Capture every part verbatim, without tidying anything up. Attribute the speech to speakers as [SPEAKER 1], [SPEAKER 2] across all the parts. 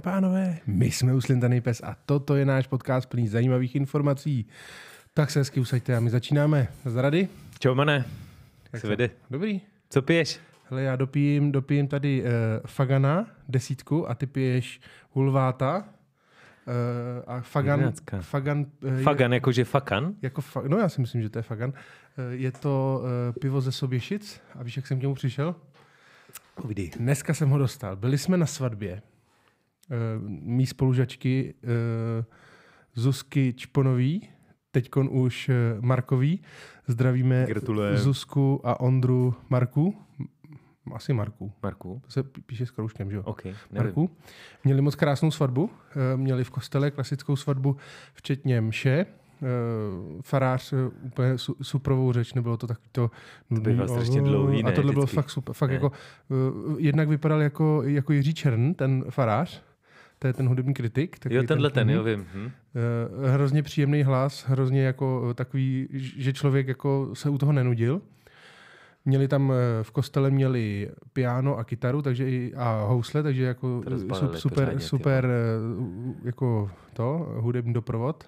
[SPEAKER 1] a pánové, my jsme Uslintaný pes a toto je náš podcast plný zajímavých informací. Tak se hezky usaďte a my začínáme. Zrady?
[SPEAKER 2] Čau, mane. Jak se vede?
[SPEAKER 1] Dobrý.
[SPEAKER 2] Co piješ?
[SPEAKER 1] Hele, já dopijím, dopijím tady uh, Fagana, desítku, a ty piješ Hulváta. Uh, a Fagan... Fagan, uh,
[SPEAKER 2] Fagan, jakože Fakan?
[SPEAKER 1] Jako fa- no já si myslím, že to je Fagan. Uh, je to uh, pivo ze Soběšic. A víš, jak jsem k němu přišel?
[SPEAKER 2] Uvidí.
[SPEAKER 1] Dneska jsem ho dostal. Byli jsme na svatbě. Uh, mý spolužačky uh, Zuzky Čponový, teďkon už uh, Markový. Zdravíme
[SPEAKER 2] Gratulujem.
[SPEAKER 1] Zuzku a Ondru Marku. Asi Marku.
[SPEAKER 2] Marku.
[SPEAKER 1] To se píše s kroužkem, že jo?
[SPEAKER 2] Okay,
[SPEAKER 1] Marku. Měli moc krásnou svatbu. Uh, měli v kostele klasickou svatbu, včetně mše. Uh, farář uh, úplně su, suprovou řeč, nebylo to takový to
[SPEAKER 2] nudný. To bylo strašně dlouhý, ne?
[SPEAKER 1] A tohle bylo
[SPEAKER 2] vždycky.
[SPEAKER 1] fakt super. Fakt jako, uh, jednak vypadal jako, jako Jiří Čern, ten farář, to je ten hudební kritik.
[SPEAKER 2] Jo, tenhle ten,
[SPEAKER 1] ten
[SPEAKER 2] jo, vím. Hm.
[SPEAKER 1] Uh, hrozně příjemný hlas, hrozně jako takový, že člověk jako se u toho nenudil. Měli tam v kostele měli piano a kytaru, takže i a housle, takže jako super, super, pořádně, super jako to, hudební doprovod.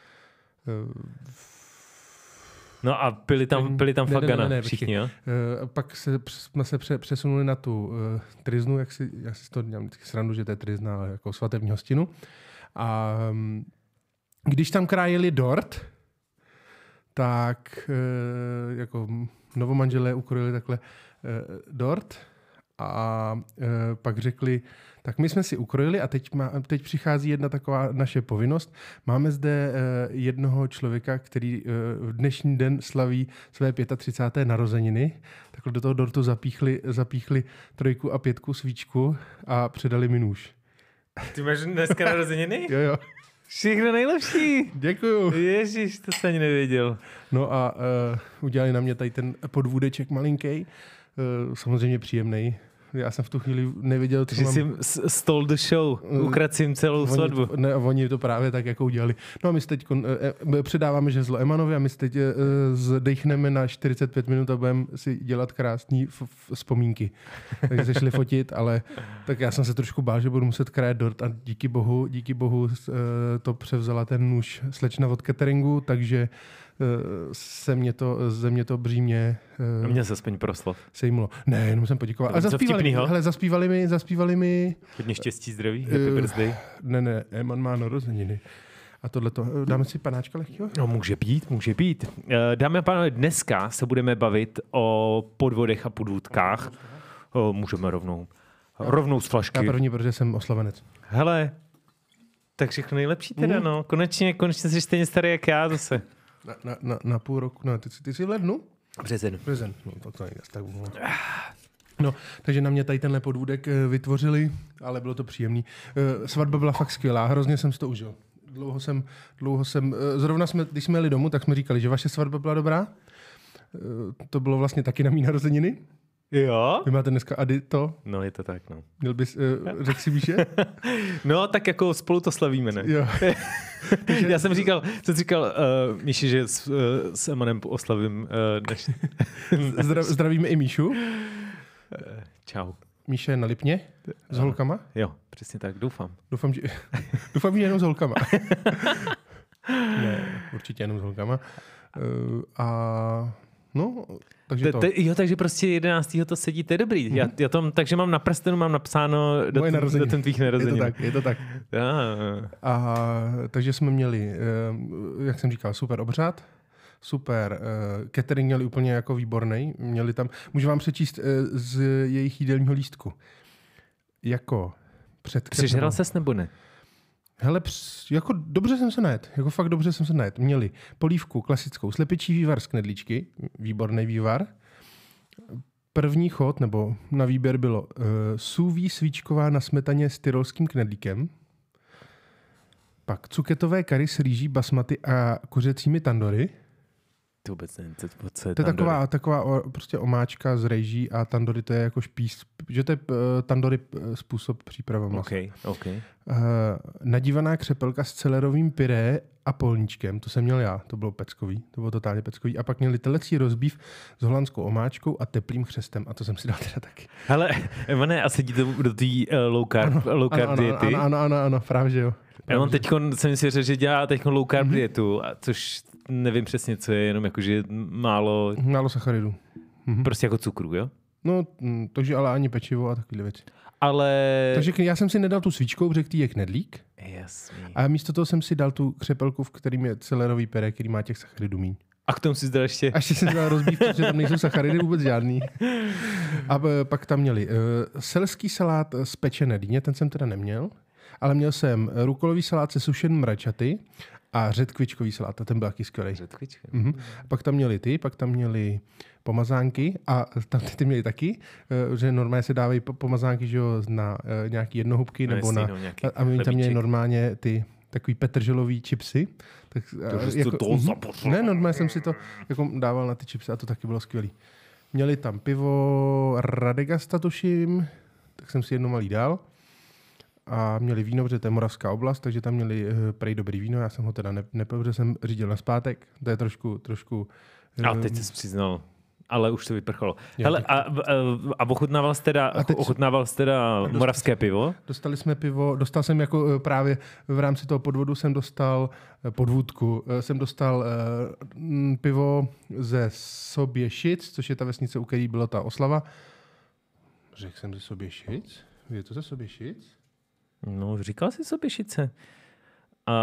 [SPEAKER 2] No a byli tam, byli tam
[SPEAKER 1] ne,
[SPEAKER 2] Fagana,
[SPEAKER 1] ne, ne, ne,
[SPEAKER 2] všichni, jo?
[SPEAKER 1] Uh, pak se, jsme se pře, přesunuli na tu uh, triznu, jak si, já si to dělám vždycky srandu, že to je trizna, ale jako svatební hostinu. A um, když tam krájeli dort, tak uh, jako novomanželé ukrojili takhle uh, dort a uh, pak řekli, tak my jsme si ukrojili a teď, má, teď přichází jedna taková naše povinnost. Máme zde uh, jednoho člověka, který uh, v dnešní den slaví své třicáté páté narozeniny. Takhle do toho dortu zapíchli, zapíchli trojku a pětku svíčku a předali mi nůž.
[SPEAKER 2] Ty máš dneska narozeniny?
[SPEAKER 1] Jo, jo.
[SPEAKER 2] Všechno nejlepší.
[SPEAKER 1] Děkuju.
[SPEAKER 2] Ježiš, to jsem ani nevěděl.
[SPEAKER 1] No a uh, udělali na mě tady ten podvůdeček malinký, uh, samozřejmě příjemný. Já jsem v tu chvíli nevěděl, co
[SPEAKER 2] že
[SPEAKER 1] mám...
[SPEAKER 2] jsi stole the show, ukradl jim celou
[SPEAKER 1] oni,
[SPEAKER 2] svatbu.
[SPEAKER 1] Ne, oni to právě tak jako udělali. No a my teď e, předáváme žezlo Emanovi a my teď e, zdechneme na čtyřicet pět minut a budeme si dělat krásný f- f- vzpomínky. Takže se šli fotit, ale tak já jsem se trošku bál, že budu muset krajet dort a díky bohu, díky bohu e, to převzala ten nůž slečna od cateringu, takže se mě to, ze mě to břímě
[SPEAKER 2] a mě se aspoň proslov.
[SPEAKER 1] Sejmulo. Ne, jenom jsem poděkoval. A zaspívali, hele, zaspívali mi, zaspívali mi...
[SPEAKER 2] Hodně štěstí, zdraví, happy uh, birthday.
[SPEAKER 1] Ne, ne, Eman má narozeniny. A tohleto, dáme si panáčka lehkýho?
[SPEAKER 2] No, může být, může být. Dámy a pánové, dneska se budeme bavit o podvodech a podvůdkách. O, můžeme rovnou. Rovnou z flašky.
[SPEAKER 1] Já první, protože jsem oslavenec.
[SPEAKER 2] Hele, tak všechno nejlepší teda, mm. no. Konečně, konečně jsi stejně starý jak já zase.
[SPEAKER 1] Na, na, na, na půl roku, no, ty, ty jsi v lednu?
[SPEAKER 2] Březen.
[SPEAKER 1] Březen, no to, to nejde tak no. no, takže na mě tady tenhle podvůdek vytvořili, ale bylo to příjemný. Svatba byla fakt skvělá, hrozně jsem si to užil. Dlouho jsem, dlouho jsem, zrovna jsme, když jsme jeli domů, tak jsme říkali, že vaše svatba byla dobrá. To bylo vlastně taky na mý narozeniny.
[SPEAKER 2] Jo?
[SPEAKER 1] Vy máte dneska Ady to?
[SPEAKER 2] No, je to tak, no.
[SPEAKER 1] Měl bys, uh, řekl si Míše?
[SPEAKER 2] No, tak jako spolu to slavíme, ne?
[SPEAKER 1] Jo.
[SPEAKER 2] Já jsem říkal, jsem říkal uh, Míši, že s, uh, s Emanem oslavím uh, než...
[SPEAKER 1] Zdra, zdravíme i Míšu. Uh,
[SPEAKER 2] čau.
[SPEAKER 1] Míše je na Lipně s holkama?
[SPEAKER 2] Jo, přesně tak, doufám.
[SPEAKER 1] Doufám, že, doufám, že jenom s holkama. Ne, určitě jenom s holkama. Uh, a no... Takže to.
[SPEAKER 2] Te, te, jo, takže prostě jedenáctého to sedí, to je dobrý. Mm-hmm. Já, já tom, takže mám na prstenu, mám napsáno do, t, do ten tvých narozenin.
[SPEAKER 1] Je to tak, je to tak.
[SPEAKER 2] Ja.
[SPEAKER 1] A takže jsme měli, jak jsem říkal, super obřad, super catering měli úplně jako výborný. Měli tam, můžu vám přečíst z jejich jídelního lístku. Jako před...
[SPEAKER 2] Přižral ses nebo ne?
[SPEAKER 1] Hele, jako dobře jsem se najet, jako fakt dobře jsem se najet. Měli polívku klasickou, slepičí vývar z knedlíčky, výborný vývar. První chod, nebo na výběr bylo uh, sůví svíčková na smetaně s tyrolským knedlíkem. Pak cuketové kary s rýží basmati a kuřecími tandory.
[SPEAKER 2] To vůbec nevím, co, co je
[SPEAKER 1] To je
[SPEAKER 2] tandory.
[SPEAKER 1] taková, taková o, prostě omáčka z rejží a tandory to je jako špíz že to je uh, tandoori způsob příprava masa.
[SPEAKER 2] Okay, okay.
[SPEAKER 1] Uh, nadívaná křepelka s celerovým pyré a polníčkem, to jsem měl já, to bylo peckový, to bylo totálně peckový. A pak měli telecí rozbív s holandskou omáčkou a teplým chřestem a to jsem si dal teda taky.
[SPEAKER 2] Hele, Ivane, a sedí to do té uh, low carb,
[SPEAKER 1] ano,
[SPEAKER 2] low carb
[SPEAKER 1] ano,
[SPEAKER 2] diety?
[SPEAKER 1] Ano, ano, ano, ano, právě, že jo.
[SPEAKER 2] Já mám teď, jsem si řekl, že dělá teď low carb mm-hmm. dietu, a což nevím přesně, co je, jenom jakože málo...
[SPEAKER 1] Málo sacharidů.
[SPEAKER 2] Mm-hmm. Prostě jako cukru, jo?
[SPEAKER 1] No, takže ale ani pečivo a takové věci.
[SPEAKER 2] Ale...
[SPEAKER 1] Takže já jsem si nedal tu svíčkou, protože tý je knedlík.
[SPEAKER 2] Jasný.
[SPEAKER 1] A místo toho jsem si dal tu křepelku, v kterým je celerový pyré, který má těch sacharidů míň.
[SPEAKER 2] A k tomu si dal ještě...
[SPEAKER 1] A ještě jsem si dal rozbív, protože tam nejsou sacharidy vůbec žádný. A pak tam měli uh, selský salát z pečené dýně, ten jsem teda neměl, ale měl jsem rukolový salát se sušeným rajčaty a řetkvičkový salát, a ten byl taky skvělý.
[SPEAKER 2] Řetkvička.
[SPEAKER 1] Mhm. Pak tam měli ty, pak tam měli pomazánky a tam ty, ty měli taky, uh, že normálně se dávají pomazánky, že jo, na uh, nějaký jednohubky,
[SPEAKER 2] no,
[SPEAKER 1] nebo
[SPEAKER 2] jestli,
[SPEAKER 1] na...
[SPEAKER 2] no,
[SPEAKER 1] a, a my tam měli normálně ty takový petrželový chipsy. Tak,
[SPEAKER 2] to,
[SPEAKER 1] jako,
[SPEAKER 2] to
[SPEAKER 1] mm, ne, normálně jsem si to jako dával na ty chipsy a to taky bylo skvělý. Měli tam pivo Radegasta, tuším, tak jsem si jedno malý dal. A měli víno, protože to je moravská oblast, takže tam měli uh, prej dobrý víno. Já jsem ho teda ne, nepil, protože jsem řídil na zpátek. To je trošku... trošku uh,
[SPEAKER 2] a teď jsi přiznal. Ale už to vyprchalo. Hele, a, a, a ochutnával jsi teda, a teď, ochutnával jsi teda dostali, moravské pivo?
[SPEAKER 1] Dostali jsme pivo, dostal jsem jako právě v rámci toho podvodu jsem dostal podvůdku, jsem dostal uh, pivo ze Soběšic, což je ta vesnice, u který byla ta oslava. Řekl jsem ze Soběšic? Je to ze Soběšic?
[SPEAKER 2] No, říkal jsi Soběšice. A,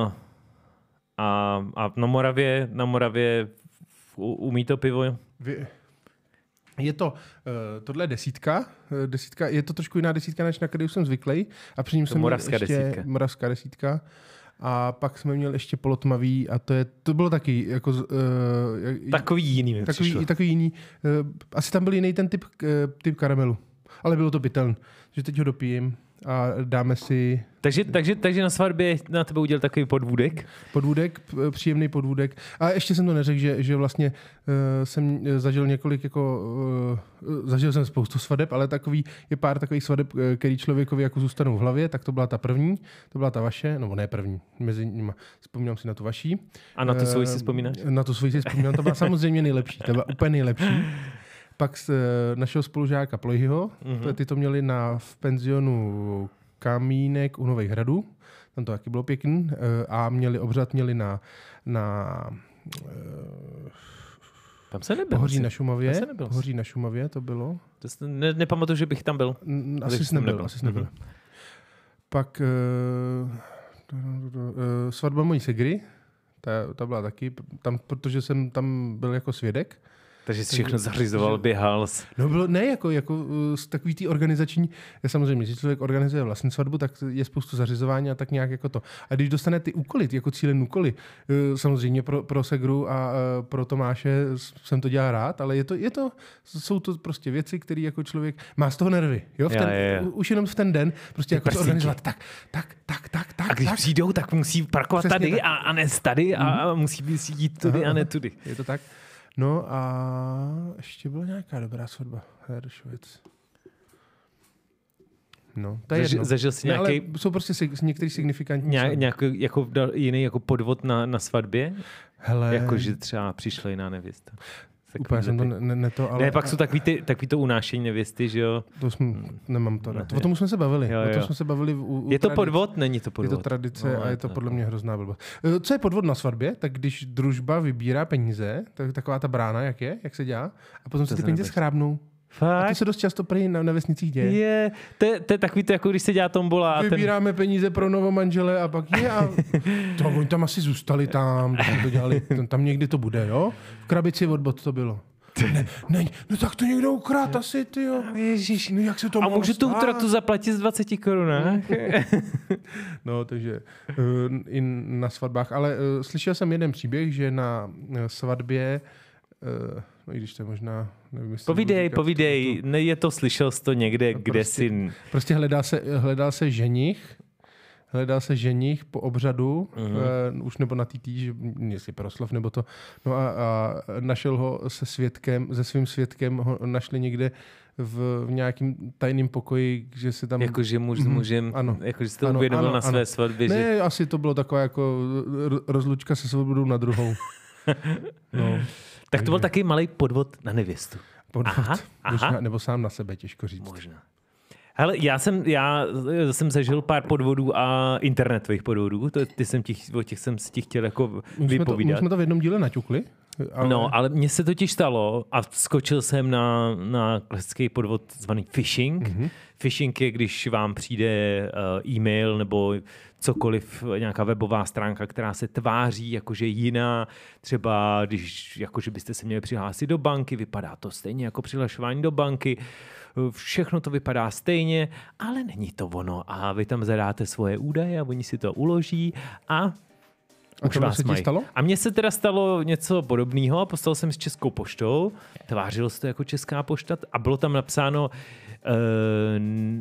[SPEAKER 2] a, a na Moravě, na Moravě umí to pivo?
[SPEAKER 1] Je to, uh, tohle je desítka, uh, desítka, je to trošku jiná desítka, než na kterou jsem zvyklý. A při ním jsem
[SPEAKER 2] moravská
[SPEAKER 1] ještě
[SPEAKER 2] desítka.
[SPEAKER 1] moravská desítka. A pak jsme měli ještě polotmavý a to je, to bylo taky jako... Uh,
[SPEAKER 2] takový jiný mi
[SPEAKER 1] takový, takový jiný. Uh, asi tam byl jiný ten typ, uh, typ karamelu. Ale bylo to pitelný. Takže teď ho dopijím a dáme si...
[SPEAKER 2] Takže, takže, takže na svatbě na tebe udělal takový podvůdek?
[SPEAKER 1] Podvůdek, příjemný podvůdek. A ještě jsem to neřekl, že, že vlastně uh, jsem zažil několik jako... Uh, zažil jsem spoustu svadeb, ale takový, je pár takových svadeb, který člověkovi jako zůstanou v hlavě, tak to byla ta první, to byla ta vaše, nebo ne první, mezi nimi. Vzpomínám si na tu vaší.
[SPEAKER 2] A na tu svoji si vzpomínáš?
[SPEAKER 1] Uh, na tu svoji si vzpomínám, to byla samozřejmě nejlepší, to byla úplně nejlepší. Pak z uh, našeho spolužáka Plojhyho, mm-hmm. ty to měli na, v penzionu Kamínek u Nových Hradů, tam to taky bylo pěkný, uh, a měli obřad, měli na, na uh,
[SPEAKER 2] tam se nebyl.
[SPEAKER 1] Pohoří na Šumavě,
[SPEAKER 2] se nebyl.
[SPEAKER 1] Pohoří na Šumavě to bylo.
[SPEAKER 2] To ne, nepamatuju, že bych tam byl.
[SPEAKER 1] N- asi jsi nebyl, nebyl. Asi nebyl. Mm-hmm. Pak uh, uh, svatba mojí segry, ta, ta byla taky, tam, protože jsem tam byl jako svědek.
[SPEAKER 2] Takže jsi všechno zařizoval, běhal.
[SPEAKER 1] No bylo, ne, jako, jako z takový tý organizační, samozřejmě, když člověk organizuje vlastní svatbu, tak je spoustu zařizování a tak nějak jako to. A když dostane ty úkoly, ty jako cílené úkoly, samozřejmě pro, pro Segru a pro Tomáše jsem to dělal rád, ale je to, je to, jsou to prostě věci, které jako člověk má z toho nervy. Jo? V ten,
[SPEAKER 2] já, já.
[SPEAKER 1] Už jenom v ten den prostě jako to organizovat tak, tak, tak, tak, tak.
[SPEAKER 2] A když
[SPEAKER 1] tak.
[SPEAKER 2] přijdou, tak musí parkovat přesně tady a, a ne tady a, a musí jít tudy
[SPEAKER 1] aha,
[SPEAKER 2] a ne tudy.
[SPEAKER 1] Je to tak? No a ještě byla nějaká dobrá svatba. Heršovic. No, to je
[SPEAKER 2] Zaži,
[SPEAKER 1] jedno.
[SPEAKER 2] Zažil jsi
[SPEAKER 1] ne,
[SPEAKER 2] nějaký...
[SPEAKER 1] jsou prostě sig, některý signifikantní
[SPEAKER 2] Nějak, nějaký jako jiný jako podvod na, na svatbě?
[SPEAKER 1] Hele...
[SPEAKER 2] Jako, že třeba přišla jiná nevěsta.
[SPEAKER 1] Tak úplně jsem to ne, ne to, ale...
[SPEAKER 2] Ne, pak jsou takový, ty, takový to unášení nevěsty, že jo?
[SPEAKER 1] To jsme, nemám to rád. O tom jsme se bavili.
[SPEAKER 2] Jo, jo.
[SPEAKER 1] O tom jsme se bavili u, u
[SPEAKER 2] je to
[SPEAKER 1] tradic.
[SPEAKER 2] podvod? Není to podvod.
[SPEAKER 1] Je to tradice
[SPEAKER 2] no,
[SPEAKER 1] a je to podle mě hrozná blbost. Co je podvod na svatbě? Tak když družba vybírá peníze, tak taková ta brána, jak je, jak se dělá, a potom
[SPEAKER 2] to
[SPEAKER 1] se ty peníze schrábnou.
[SPEAKER 2] Fakt?
[SPEAKER 1] A to se dost často prý na, na vesnicích děje.
[SPEAKER 2] Je, to, to je takový to, jako když se dělá tombola. A
[SPEAKER 1] vybíráme ten... peníze pro novomanžele a pak je a to, oni tam asi zůstali tam, to dělali, tam někdy to bude, jo? V krabici od bot to bylo. Ne, ne, no tak to někdo ukrát asi, tyjo.
[SPEAKER 2] Ježíš.
[SPEAKER 1] No jak se to
[SPEAKER 2] a můžu tu útratu zaplatit z dvacet korun,
[SPEAKER 1] No, takže uh, i na svatbách. Ale uh, slyšel jsem jeden příběh, že na uh, svatbě, uh, no i když to je možná, nevím, jestli...
[SPEAKER 2] Povídej, povídej, ne, je to, slyšel jsi to někde, no, kde
[SPEAKER 1] prostě,
[SPEAKER 2] jsi...
[SPEAKER 1] Prostě hledá se, hledá se ženich hledal se ženich po obřadu, mm-hmm. uh, už nebo na té týži, jestli proslov nebo to, no a, a našel ho se svědkem, se svým svědkem ho našli někde v, v nějakým tajným pokoji, že se tam...
[SPEAKER 2] Jakože muž s mužem, jakože jste to uvědomil na své svatbě.
[SPEAKER 1] Ne,
[SPEAKER 2] že...
[SPEAKER 1] asi to bylo taková jako rozlučka se svobodou na druhou. No,
[SPEAKER 2] tak to byl taky malý podvod na nevěstu.
[SPEAKER 1] Podvod. Aha, aha. Možná, nebo sám na sebe, těžko říct.
[SPEAKER 2] Možná. Hele, já jsem, já jsem zažil pár podvodů a internetových podvodů. To, ty jsem těch, o těch jsem si ti chtěl jako vypovídat.
[SPEAKER 1] My jsme to v jednom díle naťukli.
[SPEAKER 2] Ale... No, ale mně se totiž stalo a skočil jsem na, na klasický podvod zvaný phishing. Mm-hmm. Phishing je, když vám přijde uh, e-mail nebo cokoliv, nějaká webová stránka, která se tváří jakože jiná. Třeba když jakože byste se měli přihlásit do banky, vypadá to stejně jako přihlašování do banky. Všechno to vypadá stejně, ale není to ono. A vy tam zadáte svoje údaje a oni si to uloží a
[SPEAKER 1] A co se ti stalo?
[SPEAKER 2] A mně se teda stalo něco podobného. Poslal jsem s Českou poštou, tvářilo se to jako Česká pošta a bylo tam napsáno, uh,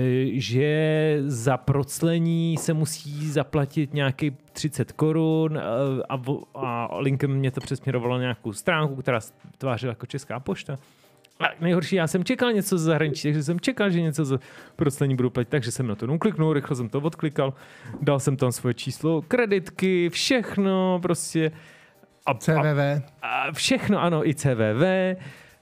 [SPEAKER 2] že za proclení se musí zaplatit nějaký třicet korun a, a linkem mě to přesměrovalo na nějakou stránku, která tvářila jako Česká pošta. A nejhorší, já jsem čekal něco z zahraničí, takže jsem čekal, že něco za proclení budu platit, takže jsem na to kliknul, rychle jsem to odklikal, dal jsem tam svoje číslo, kreditky, všechno prostě.
[SPEAKER 1] A, C V V.
[SPEAKER 2] A, a všechno, ano, i C V V.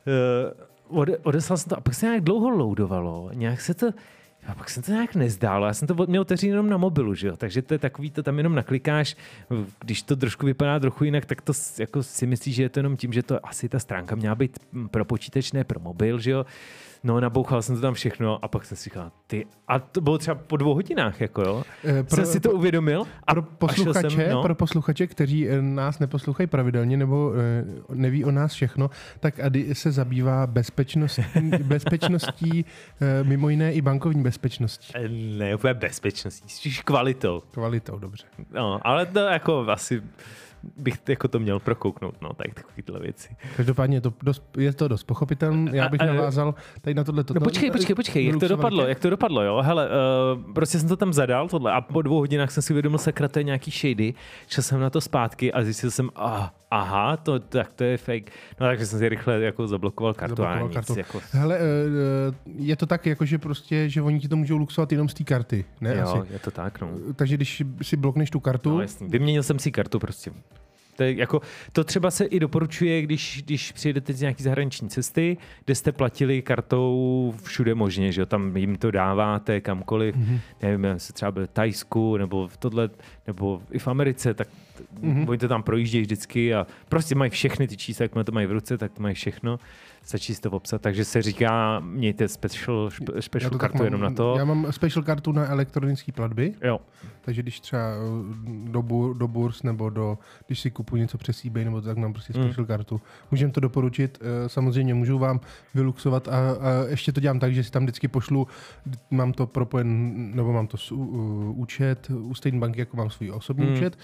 [SPEAKER 2] Uh, ode, odeslal jsem to a pak se nějak dlouho loadovalo, nějak se to... A pak jsem to nějak nezdálo. Já jsem to měl otevřít jenom na mobilu, že jo? Takže to je takový, to tam jenom naklikáš. Když to trošku vypadá trochu jinak, tak to jako si myslíš, že je to jenom tím, že to asi ta stránka měla být pro počítač, ne pro mobil, že jo? No, nabouchal jsem to tam všechno a pak jsem si říkal, ty, a to bylo třeba po dvou hodinách, jako jo. E, pro, jsem si to uvědomil. A
[SPEAKER 1] pro posluchače, jsem, no. pro posluchače, kteří nás neposlouchají pravidelně nebo e, neví o nás všechno, tak Ady se zabývá bezpečnost, bezpečností, e, mimo jiné i bankovní bezpečností.
[SPEAKER 2] Ne, úplně bezpečností, spíš kvalitou.
[SPEAKER 1] Kvalitou, dobře.
[SPEAKER 2] No, ale to jako asi... bych jako to měl prokouknout, no, tak takovýhle věci.
[SPEAKER 1] Každopádně je to dost, je to dost pochopitelné. Já bych a, a, navázal tady na tohle.
[SPEAKER 2] No počkej, počkej, počkej, jak to dopadlo, jak to dopadlo, jo? Hele, uh, prostě jsem to tam zadal, tohle, a po dvou hodinách jsem si uvědomil, sakra, to je nějaký shady, šel jsem na to zpátky a zjistil jsem, ah, aha, to, tak to je fake. No takže jsem si rychle jako zablokoval kartu zablokoval a nic. Kartu. Jako...
[SPEAKER 1] Hele, uh, je to tak, jako, že prostě, že oni ti to můžou luxovat jenom z té karty, ne?
[SPEAKER 2] Jo,
[SPEAKER 1] asi.
[SPEAKER 2] Je to tak, no.
[SPEAKER 1] Takže když si blokneš tu kartu...
[SPEAKER 2] No, jasný. Vyměnil jsem si kartu prostě. To, je jako, to třeba se i doporučuje, když, když přijedete z nějaký zahraniční cesty, kde jste platili kartou všude možně, že jo, tam jim to dáváte kamkoliv, mm-hmm. nevím, se třeba byl v Thajsku, nebo v tohle, nebo i v Americe, tak mm-hmm. oni to tam projíždějí vždycky a prostě mají všechny ty čísla, jak to mají v ruce, tak to mají všechno. Stačí si to obsat, takže se říká, mějte special, special kartu
[SPEAKER 1] mám,
[SPEAKER 2] jenom na to.
[SPEAKER 1] Já mám special kartu na elektronické platby,
[SPEAKER 2] jo.
[SPEAKER 1] Takže když třeba do, bur, do burs nebo do, když si kupuji něco přes eBay nebo tak, mám prostě special mm. kartu. Můžeme to doporučit, samozřejmě můžu vám vyluxovat a, a ještě to dělám tak, že si tam vždycky pošlu, mám to propojen, nebo mám to uh, účet u stejné banky, jako mám svůj osobní mm. účet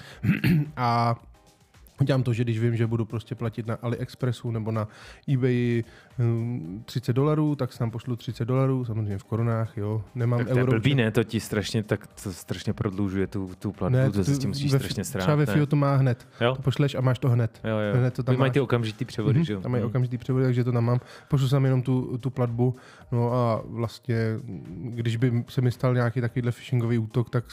[SPEAKER 1] a dělám to, že když vím, že budu prostě platit na AliExpressu nebo na eBay um, třicet dolarů, tak si tam pošlu třicet dolarů, samozřejmě v korunách, jo. Nemám
[SPEAKER 2] tak to euro. Blbý, ne? To ti strašně, tak to strašně prodlužuje tu, tu platbu, ne, to se s tím musíš ve, strašně strát.
[SPEAKER 1] Třeba ve Fiu to má hned. Jo? To pošleš a máš to hned.
[SPEAKER 2] Jo, jo. Hned to tam mají ty okamžitý převody, mm-hmm, že jo?
[SPEAKER 1] Tam mají mm. okamžitý převody, takže to tam mám. Pošlu sam jenom tu, tu platbu. No a vlastně, když by se mi stal nějaký takovýhle phishingový útok, tak,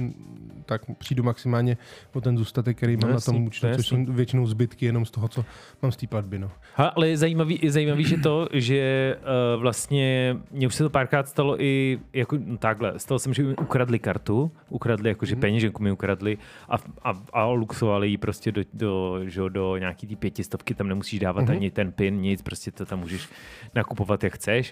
[SPEAKER 1] tak přijdu maximálně o ten zůstatek, který mám no, na tom účtu, což jsou většinou zbytky jenom z toho, co mám z té platby. No.
[SPEAKER 2] Ha, ale je zajímavý, je zajímavý, že to, že uh, vlastně, mně už se to párkrát stalo i jako no, takhle, stalo jsem, že mi ukradli kartu, ukradli jakože mm. peněženku mi ukradli a, a, a luxovali ji prostě do, do, že, do nějaký ty pětistovky, tam nemusíš dávat mm. ani ten pin, nic, prostě to tam můžeš nakupovat, jak chceš.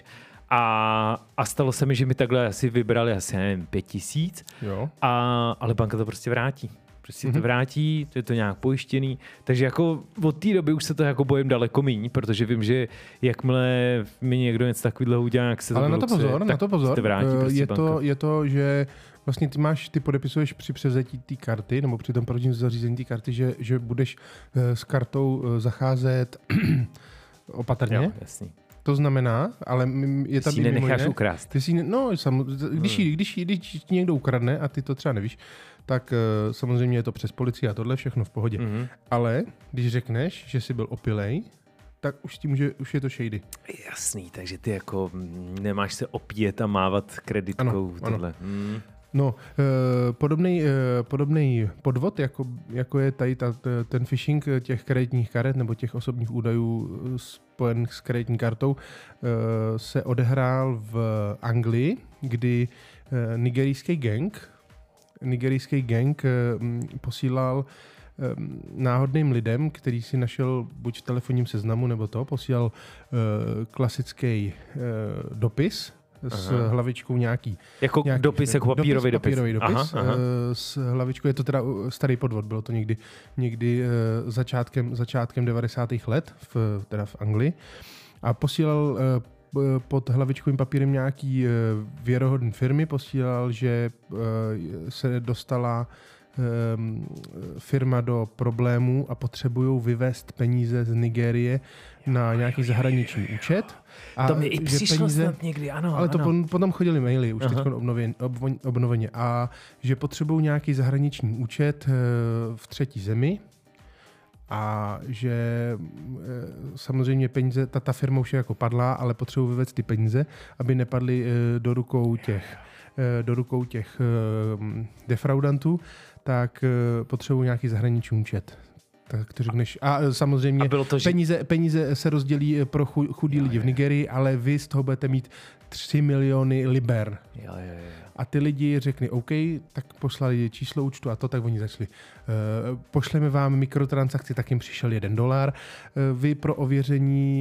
[SPEAKER 2] A, a stalo se mi, že mi takhle asi vybrali asi, nevím, pět tisíc, jo. A, ale banka to prostě vrátí. Prostě mm-hmm. to vrátí, to je to nějak pojištěný. Takže jako od té doby už se to jako bojím daleko míň, protože vím, že jakmile mi někdo něco takového udělá, jak se to
[SPEAKER 1] ale na to pozor, na to pozor.
[SPEAKER 2] To vrátí prostě
[SPEAKER 1] je, to, je to, že vlastně ty máš, ty podepisuješ při převzetí té karty, nebo při tom pročním zařízení té karty, že, že budeš s kartou zacházet opatrně.
[SPEAKER 2] Jo, jasný.
[SPEAKER 1] To znamená, ale je tam
[SPEAKER 2] ty si
[SPEAKER 1] i mimo
[SPEAKER 2] nenecháš
[SPEAKER 1] jiné,
[SPEAKER 2] ukrást.
[SPEAKER 1] Ty si ne, no, sam, když, hmm. když, když ti někdo ukradne a ty to třeba nevíš, tak uh, samozřejmě je to přes policii a tohle všechno v pohodě. Hmm. Ale když řekneš, že jsi byl opilej, tak už, tím může, už je to shady.
[SPEAKER 2] Jasný, takže ty jako nemáš se opít a mávat kreditkou.
[SPEAKER 1] Ano,
[SPEAKER 2] tohle.
[SPEAKER 1] ano.
[SPEAKER 2] Hmm.
[SPEAKER 1] No, podobný, podobný podvod, jako, jako je tady ta, ten phishing těch kreditních karet nebo těch osobních údajů spojených s kreditní kartou, se odehrál v Anglii, kdy nigerijský gang, nigerijský gang posílal náhodným lidem, který si našel buď v telefonním seznamu nebo to, posílal klasický dopis, s aha. hlavičkou nějaký.
[SPEAKER 2] Jako
[SPEAKER 1] nějaký,
[SPEAKER 2] dopis, jako papírový dopis.
[SPEAKER 1] Papírový dopis. Aha, aha. S hlavičkou, je to teda starý podvod, bylo to někdy, někdy začátkem, začátkem devadesátých let, v, teda v Anglii. A posílal pod hlavičkovým papírem nějaký věrohodný firmy, posílal, že se dostala firma do problémů a potřebují vyvést peníze z Nigérie na nějaký zahraniční účet.
[SPEAKER 2] A to mi i přišlo peníze, snad někdy, ano.
[SPEAKER 1] Ale to
[SPEAKER 2] ano.
[SPEAKER 1] potom chodili maily, už teď obnoveně, obnoveně. A že potřebují nějaký zahraniční účet v třetí zemi a že samozřejmě peníze, ta, ta firma už je jako padla, ale potřebují vyvést ty peníze, aby nepadly do rukou těch, do rukou těch defraudantů, tak potřebují nějaký zahraniční účet. Tak to řekneš. A samozřejmě a to, že... peníze, peníze se rozdělí pro chudí lidi v Nigerii, ale vy z toho budete mít tři miliony liber.
[SPEAKER 2] Jo, jo, jo.
[SPEAKER 1] A ty lidi řekli, OK, tak poslali číslo účtu a to, tak oni začali. Uh, pošleme vám mikrotransakci, tak jim přišel jeden dolar. Uh, vy pro ověření,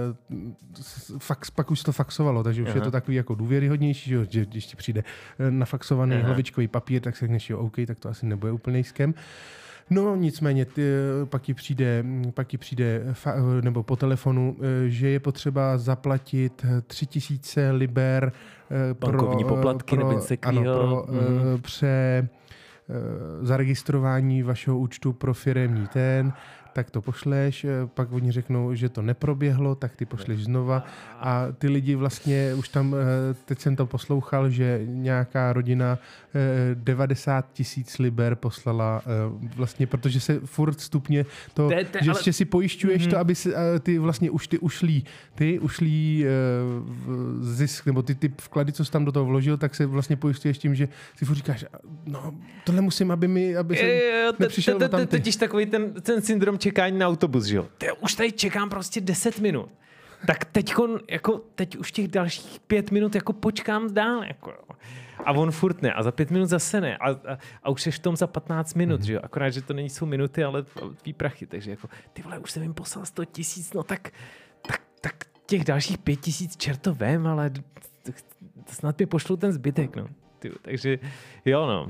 [SPEAKER 1] uh, fax, pak už to faxovalo, takže už aha. je to takový jako důvěryhodnější, že, že když ti přijde nafaxovaný aha. hlavičkový papír, tak si řekneš, jo, OK, tak to asi nebude úplný scam. No nicméně, ty, pak ji přijde, pak ji přijde fa, nebo po telefonu, že je potřeba zaplatit tři tisíce liber
[SPEAKER 2] bankovní
[SPEAKER 1] pro,
[SPEAKER 2] poplatky
[SPEAKER 1] pro,
[SPEAKER 2] nebo
[SPEAKER 1] ano, pro mm-hmm. pře zaregistrování vašeho účtu pro firemní ten, tak to pošleš, pak oni řeknou, že to neproběhlo, tak ty pošleš znova a ty lidi vlastně, už tam, teď jsem to poslouchal, že nějaká rodina devadesát tisíc liber poslala vlastně, protože se furt stupně to, te, te, že ale... ještě si pojišťuješ mm-hmm. to, aby si, ty vlastně už ty ušlí, ty ušlí zisk, nebo ty, ty vklady, co jsi tam do toho vložil, tak se vlastně pojišťuješ tím, že si furt říkáš, no tohle musím, aby mi, aby jsem nepřišel do tamty.
[SPEAKER 2] Totiž takový ten, ten syndrom čekání na autobus, že jo. Ty, už tady čekám prostě deset minut. Tak teďkon, jako, teď už těch dalších pět minut jako počkám dál. Jako, a on furt ne. A za pět minut zase ne. A, a, a už jsi v tom za patnáct minut, mm. že jo. Akorát, že to nejsou minuty, ale tvý prachy. Takže jako, ty vole, už jsem jim poslal sto tisíc, no tak, tak, tak těch dalších pět tisíc čerto vem, ale snad mi pošlou ten zbytek, no. Ty, takže jo, no.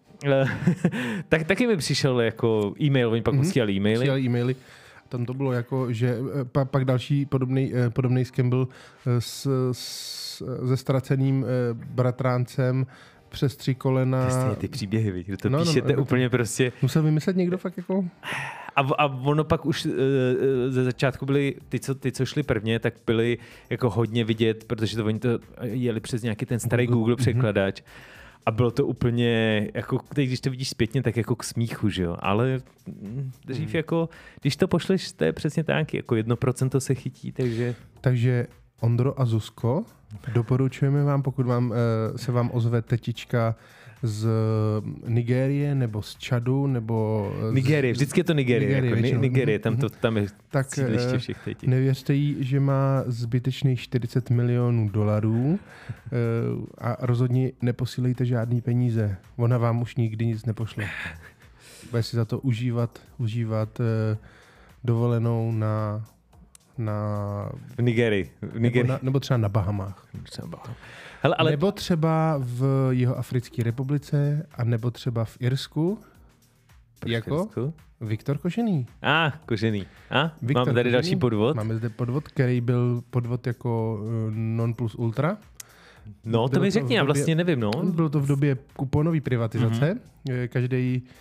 [SPEAKER 2] tak taky mi přišel jako e-mail, oni pak mm-hmm. posílali e-maily.
[SPEAKER 1] Posílali e-maily. Tam to bylo jako, že pa, pak další podobný, podobný scam byl s, s, se ztraceným bratráncem přes tři kolena.
[SPEAKER 2] Přesně ty příběhy, víš, to
[SPEAKER 1] no,
[SPEAKER 2] píšete
[SPEAKER 1] no, no,
[SPEAKER 2] úplně prostě.
[SPEAKER 1] Musel vymyslet někdo fakt jako...
[SPEAKER 2] A, a ono pak už uh, ze začátku byli, ty co, ty, co šli prvně, tak byli jako hodně vidět, protože to oni to jeli přes nějaký ten starý Google, Google překladač. Mm-hmm. A bylo to úplně, jako teď, když to vidíš zpětně, tak jako k smíchu, že jo. Ale dřív hmm. jako, když to pošleš, to je přesně tak, jako jedno procento se chytí, takže...
[SPEAKER 1] Takže Ondro a Zuzko, doporučujeme vám, pokud vám, se vám ozve tetička z Nigérie, nebo z Čadu, nebo... Z...
[SPEAKER 2] Nigérie, vždycky je to Nigérie. Nigérie, jako většinou. Nigérie tam, to, tam je
[SPEAKER 1] tak
[SPEAKER 2] sídliště všech tetic.
[SPEAKER 1] Nevěřte jí, že má zbytečných čtyřicet milionů dolarů a rozhodně neposílejte žádný peníze. Ona vám už nikdy nic nepošle. Bude si za to užívat, užívat dovolenou na... na...
[SPEAKER 2] V Nigerii. V Nigerii.
[SPEAKER 1] Nebo, na, nebo třeba na Bahamách.
[SPEAKER 2] Třeba. Hele, ale...
[SPEAKER 1] Nebo třeba v Jihoafrické republice, a nebo třeba v Irsku. Proč jako Irsku? Viktor Kožený.
[SPEAKER 2] A, ah, Kožený. A, Viktor máme tady Kožený. Další podvod.
[SPEAKER 1] Máme zde podvod, který byl podvod jako non plus ultra.
[SPEAKER 2] No, to mi řekni, já vlastně nevím, no.
[SPEAKER 1] Bylo to v době kuponové privatizace. Mm-hmm. Každý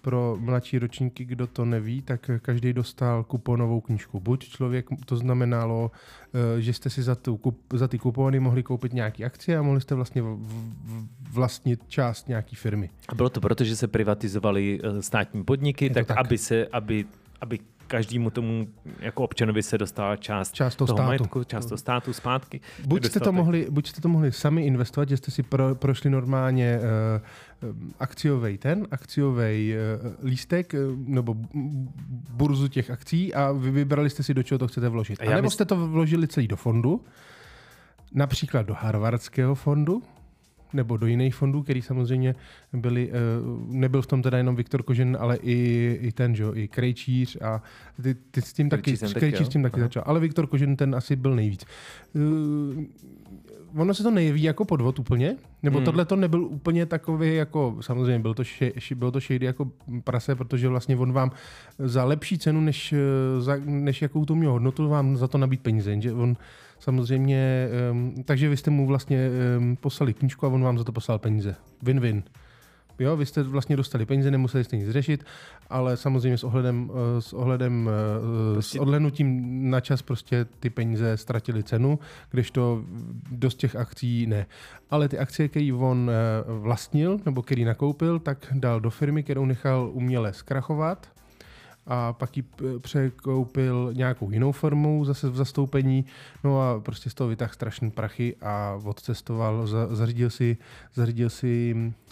[SPEAKER 1] pro mladší ročníky, kdo to neví, tak každý dostal kuponovou knížku. Buď člověk, to znamenalo, že jste si za, tu, za ty kupony mohli koupit nějaké akcie a mohli jste vlastně vlastnit část nějaký firmy.
[SPEAKER 2] A bylo to proto, že se privatizovaly státní podniky, tak, tak aby se, aby, aby každému tomu jako občanovi se dostala část,
[SPEAKER 1] část toho,
[SPEAKER 2] toho
[SPEAKER 1] státu.
[SPEAKER 2] majetku, část toho státu zpátky.
[SPEAKER 1] Buď jste, to mohli, buď jste to mohli sami investovat, že jste si pro, prošli normálně uh, akciovej ten, akciovej uh, lístek uh, nebo burzu těch akcí a vy vybrali jste si, do čeho to chcete vložit. A, a nebo mysl... jste to vložili celý do fondu, například do Harvardského fondu, nebo do jiných fondů, který samozřejmě byli, nebyl v tom teda jenom Viktor Kožen, ale i, i ten, že, i Krejčíř a ty, ty s tím taky, Krejčíř s tím taky začal. Ale Viktor Kožen ten asi byl nejvíc. Uh, ono se to nejeví jako podvod úplně, nebo hmm. tohle to nebyl úplně takový jako, samozřejmě byl to, še, byl to shady jako prase, protože vlastně on vám za lepší cenu, než, za, než jakou to měl hodnotu, vám za to nabít peníze, že on samozřejmě, um, takže vy jste mu vlastně um, poslali knížku a on vám za to poslal peníze. Win-win. Jo, vy jste vlastně dostali peníze, nemuseli jste nic řešit, ale samozřejmě s ohledem, s ohledem, prostě... s odhlédnutím na čas prostě ty peníze ztratily cenu, kdežto dost těch akcí ne. Ale ty akcie, které on vlastnil nebo který nakoupil, tak dal do firmy, kterou nechal uměle zkrachovat a pak ji překoupil nějakou jinou formou zase v zastoupení, no a prostě z toho vytáhl strašný prachy a odcestoval, zařídil si, zařídil si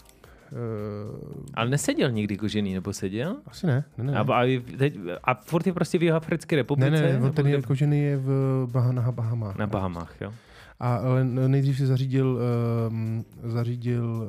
[SPEAKER 2] Uh, ale neseděl nikdy Kožený, nebo seděl?
[SPEAKER 1] Asi ne. ne, ne.
[SPEAKER 2] A, a, teď, a furt je prostě v Jihoafrické republice?
[SPEAKER 1] Ne, ne, ten je, Kožený je v bah, na Bahamách.
[SPEAKER 2] Na Bahamách, jo.
[SPEAKER 1] A, ale nejdřív si zařídil, uh, zařídil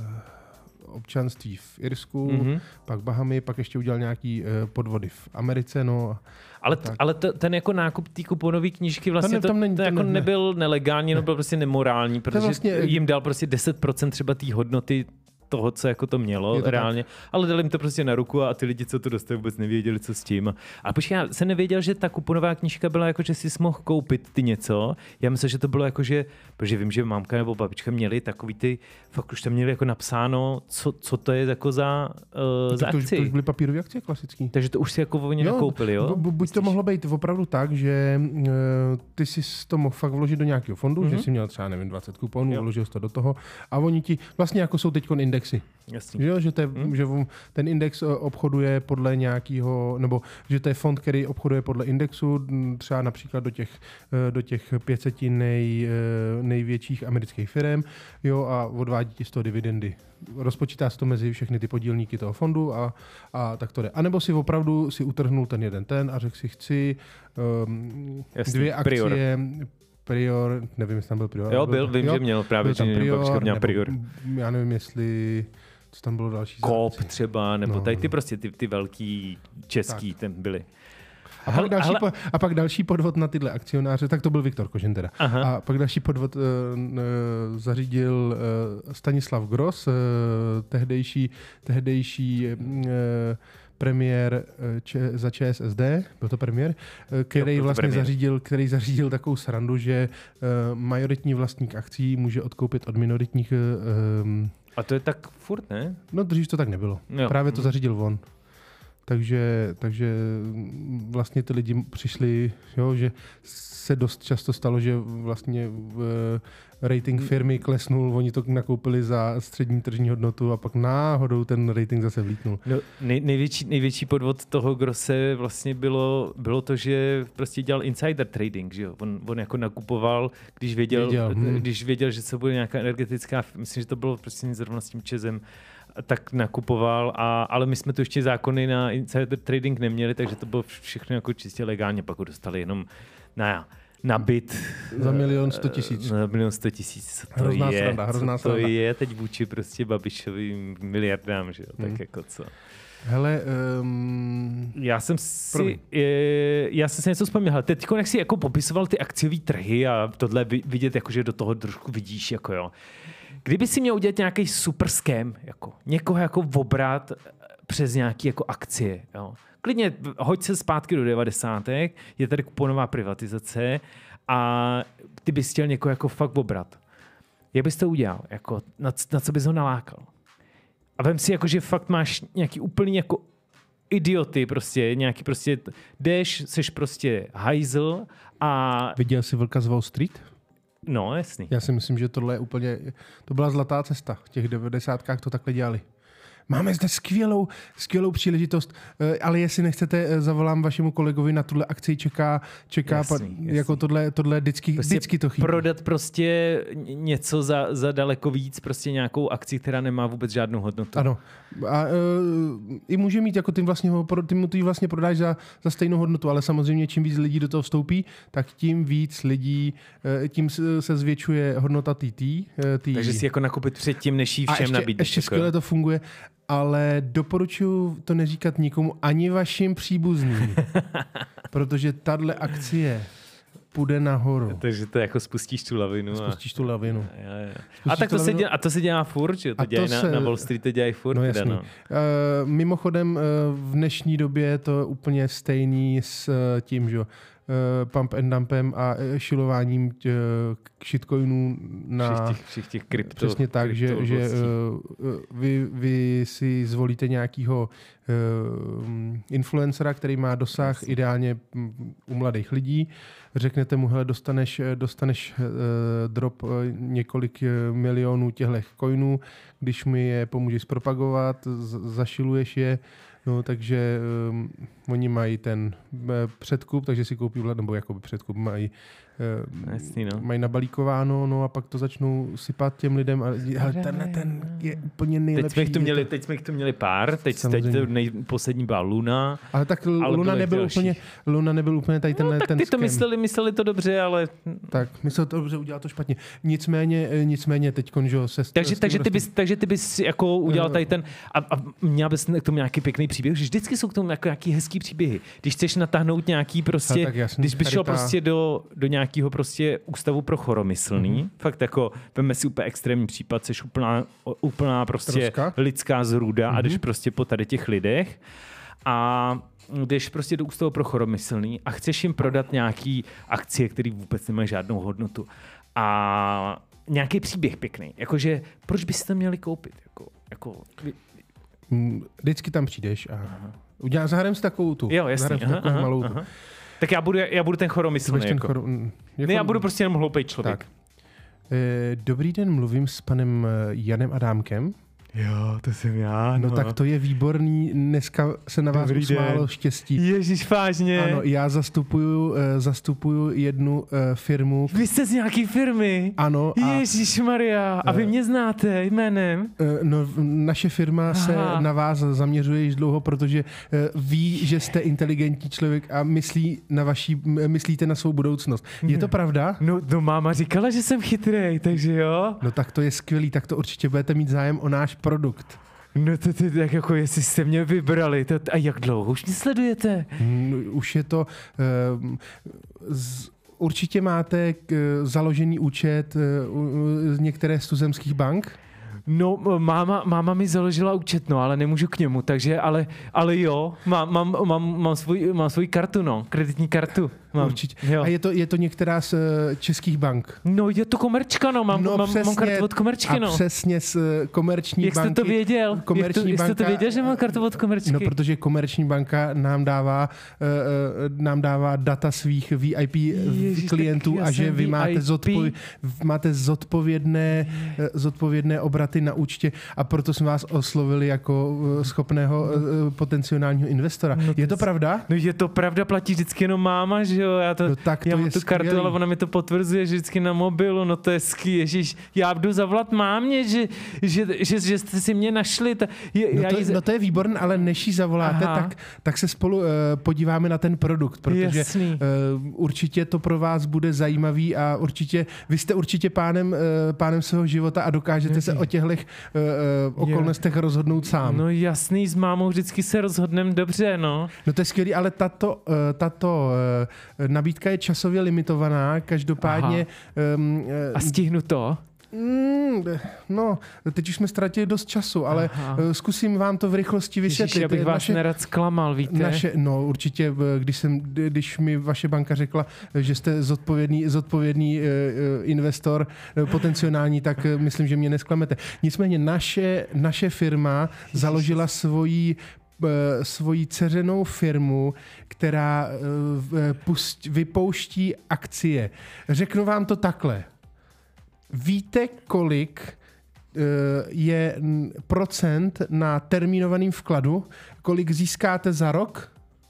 [SPEAKER 1] uh, občanství v Irsku, mm-hmm. pak Bahamy, pak ještě udělal nějaký uh, podvody v Americe, no.
[SPEAKER 2] Ale, t, ale t, ten jako nákup té kuponové knížky vlastně to, ne, to, to jako ne, nebyl nelegální, ne. no byl prostě nemorální, protože vlastně, jim dal prostě deset procent třeba té hodnoty toho, co jako to mělo to reálně, tak. Ale dali jim to prostě na ruku a ty lidi, co to dostali, vůbec nevěděli, co s tím. A počkej, já jsem nevěděl, že ta kuponová knížka byla jako, že jsi mohl koupit ty něco. Já myslím, že to bylo jako, že, protože vím, že mamka nebo babička měli takový ty, fakt už tam měli jako napsáno, co, co to je jako za, uh, za akci.
[SPEAKER 1] To už byly papírové akcie klasický.
[SPEAKER 2] Takže to už si jako oni nakoupili, jo?
[SPEAKER 1] Bu, buď to mohlo být opravdu tak, že uh, ty jsi to mohl fakt vložit do nějakého fondu, mm-hmm. že jsi měl třeba, nevím, dvacet kuponů, jo. Vložil jsi to do toho a oni ti, vlastně jako jsou teď indexy.
[SPEAKER 2] Jasně.
[SPEAKER 1] Že, že, te, hmm. že ten index obchoduje podle nějakého, nebo že to je fond, který obchoduje podle indexu, třeba například do těch, do těch pět set nej, největších amerických firm, jo, a odvádí ti z toho dividendy. Rozpočítá se to mezi všechny ty podílníky toho fondu a, a tak to jde. A nebo si opravdu si utrhnul ten jeden ten a řekl si, chci um,
[SPEAKER 2] Jasně,
[SPEAKER 1] dvě akcie,
[SPEAKER 2] prior.
[SPEAKER 1] Prior, nevím, jestli tam byl Prior.
[SPEAKER 2] Jo, byl, vím, jo, že měl právě, že
[SPEAKER 1] Prior,
[SPEAKER 2] měl Prior.
[SPEAKER 1] Já nevím, jestli, co tam bylo další.
[SPEAKER 2] Coop třeba, nebo no, tady ty prostě ty, ty velký český ten byly.
[SPEAKER 1] A pak, další po, a pak další podvod na tyhle akcionáře, tak to byl Viktor Kožen teda. Aha. A pak další podvod uh, uh, zařídil uh, Stanislav Gross, uh, tehdejší, tehdejší uh, premiér če, za ČSSD, byl to premiér, který jo, vlastně premiér. zařídil, který zařídil takovou srandu, že uh, majoritní vlastník akcí může odkoupit od minoritních. Uh,
[SPEAKER 2] A to je tak furt, ne?
[SPEAKER 1] No, dřív to tak nebylo. Jo. Právě to zařídil on. Takže, takže vlastně ty lidi přišli, jo, že se dost často stalo, že vlastně v rating firmy klesnul, oni to nakoupili za střední tržní hodnotu a pak náhodou ten rating zase vlítnul.
[SPEAKER 2] No, nej, největší, největší podvod toho Grosse vlastně bylo, bylo to, že prostě dělal insider trading, že jo? On, on jako nakupoval, když věděl, věděl, hm. když věděl, že se bude nějaká energetická, myslím, že to bylo prostě zrovna s tím Čezem, tak nakupoval, a, ale my jsme tu ještě zákony na insider trading neměli, takže to bylo všechno jako čistě legálně, pak ho dostali jenom na, na byt.
[SPEAKER 1] Za milion sto tisíc.
[SPEAKER 2] Za milion sto tisíc, co to
[SPEAKER 1] hrozná
[SPEAKER 2] je,
[SPEAKER 1] sranda, hrozná
[SPEAKER 2] co to
[SPEAKER 1] sranda.
[SPEAKER 2] je teď vůči prostě Babišovým miliardám, že jo, tak hmm. jako co.
[SPEAKER 1] Hele, um...
[SPEAKER 2] já jsem si, je, já jsem si něco vzpomněl. Teď, jak jsi jako popisoval ty akciové trhy a tohle vidět, jako, že do toho trošku vidíš, jako jo. Kdyby si měl udělat nějaký super scam, jako někoho jako obrat přes nějaké jako akcie, jo. Klidně hoď se zpátky do devadesátek, je tady kuponová privatizace a ty bys chtěl někoho jako fakt obrat. Jak bys to udělal? Jako, na, na co bys ho nalákal? a vem si jako, že fakt máš nějaký úplný jako idioty prostě, nějaký prostě, jdeš, seš prostě hajzl a...
[SPEAKER 1] Viděl jsi Vlka z Wall Street?
[SPEAKER 2] No, jasný.
[SPEAKER 1] Já si myslím, že tohle je úplně, to byla zlatá cesta. V těch devadesátkách to takhle dělali. Máme zde skvělou, skvělou příležitost, ale jestli nechcete, zavolám vašemu kolegovi, na tuhle akci čeká, čeká
[SPEAKER 2] jasný,
[SPEAKER 1] pa,
[SPEAKER 2] jasný.
[SPEAKER 1] jako tohle, tohle vždycky,
[SPEAKER 2] prostě
[SPEAKER 1] vždycky to chybí.
[SPEAKER 2] Prodat prostě něco za, za daleko víc, prostě nějakou akci, která nemá vůbec žádnou hodnotu.
[SPEAKER 1] Ano. A uh, i může mít, jako ty vlastně, ty mu ty vlastně prodáš za, za stejnou hodnotu, ale samozřejmě čím víc lidí do toho vstoupí, tak tím víc lidí, uh, tím se zvětšuje hodnota té tý.
[SPEAKER 2] Takže si jako nakupit předtím, než jí všem nabídneš.
[SPEAKER 1] A ještě, ještě skvěle to funguje. Ale doporučuji to neříkat nikomu, ani vašim příbuzným, protože tahle akcie půjde nahoru.
[SPEAKER 2] Takže to jako spustíš tu lavinu. A...
[SPEAKER 1] Spustíš tu lavinu.
[SPEAKER 2] Ja, ja. A tak to se, dělá, a to se dělá furt, že? To, to dělají se... na, na Wall Street, to dělají furt.
[SPEAKER 1] No jasný. No. Uh, mimochodem, uh, v dnešní době je to úplně stejný s uh, tím, že pump and dumpem a šilováním tě, shitcoinů na...
[SPEAKER 2] Všech těch, všech těch krypto.
[SPEAKER 1] Přesně tak, že, že vy, vy si zvolíte nějakého uh, influencera, který má dosah yes. ideálně u mladých lidí. Řeknete mu, hele, dostaneš, dostaneš uh, drop uh, několik milionů těchto coinů, když mi je pomůžeš propagovat, z- zašiluješ je. No, takže um, oni mají ten uh, předkup, takže si koupí, nebo jakoby předkup, mají, uh,
[SPEAKER 2] Jasný, no.
[SPEAKER 1] mají nabalíkováno, no a pak to začnou sypat těm lidem a hele, tenhle ten je úplně nejlepší.
[SPEAKER 2] Teď jsme jich tu měli, teď jsme jich tu měli pár, teď, teď to nej, poslední byla Luna.
[SPEAKER 1] Ale tak ale Luna, nebyl úplně, Luna nebyl úplně tady tenhle
[SPEAKER 2] no, tak
[SPEAKER 1] ten
[SPEAKER 2] ty to mysleli, mysleli to dobře, ale...
[SPEAKER 1] Tak, mysleli to dobře, udělal to špatně. Nicméně, nicméně teďkon, že se...
[SPEAKER 2] Takže, takže, ty bys, takže ty bys jako udělal tady ten... A, a měl bys k tomu nějaký pěkný příběh, že vždycky jsou k tomu jako nějaký hezký příběhy. Když chceš natáhnout nějaký prostě... Jasný, když bys šel prostě do, do nějakého prostě ústavu pro choromyslný, mm-hmm. fakt jako, veme si úplně extrémní případ, jsi úplná, úplná prostě Troska. lidská zrůda mm-hmm. a jdeš prostě po tady těch lidech a jdeš prostě do ústavu pro choromyslný a chceš jim prodat nějaký akcie, které vůbec nemají žádnou hodnotu. A nějaký příběh pěkný. Jakože, proč byste měli koupit? Jako, jako...
[SPEAKER 1] Vždycky tam přijdeš a udělám, zahrajeme si takovou tu.
[SPEAKER 2] Jo, jasný. Aha,
[SPEAKER 1] takovou
[SPEAKER 2] aha,
[SPEAKER 1] malou
[SPEAKER 2] aha. Tak já budu, já budu ten choromyslný.
[SPEAKER 1] Ten
[SPEAKER 2] jako.
[SPEAKER 1] choro... jako...
[SPEAKER 2] Ne, já budu prostě jenom hloupej člověk.
[SPEAKER 1] Tak. Dobrý den, mluvím s panem Janem Adámkem.
[SPEAKER 2] Jo, to jsem já.
[SPEAKER 1] No, no tak to je výborný. Dneska se na vás usmálo štěstí.
[SPEAKER 2] Ježíš, vážně.
[SPEAKER 1] Ano, já zastupuju, uh, zastupuju jednu uh, firmu.
[SPEAKER 2] Vy jste z nějaký firmy?
[SPEAKER 1] Ano.
[SPEAKER 2] Ježíšmarja, a vy mě znáte jménem?
[SPEAKER 1] Uh, no, naše firma Aha. se na vás zaměřuje již dlouho, protože uh, ví, že jste inteligentní člověk a myslí na vaší, myslíte na svou budoucnost. Je to pravda?
[SPEAKER 2] No, no máma říkala, že jsem chytrej, takže jo.
[SPEAKER 1] No tak to je skvělý, tak to určitě budete mít zájem o náš produkt.
[SPEAKER 2] No to, to tak jako jestli jste mě vybrali. To, a jak dlouho už mě sledujete?
[SPEAKER 1] No, už je to... Uh, z, určitě máte k, založený účet uh, z některé z tuzemských bank?
[SPEAKER 2] No, máma, máma mi založila účet, no, ale nemůžu k němu, takže, ale, ale jo, mám, mám, mám, mám, svůj, mám svůj kartu, no, kreditní kartu. Mám.
[SPEAKER 1] Určitě. Jo. A je to, je to některá z českých bank?
[SPEAKER 2] No, je to Komerčka, no, mám, no, mám, přesně, mám kartu od Komerčky, no.
[SPEAKER 1] A přesně z komerční
[SPEAKER 2] jak
[SPEAKER 1] banky.
[SPEAKER 2] Jak jste to věděl?
[SPEAKER 1] Komerční
[SPEAKER 2] jak, to,
[SPEAKER 1] banka,
[SPEAKER 2] jak jste to věděl, že mám kartu od Komerčky?
[SPEAKER 1] No, protože Komerční banka nám dává, uh, nám dává data svých V I P Ježiš, klientů a že vy máte, zodpověd, máte zodpovědné, zodpovědné obraty na účtě a proto jsme vás oslovili jako schopného uh, potenciálního investora. No, je to pravda?
[SPEAKER 2] No, je to pravda, platí vždycky jenom máma, že jo? Já to,
[SPEAKER 1] no, tak
[SPEAKER 2] já
[SPEAKER 1] to
[SPEAKER 2] mám tu
[SPEAKER 1] skvělý.
[SPEAKER 2] kartu, ale ona mi to potvrzuje vždycky na mobilu, no to je skvělý, ježiš, já jdu zavolat mámě, že, že, že, že jste si mě našli. Ta, je,
[SPEAKER 1] no,
[SPEAKER 2] já
[SPEAKER 1] to,
[SPEAKER 2] jí...
[SPEAKER 1] no to je výborné, ale než jí zavoláte, tak, tak se spolu uh, podíváme na ten produkt, protože uh, určitě to pro vás bude zajímavý a určitě, vy jste určitě pánem, uh, pánem svého života a dokážete Jaký? se o těchto uh, uh, okolnostech rozhodnout sám.
[SPEAKER 2] No jasný, s mámou vždycky se rozhodneme dobře, no.
[SPEAKER 1] No to je skvělý, ale tato, uh, tato uh, nabídka je časově limitovaná, každopádně... Um,
[SPEAKER 2] a stihnu to?
[SPEAKER 1] Mm, no, teď už jsme ztratili dost času, ale Aha. zkusím vám to v rychlosti vysvětlit.
[SPEAKER 2] Ježiši, abych vás naše, nerad zklamal, víte?
[SPEAKER 1] Naše, no určitě, když, jsem, když mi vaše banka řekla, že jste zodpovědný, zodpovědný uh, investor uh, potenciální, tak uh, myslím, že mě nesklamete. Nicméně naše, naše firma Ježiši. založila svoji svoji dceřinou firmu, která pust, vypouští akcie. Řeknu vám to takhle. Víte, kolik je procent na termínovaném vkladu? Kolik získáte za rok?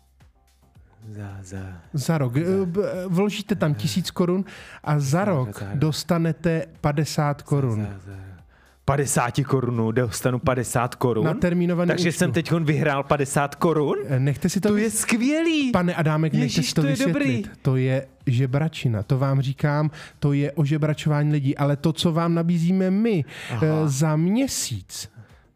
[SPEAKER 2] Za, za,
[SPEAKER 1] za rok. Za, Vložíte tam tisíc korun a za, za rok za, dostanete padesát korun. Za, za, za.
[SPEAKER 2] padesát korun, dostanu padesát korun.
[SPEAKER 1] Na termínovaný
[SPEAKER 2] Takže účtu. Jsem teď vyhrál padesát korun.
[SPEAKER 1] Nechte si to.
[SPEAKER 2] To
[SPEAKER 1] vys...
[SPEAKER 2] je skvělý.
[SPEAKER 1] Pane Adámek, nechte si to, to vysvětlit. Dobrý. To je žebračina. To vám říkám, to je ožebračování lidí. Ale to, co vám nabízíme my, Aha. za měsíc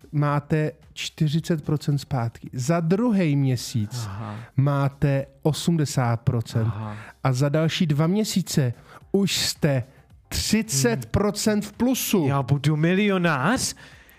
[SPEAKER 1] máte čtyřicet procent zpátky. Za druhý měsíc Aha. máte osmdesát procent. Aha. A za další dva měsíce už jste třicet procent v plusu.
[SPEAKER 2] Já budu milionář?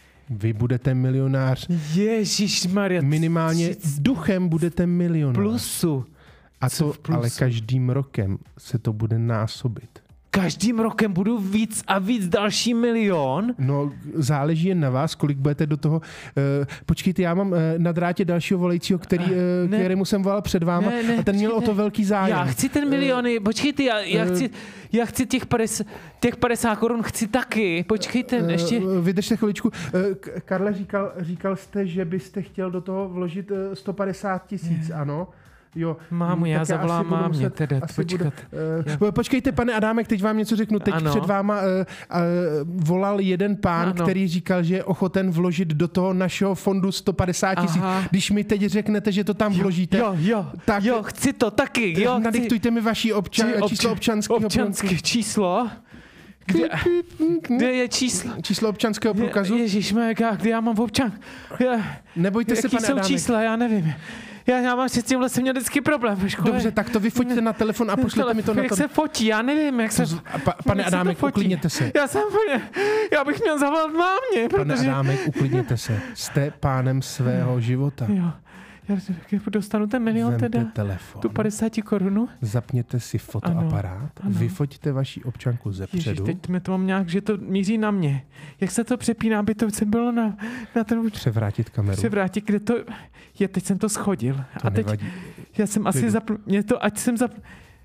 [SPEAKER 1] Vy budete milionář.
[SPEAKER 2] Ježišmarja.
[SPEAKER 1] Minimálně duchem budete milionář.
[SPEAKER 2] Plusu.
[SPEAKER 1] A to, ale každým rokem se to bude násobit.
[SPEAKER 2] Každým rokem budu víc a víc další milion?
[SPEAKER 1] No, záleží jen na vás, kolik budete do toho... Uh, počkejte, já mám uh, na drátě dalšího volajícího, který, uh, kterému jsem volal před váma ne, ne, a ten měl o to velký zájem.
[SPEAKER 2] Já chci ten miliony, uh, počkejte, já, já, chci, já chci těch padesát, těch padesát korun, chci taky. Počkejte, uh, ještě...
[SPEAKER 1] Vydržte chviličku. Uh, Karle, říkal, říkal jste, že byste chtěl do toho vložit uh, sto padesát tisíc, uh, ano? Jo,
[SPEAKER 2] mámu, já zavolám mámě teda, počkat.
[SPEAKER 1] Bude, uh, počkejte, pane Adámek, teď vám něco řeknu. Teď ano. před váma uh, uh, volal jeden pán, ano. který říkal, že je ochoten vložit do toho našeho fondu sto padesát tisíc. Když mi teď řeknete, že to tam vložíte,
[SPEAKER 2] jo, jo,
[SPEAKER 1] tak
[SPEAKER 2] jo, chci to taky. Jo,
[SPEAKER 1] nadiktujte chci... mi vaší občan, obč- číslo občanského
[SPEAKER 2] občanské číslo. Kde, kde je číslo?
[SPEAKER 1] Číslo občanského průkazu?
[SPEAKER 2] Je, ježišmarja, kde já mám občan? Já,
[SPEAKER 1] Nebojte se, pane Adámek.
[SPEAKER 2] Jaký jsou čísla, já nevím. Já, já mám s tímhle jsem měl vždycky problém ve škole.
[SPEAKER 1] Dobře, tak to vyfoťte na telefon a pošlete mi to na to.
[SPEAKER 2] Jak se fotí, já nevím, jak se...
[SPEAKER 1] Pa, pane Adámek, uklidněte se.
[SPEAKER 2] Já jsem já bych měl zavolat mámě, protože...
[SPEAKER 1] Pane Adámek, uklidněte se. Jste pánem svého života.
[SPEAKER 2] Jo. Já dostanu ten milion
[SPEAKER 1] Vemte
[SPEAKER 2] teda,
[SPEAKER 1] telefon,
[SPEAKER 2] tu padesát korunu.
[SPEAKER 1] Zapněte si fotoaparát, ano, ano. Vyfoťte vaši občanku ze předu.
[SPEAKER 2] Ježiš, teď mi to mám nějak, že to míří na mě. Jak se to přepíná, aby to se bylo na, na ten...
[SPEAKER 1] Převrátit kameru.
[SPEAKER 2] Převrátit, kde to... Je, teď jsem to schodil.
[SPEAKER 1] To
[SPEAKER 2] a teď
[SPEAKER 1] nevadí.
[SPEAKER 2] Já jsem asi zapl... Mě to, ať jsem zapl...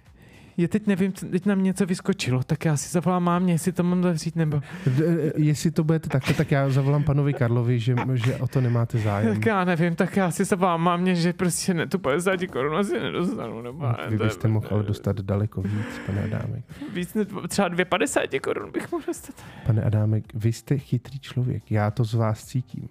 [SPEAKER 2] Je, teď nevím, teď nám něco vyskočilo, tak já si zavolám mámě, jestli to mám zavřít, nebo...
[SPEAKER 1] Jestli to budete takto, tak já zavolám panovi Karlovi, že, že o to nemáte zájem.
[SPEAKER 2] Tak já nevím, tak já si zavolám mámě, že prostě ne, tu padesát korun asi nedostanu, nebo...
[SPEAKER 1] No, vy byste mohl ale dostat daleko víc, pane Adámek.
[SPEAKER 2] Víc, ne, třeba dvě padesát korun bych mohl dostat.
[SPEAKER 1] Pane Adámek, vy jste chytrý člověk, já to z vás cítím.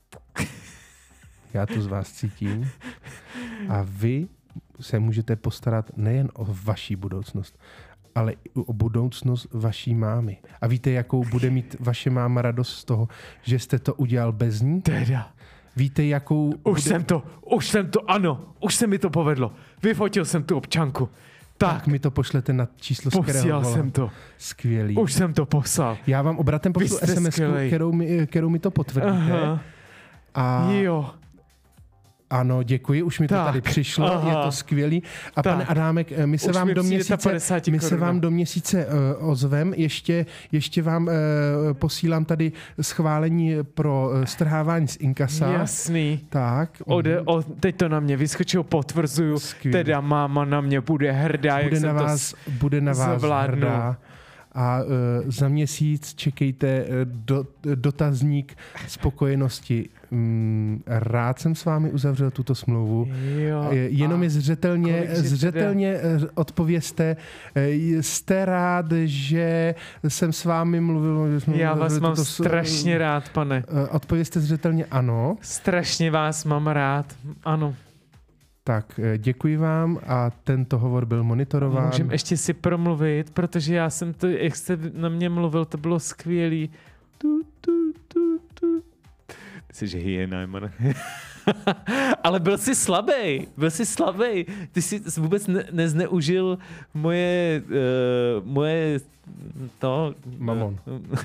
[SPEAKER 1] Já to z vás cítím a vy se můžete postarat nejen o vaši budoucnost, ale i o budoucnost vaší mámy. A víte, jakou bude mít vaše máma radost z toho, že jste to udělal bez ní?
[SPEAKER 2] Teda.
[SPEAKER 1] Víte, jakou...
[SPEAKER 2] Už bude... jsem to, už jsem to, ano, už se mi to povedlo. Vyfotil jsem tu občanku. Tak,
[SPEAKER 1] tak mi to pošlete na číslo, z kterého volám.
[SPEAKER 2] jsem to.
[SPEAKER 1] Skvělý.
[SPEAKER 2] Už jsem to poslal.
[SPEAKER 1] Já vám obratem pošlu es em esku, kterou mi, kterou mi to potvrdíte. Aha. A...
[SPEAKER 2] Jo.
[SPEAKER 1] Ano, děkuji, už mi to tak, tady přišlo, aha. Je to skvělý. A tak. Pane Adámek, my se, vám do měsíce, my se vám do měsíce uh, ozvem, ještě, ještě vám uh, posílám tady schválení pro uh, strhávání z inkasa.
[SPEAKER 2] Jasný.
[SPEAKER 1] Tak.
[SPEAKER 2] Ode, o, teď to na mě vyskočilo, potvrzuju, skvělý. Teda máma na mě bude hrdá,
[SPEAKER 1] bude
[SPEAKER 2] jak
[SPEAKER 1] na
[SPEAKER 2] jsem
[SPEAKER 1] vás,
[SPEAKER 2] to
[SPEAKER 1] Bude na vás hrdá. A uh, za měsíc čekejte uh, do, dotazník spokojenosti. Mm, rád jsem s vámi uzavřel tuto smlouvu. Jo, Jenom je zřetelně, zřetelně odpovězte. Jste rád, že jsem s vámi mluvil? Že
[SPEAKER 2] Já vás mám
[SPEAKER 1] tuto...
[SPEAKER 2] strašně rád, pane.
[SPEAKER 1] Odpovězte zřetelně ano.
[SPEAKER 2] Strašně vás mám rád, ano.
[SPEAKER 1] Tak děkuji vám a tento hovor byl monitorován.
[SPEAKER 2] Můžeme ještě si promluvit, protože já jsem to, jak jste na mě mluvil, to bylo skvělý. Tu, tu, tu, tu. Jsi hyena, man. Ale byl jsi slabý, byl jsi slabý. Ty jsi vůbec ne- nezneužil moje, uh, moje to...
[SPEAKER 1] Mamon.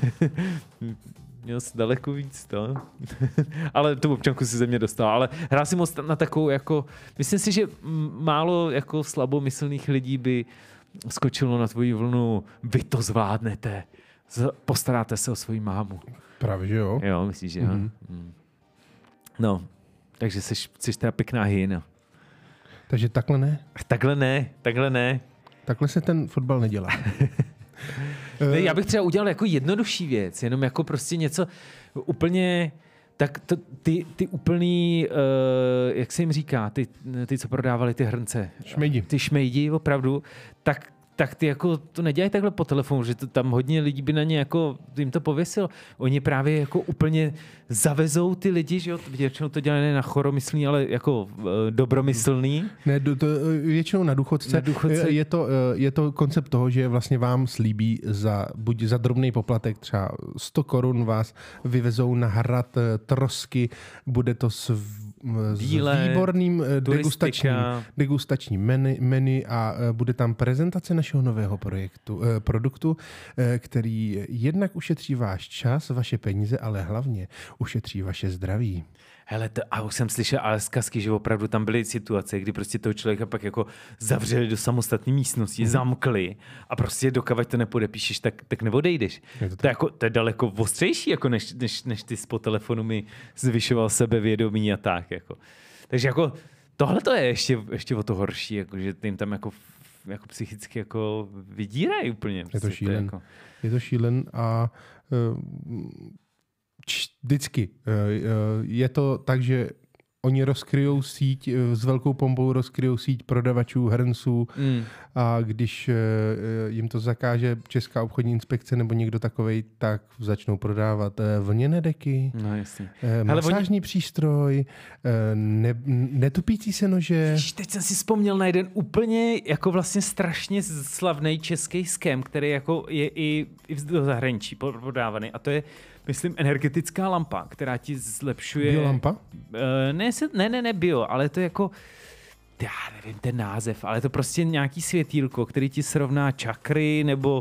[SPEAKER 2] Měl jsi daleko víc, to. Ale tu občanku si ze mě dostal. Ale hrál si moc na takovou jako... Myslím si, že málo jako slabomyslných lidí by skočilo na tvoji vlnu. Vy to zvládnete. Postaráte se o svoji mámu.
[SPEAKER 1] Právě, že jo?
[SPEAKER 2] Jo, myslíš, že jo?
[SPEAKER 1] Mm-hmm.
[SPEAKER 2] No, takže jsi, jsi teda pěkná hyena.
[SPEAKER 1] Takže takhle ne?
[SPEAKER 2] Takhle ne, takhle ne.
[SPEAKER 1] Takhle se ten fotbal nedělá.
[SPEAKER 2] Ne, já bych třeba udělal jako jednodušší věc, jenom jako prostě něco úplně, tak to, ty, ty úplný, uh, jak se jim říká, ty, ty, co prodávali ty hrnce.
[SPEAKER 1] Šmejdi.
[SPEAKER 2] Ty šmejdi, opravdu, tak tak ty jako to nedělají takhle po telefonu, že to tam hodně lidí by na ně jako jim to pověsil. Oni právě jako úplně zavezou ty lidi, že jo, většinou to dělají ne na choromyslný, ale jako uh, dobromyslný.
[SPEAKER 1] Ne, to, většinou na důchodce.
[SPEAKER 2] Na důchodce.
[SPEAKER 1] Je to, je to koncept toho, že vlastně vám slíbí za, buď za drobný poplatek, třeba sto korun vás vyvezou na hrad Trosky, bude to s s
[SPEAKER 2] Díle,
[SPEAKER 1] výborným degustačním, degustačním menu, menu a bude tam prezentace našeho nového projektu, produktu, který jednak ušetří váš čas, vaše peníze, ale hlavně ušetří vaše zdraví.
[SPEAKER 2] Hele, to, a už jsem slyšel ale zkazky, že opravdu tam byly situace, kdy prostě toho člověka pak jako zavřeli do samostatné místnosti, mm-hmm. zamkli a prostě dokavať to nepodepíšeš, tak, tak neodejdeš. Je to, to, je jako, to je daleko ostřejší, jako než, než, než ty po telefonu mi zvyšoval sebevědomí a tak. Jako. Takže jako tohle to je ještě, ještě o to horší, jako, že jim tam jako, jako psychicky jako vydírají úplně.
[SPEAKER 1] Je to šílen. To je, jako... je to šílen a uh, vždycky je to tak, že oni rozkryjou síť, s velkou pompou rozkryjou síť prodavačů, hrnců mm. a když jim to zakáže Česká obchodní inspekce nebo někdo takovej, tak začnou prodávat vlněné deky,
[SPEAKER 2] no, jasně.
[SPEAKER 1] masážní oni... přístroj, ne, netupící se nože.
[SPEAKER 2] Víš, teď jsem si vzpomněl na jeden úplně jako vlastně strašně slavný český skem, který jako je i, i do zahraničí prodávaný a to je myslím, energetická lampa, která ti zlepšuje...
[SPEAKER 1] Biolampa? Uh,
[SPEAKER 2] ne, ne, ne, ne bio, ale to je jako... Já nevím ten název, ale to prostě nějaký světýlko, který ti srovná čakry, nebo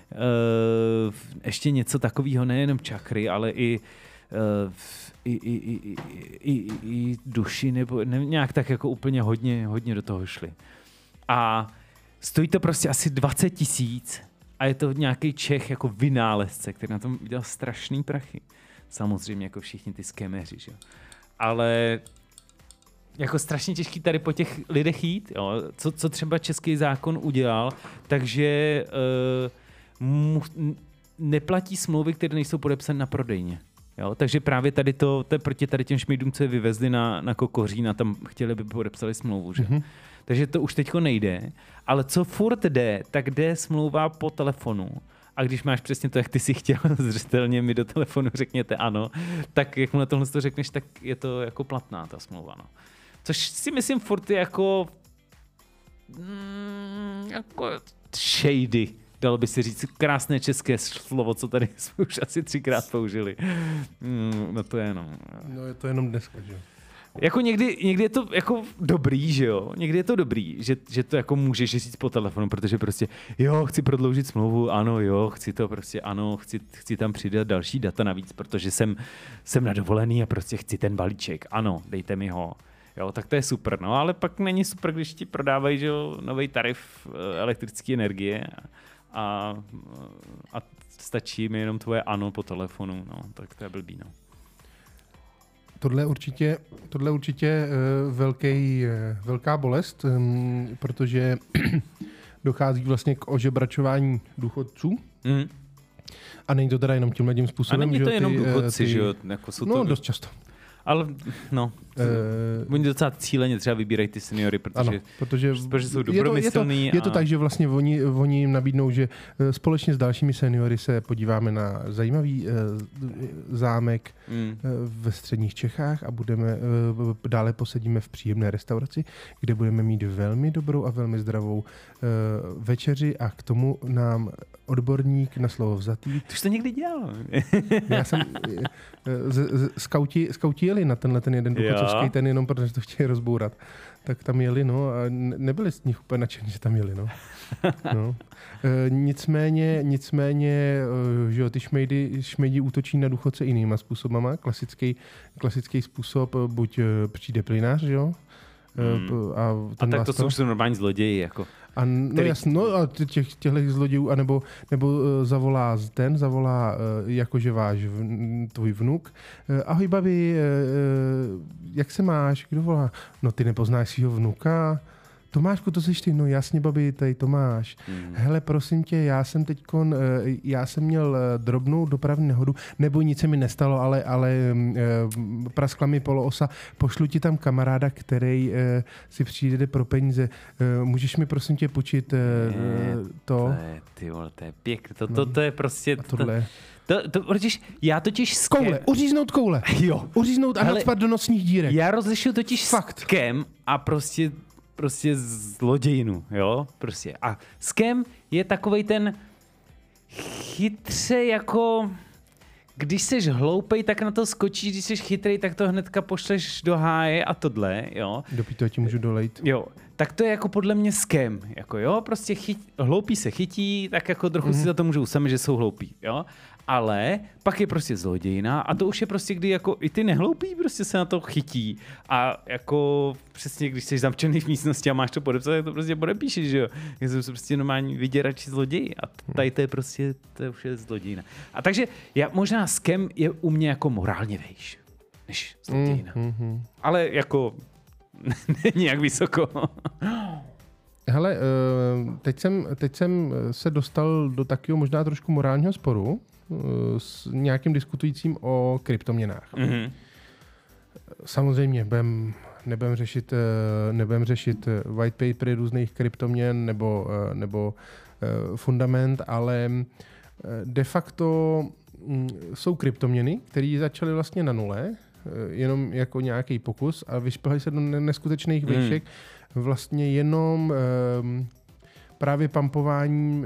[SPEAKER 2] uh, ještě něco takového, nejenom čakry, ale i, uh, i, i, i, i, i, i duši, nebo ne, nějak tak jako úplně hodně, hodně do toho šli. A stojí to prostě asi dvacet tisíc. A je to nějaký Čech jako vynálezce, který na tom udělal strašný prachy. Samozřejmě jako všichni ty skemeři, že? Ale jako strašně těžký tady po těch lidech jít. Jo? Co, co třeba český zákon udělal, takže uh, mu, neplatí smlouvy, které nejsou podepsané na prodejně. Jo? Takže právě tady to, to je proti tady těm šmejdům, co je vyvezli na, na Kokořín a tam chtěli, by podepsali smlouvu. Že? Mm-hmm. Takže to už teďko nejde. Ale co furt jde, tak jde smlouva po telefonu. A když máš přesně to, jak ty si chtěl, zřetelně mi do telefonu řekněte ano, tak jakmile tohle to řekneš, tak je to jako platná ta smlouva. No. Což si myslím furt je jako, mm, jako shady. Dalo by si říct krásné české slovo, co tady jsme už asi třikrát použili. Mm, no to je jenom.
[SPEAKER 1] No je to jenom dneska, že jo.
[SPEAKER 2] Jako někdy, někdy je to jako dobrý, že jo? Někdy je to dobrý, že, že to jako můžeš říct po telefonu, protože prostě jo, chci prodloužit smlouvu, ano, jo, chci to prostě, ano, chci, chci tam přidat další data navíc, protože jsem, jsem na dovolený a prostě chci ten balíček, ano, dejte mi ho. Jo, tak to je super, no, ale pak není super, když ti prodávají, že jo, nový tarif elektrické energie a, a stačí mi jenom tvoje ano po telefonu, no, tak to je blbý, no.
[SPEAKER 1] Tohle určitě, tohle určitě uh, velký, uh, velká bolest, um, protože dochází vlastně k ožebračování důchodců. Mm. A není to teda jenom tímhle tím způsobem.
[SPEAKER 2] A není to
[SPEAKER 1] že
[SPEAKER 2] jenom
[SPEAKER 1] ty,
[SPEAKER 2] důchodci,
[SPEAKER 1] ty,
[SPEAKER 2] že jo? Jako jsou
[SPEAKER 1] no,
[SPEAKER 2] to...
[SPEAKER 1] dost často.
[SPEAKER 2] Ale no,
[SPEAKER 1] Uh,
[SPEAKER 2] oni docela cíleně třeba vybírají ty seniory, protože,
[SPEAKER 1] ano, protože,
[SPEAKER 2] protože jsou
[SPEAKER 1] je to,
[SPEAKER 2] dobromyslný.
[SPEAKER 1] Je to, je to
[SPEAKER 2] a...
[SPEAKER 1] tak, že vlastně oni, oni jim nabídnou, že společně s dalšími seniory se podíváme na zajímavý uh, zámek mm. uh, ve středních Čechách a budeme uh, dále posedíme v příjemné restauraci, kde budeme mít velmi dobrou a velmi zdravou uh, večeři a k tomu nám odborník na slovo vzatý.
[SPEAKER 2] Ty už to někdy dělal.
[SPEAKER 1] Já jsem z, z, skauti, skauti jeli na tenhle ten jeden důchodcovský ten jenom protože to chtěli rozbourat. Tak tam jeli, no a nebyli z nich úplně nadšení, že tam jeli, no. no. E, nicméně, nicméně, e, že jo, ty šmejdy, šmejdi útočí na důchodce jinýma způsobama. Klasický, klasický způsob, buď přijde plynář, že jo.
[SPEAKER 2] Hmm. A, a tak to jsou už normální zloději, jako.
[SPEAKER 1] A no jasně, no a těch, těchto zlodějů, anebo nebo uh, zavolá ten, zavolá uh, jakože váš v, tvůj vnuk. Uh, ahoj babi, uh, jak se máš? Kdo volá? No ty nepoznáš svýho vnuka? Tomášku, to jsi ty? No jasně, babi, tady Tomáš. Mm. Hele, prosím tě, já jsem teďkon, já jsem měl drobnou dopravní nehodu, nebo nic se mi nestalo, ale, ale praskla mi poloosa. Pošlu ti tam kamaráda, který si přijde pro peníze. Můžeš mi prosím tě počít to?
[SPEAKER 2] To je, ty vole, to je pěkné. To, to, to je prostě...
[SPEAKER 1] A tohle...
[SPEAKER 2] To, to, totiž, já totiž... Skem...
[SPEAKER 1] Koule, uříznout koule.
[SPEAKER 2] Jo.
[SPEAKER 1] Uříznout a nacpat do nosních dírek.
[SPEAKER 2] Já rozlišuju totiž
[SPEAKER 1] Fakt.
[SPEAKER 2] skem a prostě... prostě zlodějinu, jo, prostě. A scam je takovej ten chytře jako, když seš hloupej, tak na to skočíš, když seš chytrej, tak to hnedka pošleš do háje a tohle, jo.
[SPEAKER 1] Do píto ti můžu dolejt.
[SPEAKER 2] Jo, tak to je jako podle mě scam, jako jo, prostě chyt, hloupí se chytí, tak jako trochu mm-hmm. si za to můžou sami, že jsou hloupí, jo. Ale pak je prostě zlodějina a to už je prostě, kdy jako i ty nehloupí prostě se na to chytí a jako přesně, když jsi zamčený v místnosti a máš to podepsat, tak to prostě podepíšeš, že jo. Jsou prostě normální vyděrači zloději a tady to je prostě, to je už je zlodějina. A takže já, možná scam je u mě jako morálně vejš, než zlodějina. Mm-hmm. Ale jako není jak vysoko.
[SPEAKER 1] Hele, teď jsem, teď jsem se dostal do takového možná trošku morálního sporu s nějakým diskutujícím o kryptoměnách. Mm-hmm. Samozřejmě budem, nebudem řešit, nebudem řešit white papery různých kryptoměn nebo, nebo fundament, ale de facto jsou kryptoměny, které začaly vlastně na nule, jenom jako nějaký pokus a vyšplhají se do neskutečných výšek mm. vlastně jenom právě pumpováním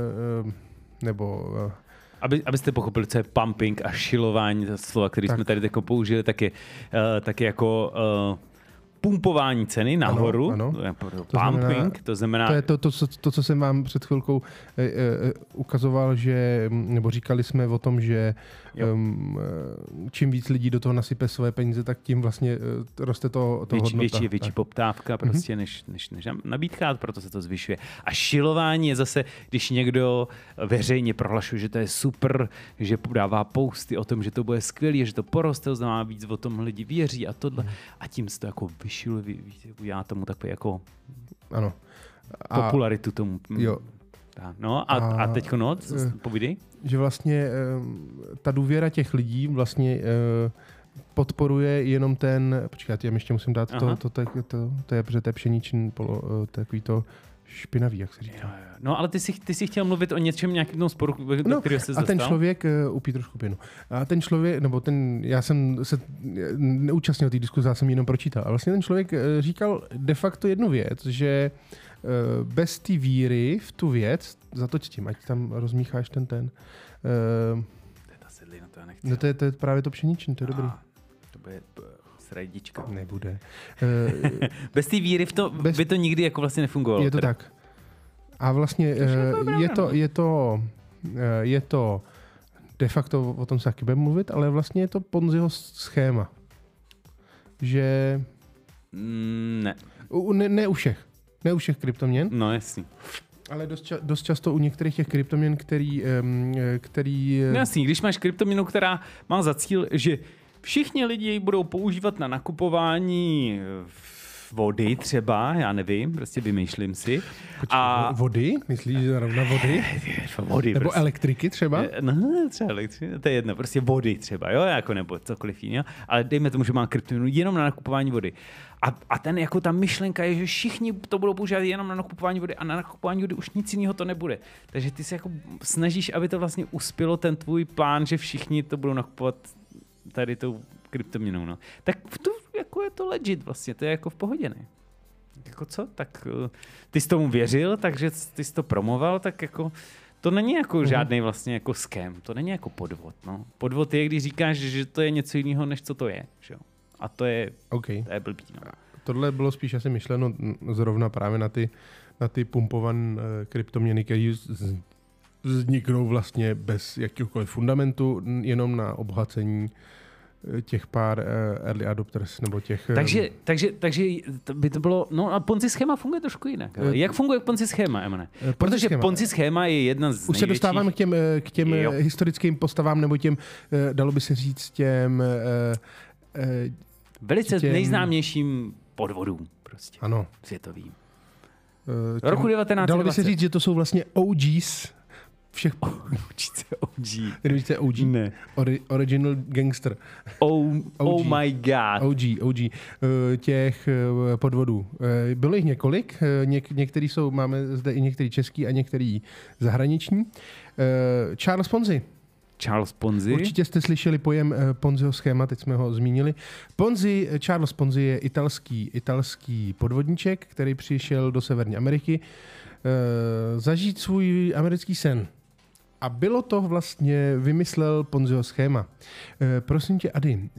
[SPEAKER 1] nebo...
[SPEAKER 2] Aby, abyste pochopili, co je pumping a šilování, to slova, které jsme tady jako použili, tak je, uh, tak je jako uh, pumpování ceny nahoru.
[SPEAKER 1] Ano, ano.
[SPEAKER 2] To je pumping, to znamená...
[SPEAKER 1] To je to, to, to, to, co jsem vám před chvilkou eh, eh, ukazoval, že, nebo říkali jsme o tom, že um, čím víc lidí do toho nasype své peníze, tak tím vlastně uh, roste to, to
[SPEAKER 2] větší,
[SPEAKER 1] hodnota.
[SPEAKER 2] Větší, větší tak. poptávka prostě, mm-hmm. než, než, než nabídka, proto se to zvyšuje. A šilování je zase, když někdo veřejně prohlašuje, že to je super, že dává posty o tom, že to bude skvělý, že to poroste, to znamená víc o tom lidi věří a tohle. Mm. A tím se to jako vyšiluje, já tomu takový jako
[SPEAKER 1] ano.
[SPEAKER 2] A, popularitu tomu.
[SPEAKER 1] Jo.
[SPEAKER 2] No a, a, a teďko no, povídej.
[SPEAKER 1] Že vlastně ta důvěra těch lidí vlastně podporuje jenom ten, počkat, já ještě musím dát to, to, to, to, to, to je, protože to je pšeničný polo, takový to špinavý, jak se říká.
[SPEAKER 2] Jo, jo. No ale ty jsi, ty jsi chtěl mluvit o něčem, nějakém sporu, do
[SPEAKER 1] no,
[SPEAKER 2] kterého se
[SPEAKER 1] a ten člověk, uh, upí trošku pěnu, a ten člověk, nebo ten, já jsem se neúčastnil té diskuze, já jsem jenom pročítal, a vlastně ten člověk uh, říkal de facto jednu věc, že uh, bez té víry v tu věc, zatoč tím, ať tam rozmícháš ten ten. Uh,
[SPEAKER 2] to je ta sedlina, to já nechci.
[SPEAKER 1] No to je, to je právě to pšeničný, to je a, dobrý.
[SPEAKER 2] To bude srajdička.
[SPEAKER 1] Nebude.
[SPEAKER 2] Uh, bez té víry v to, bez, by to nikdy jako vlastně nefungovalo.
[SPEAKER 1] Je to teda. Tak. A vlastně uh, je to, je to, uh, je to de facto, o tom se taky budeme mluvit, ale vlastně je to Ponziho schéma. Že...
[SPEAKER 2] Mm, ne.
[SPEAKER 1] U, ne. Ne u všech. Ne u všech kryptoměn.
[SPEAKER 2] No jasný.
[SPEAKER 1] Ale dost, ča, dost často u některých těch kryptoměn, který... Um, který
[SPEAKER 2] no jasný, když máš kryptoměnu, která má za cíl, že všichni lidi budou používat na nakupování
[SPEAKER 3] vody třeba, já nevím, prostě vymýšlím si.
[SPEAKER 1] Počkej, a vody? Myslíš zrovna vody?
[SPEAKER 3] Vody
[SPEAKER 1] nebo
[SPEAKER 3] prostě.
[SPEAKER 1] Elektriky třeba?
[SPEAKER 3] No, třeba elektriky, to je jedno, prostě vody třeba, jo, jako nebo cokoliv jiného, ale dejme tomu, že má kryptoměnu jenom na nakupování vody. A, a ten, jako ta myšlenka je, že všichni to budou používat jenom na nakupování vody a na nakupování vody už nic jiného to nebude. Takže ty se jako snažíš, aby to vlastně uspělo ten tvůj plán, že všichni to budou nakupovat tady tou kryptoměnou, no. Tak to, jako je to legit vlastně, to je jako v pohodě, ne? Jako co? Tak ty jsi tomu věřil, takže ty jsi to promoval, tak jako to není jako uhum. žádný vlastně jako scam, to není jako podvod, no. Podvod je, když říkáš, že to je něco jiného, než co to je, že jo. A to je,
[SPEAKER 1] okay.
[SPEAKER 3] to je blbý, no.
[SPEAKER 1] Tohle bylo spíš asi myšleno zrovna právě na ty, na ty pumpované uh, kryptoměny, které vzniknou vlastně bez jakýhokoliv fundamentu, jenom na obohacení těch pár uh, early adopters, nebo těch...
[SPEAKER 3] Takže, takže, takže by to bylo... No a Ponzi schéma funguje trošku jinak. Uh, Jak funguje Ponzi schéma, Emane?
[SPEAKER 1] Ponzi
[SPEAKER 3] Protože
[SPEAKER 1] schéma.
[SPEAKER 3] Ponzi schéma je jedna z
[SPEAKER 1] Už
[SPEAKER 3] největších...
[SPEAKER 1] se dostáváme k těm, k těm historickým postavám, nebo těm, dalo by se říct, těm... Uh, uh,
[SPEAKER 3] Velice
[SPEAKER 1] těm...
[SPEAKER 3] nejznámějším podvodům prostě.
[SPEAKER 1] Ano.
[SPEAKER 3] Světovým.
[SPEAKER 1] Uh, těm,
[SPEAKER 3] roku devatenáct set dvacet.
[SPEAKER 1] Dalo by se říct, že to jsou vlastně O Gs všech...
[SPEAKER 3] O G. O G.
[SPEAKER 1] Víte O G?
[SPEAKER 3] Ne.
[SPEAKER 1] Ori, original Gangster.
[SPEAKER 3] Oh, oh my god.
[SPEAKER 1] O G, O G. Uh, těch uh, podvodů. Uh, bylo jich několik. Uh, něk, některý jsou, máme zde i některý český a některý zahraniční. Uh, Charles Ponzi.
[SPEAKER 3] Charles Ponzi.
[SPEAKER 1] Určitě jste slyšeli pojem Ponziho schéma, teď jsme ho zmínili. Ponzi, Charles Ponzi je italský, italský podvodníček, který přišel do Severní Ameriky uh, zažít svůj americký sen. A bylo to vlastně, vymyslel Ponziho schéma. E, prosím tě, Ady, e,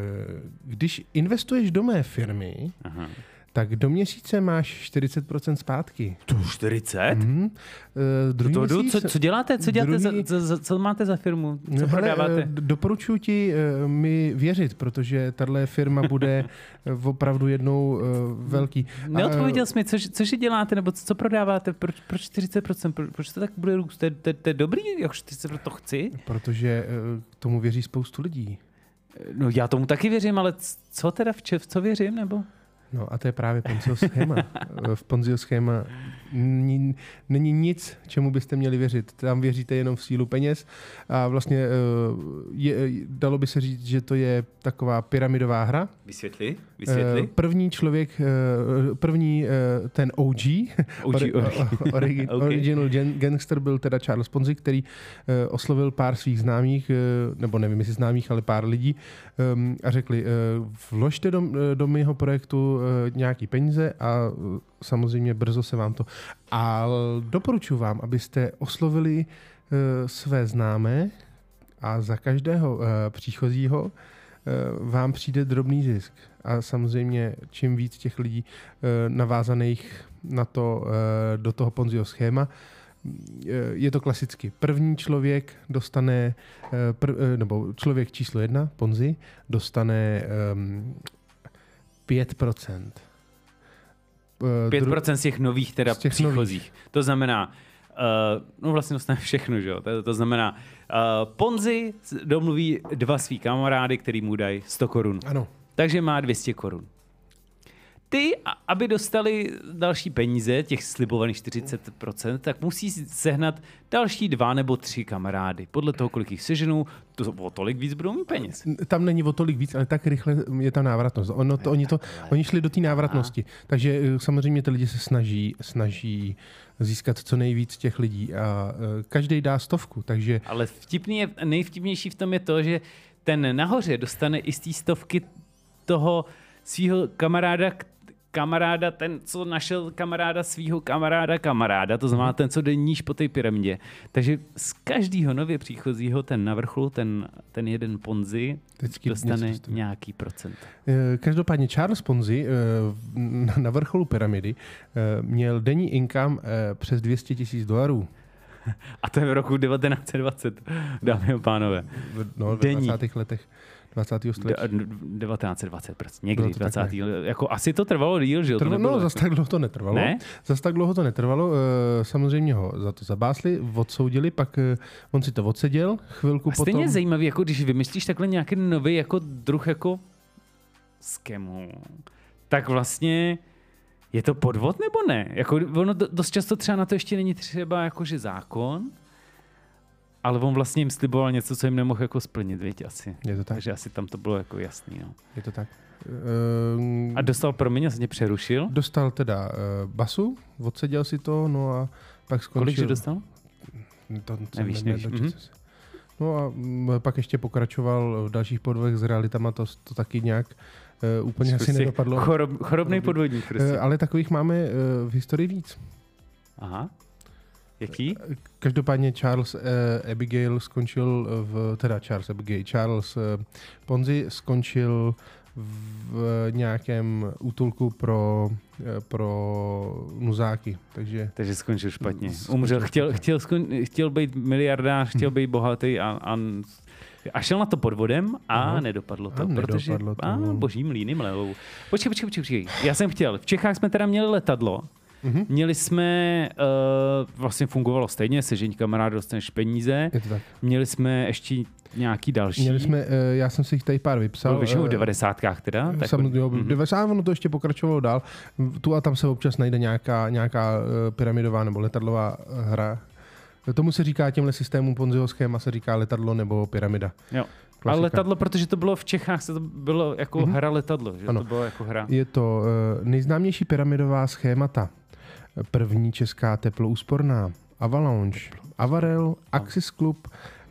[SPEAKER 1] když investuješ do mé firmy, aha, tak do měsíce máš čtyřicet procent zpátky.
[SPEAKER 3] Tu čtyřicet?
[SPEAKER 1] Mm-hmm. E, druhý
[SPEAKER 3] to, to,
[SPEAKER 1] měsíc,
[SPEAKER 3] co, co děláte? Co, děláte
[SPEAKER 1] druhý...
[SPEAKER 3] za, za, co máte za firmu? Co
[SPEAKER 1] Hele,
[SPEAKER 3] prodáváte?
[SPEAKER 1] Doporučuji ti uh, mi věřit, protože tahle firma bude uh, opravdu jednou uh, velký.
[SPEAKER 3] Neodpověděl jsi mi, co, cože děláte, nebo co, co prodáváte? Proč, proč čtyřicet procent? Pro, proč to tak bude růst? To je, to, to je dobrý, jak čtyřicet procent to chci?
[SPEAKER 1] Protože uh, tomu věří spoustu lidí.
[SPEAKER 3] No já tomu taky věřím, ale co teda v, če, v co věřím, nebo?
[SPEAKER 1] No a to je právě Ponziho schéma. V Ponziho schéma není, není nic, čemu byste měli věřit. Tam věříte jenom v sílu peněz a vlastně je, dalo by se říct, že to je taková pyramidová hra.
[SPEAKER 3] Vysvětli, vysvětli.
[SPEAKER 1] První člověk, první ten O G,
[SPEAKER 3] O G
[SPEAKER 1] origi, okay. Original Gangster byl teda Charles Ponzi, který oslovil pár svých známých, nebo nevím, jestli známých, ale pár lidí a řekli, vložte do, do mého projektu nějaký peníze a samozřejmě brzo se vám to... A doporučuji vám, abyste oslovili uh, své známé a za každého uh, příchozího uh, vám přijde drobný zisk. A samozřejmě čím víc těch lidí uh, navázaných na to, uh, do toho Ponziho schéma, uh, je to klasicky. První člověk dostane, uh, prv, uh, nebo člověk číslo jedna, Ponzi, dostane um, pět procent.
[SPEAKER 3] pět procent z těch nových teda
[SPEAKER 1] z těch
[SPEAKER 3] příchozích.
[SPEAKER 1] Nových.
[SPEAKER 3] To znamená, uh, no vlastně dostane všechno, že jo? To, to znamená, uh, Ponzi domluví dva svý kamarády, který mu dají sto korun.
[SPEAKER 1] Ano.
[SPEAKER 3] Takže má dvě stě korun. Ty, aby dostali další peníze, těch slibovaných čtyřicet procent, tak musí sehnat další dva nebo tři kamarády. Podle toho, kolik jich seženou, to o tolik víc budou mít peněz.
[SPEAKER 1] Tam není o tolik víc, ale tak rychle je ta návratnost. Ono to, oni, to, oni šli do té návratnosti. A. Takže samozřejmě ty lidi se snaží, snaží získat co nejvíc těch lidí a každý dá stovku. Takže...
[SPEAKER 3] Ale vtipný je, nejvtipnější v tom je to, že ten nahoře dostane i z té stovky toho svýho kamaráda, kamaráda, ten, co našel kamaráda svýho kamaráda kamaráda, to znamená ten, co jde níž po té pyramidě. Takže z každého nově příchozího ten na vrcholu, ten, ten jeden Ponzi Teďky dostane nějaký procent.
[SPEAKER 1] Každopádně Charles Ponzi na vrcholu pyramidy měl denní income přes dvě stě tisíc dolarů.
[SPEAKER 3] A to je v roku devatenáct set dvacet, dámy a pánové.
[SPEAKER 1] No, v dvacátých letech. dvacátého století.
[SPEAKER 3] devatenáct set dvacet, prostě někdy dvacátého Jako asi to trvalo díl, že jo?
[SPEAKER 1] Trvalo, no, zase tak dlouho to netrvalo.
[SPEAKER 3] Ne?
[SPEAKER 1] Zase tak dlouho to netrvalo. Samozřejmě ho za to zabásli, odsoudili, pak on si to odseděl chvilku
[SPEAKER 3] a
[SPEAKER 1] potom.
[SPEAKER 3] Stejně zajímavý, jako když vymyslíš takhle nějaký nový jako druh jako skému, tak vlastně je to podvod nebo ne? Jako ono dost často třeba na to ještě není třeba jakože zákon, ale on vlastně jim sliboval něco, co jim nemohl jako splnit, víš, asi.
[SPEAKER 1] Je to tak.
[SPEAKER 3] Takže asi tam to bylo jako jasný, no.
[SPEAKER 1] Je to tak.
[SPEAKER 3] Uh, a dostal, promiň, já jsem tě přerušil?
[SPEAKER 1] Dostal teda uh, basu, odseděl si to, no a pak skončil.
[SPEAKER 3] Kolik jsi dostal?
[SPEAKER 1] To,
[SPEAKER 3] nevíš,
[SPEAKER 1] ne,
[SPEAKER 3] nevíš.
[SPEAKER 1] Ne,
[SPEAKER 3] Mm-hmm.
[SPEAKER 1] No a pak ještě pokračoval v dalších podvodech s realitama, to, to taky nějak uh, úplně
[SPEAKER 3] Prostě
[SPEAKER 1] asi nedopadlo.
[SPEAKER 3] Chorob, chorobný podvodník. Prostě.
[SPEAKER 1] Uh, ale takových máme uh, v historii víc.
[SPEAKER 3] Aha. Jaký?
[SPEAKER 1] Každopádně Charles uh, Abigail skončil v, teda Charles Abigail, Charles uh, Ponzi skončil v nějakém útulku pro, pro nuzáky. Takže,
[SPEAKER 3] takže skončil špatně. Umřel. Chtěl, chtěl, skon, chtěl být miliardář, chtěl být bohatý a, a, a šel na to podvodem a
[SPEAKER 1] Aha.
[SPEAKER 3] nedopadlo to.
[SPEAKER 1] A
[SPEAKER 3] protože
[SPEAKER 1] nedopadlo to.
[SPEAKER 3] A, boží mlýny mlelou. Počkej, počkej, počkej. Já jsem chtěl. V Čechách jsme teda měli letadlo. Mm-hmm. Měli jsme, uh, vlastně fungovalo stejně, sežeň kamarád, dostaneš peníze.
[SPEAKER 1] Je to tak.
[SPEAKER 3] Měli jsme ještě nějaký další.
[SPEAKER 1] Měli jsme, uh, já jsem si jich tady pár vypsal.
[SPEAKER 3] Bylo většinou v devadesátkách teda? Tak
[SPEAKER 1] Samozřejmě, mm-hmm. v devadesátých ono to ještě pokračovalo dál. Tu a tam se občas najde nějaká, nějaká uh, pyramidová nebo letadlová hra. Tomu se říká, těmhle systémům Ponziho schéma se říká letadlo nebo pyramida.
[SPEAKER 3] Jo. Ale letadlo, protože to bylo v Čechách, se to bylo jako mm-hmm. hra letadlo, že ano. To bylo jako hra.
[SPEAKER 1] Je to uh, nejznámější pyramidová schémata. První česká teploúsporná, Avalanche, Avarel, Axis Club,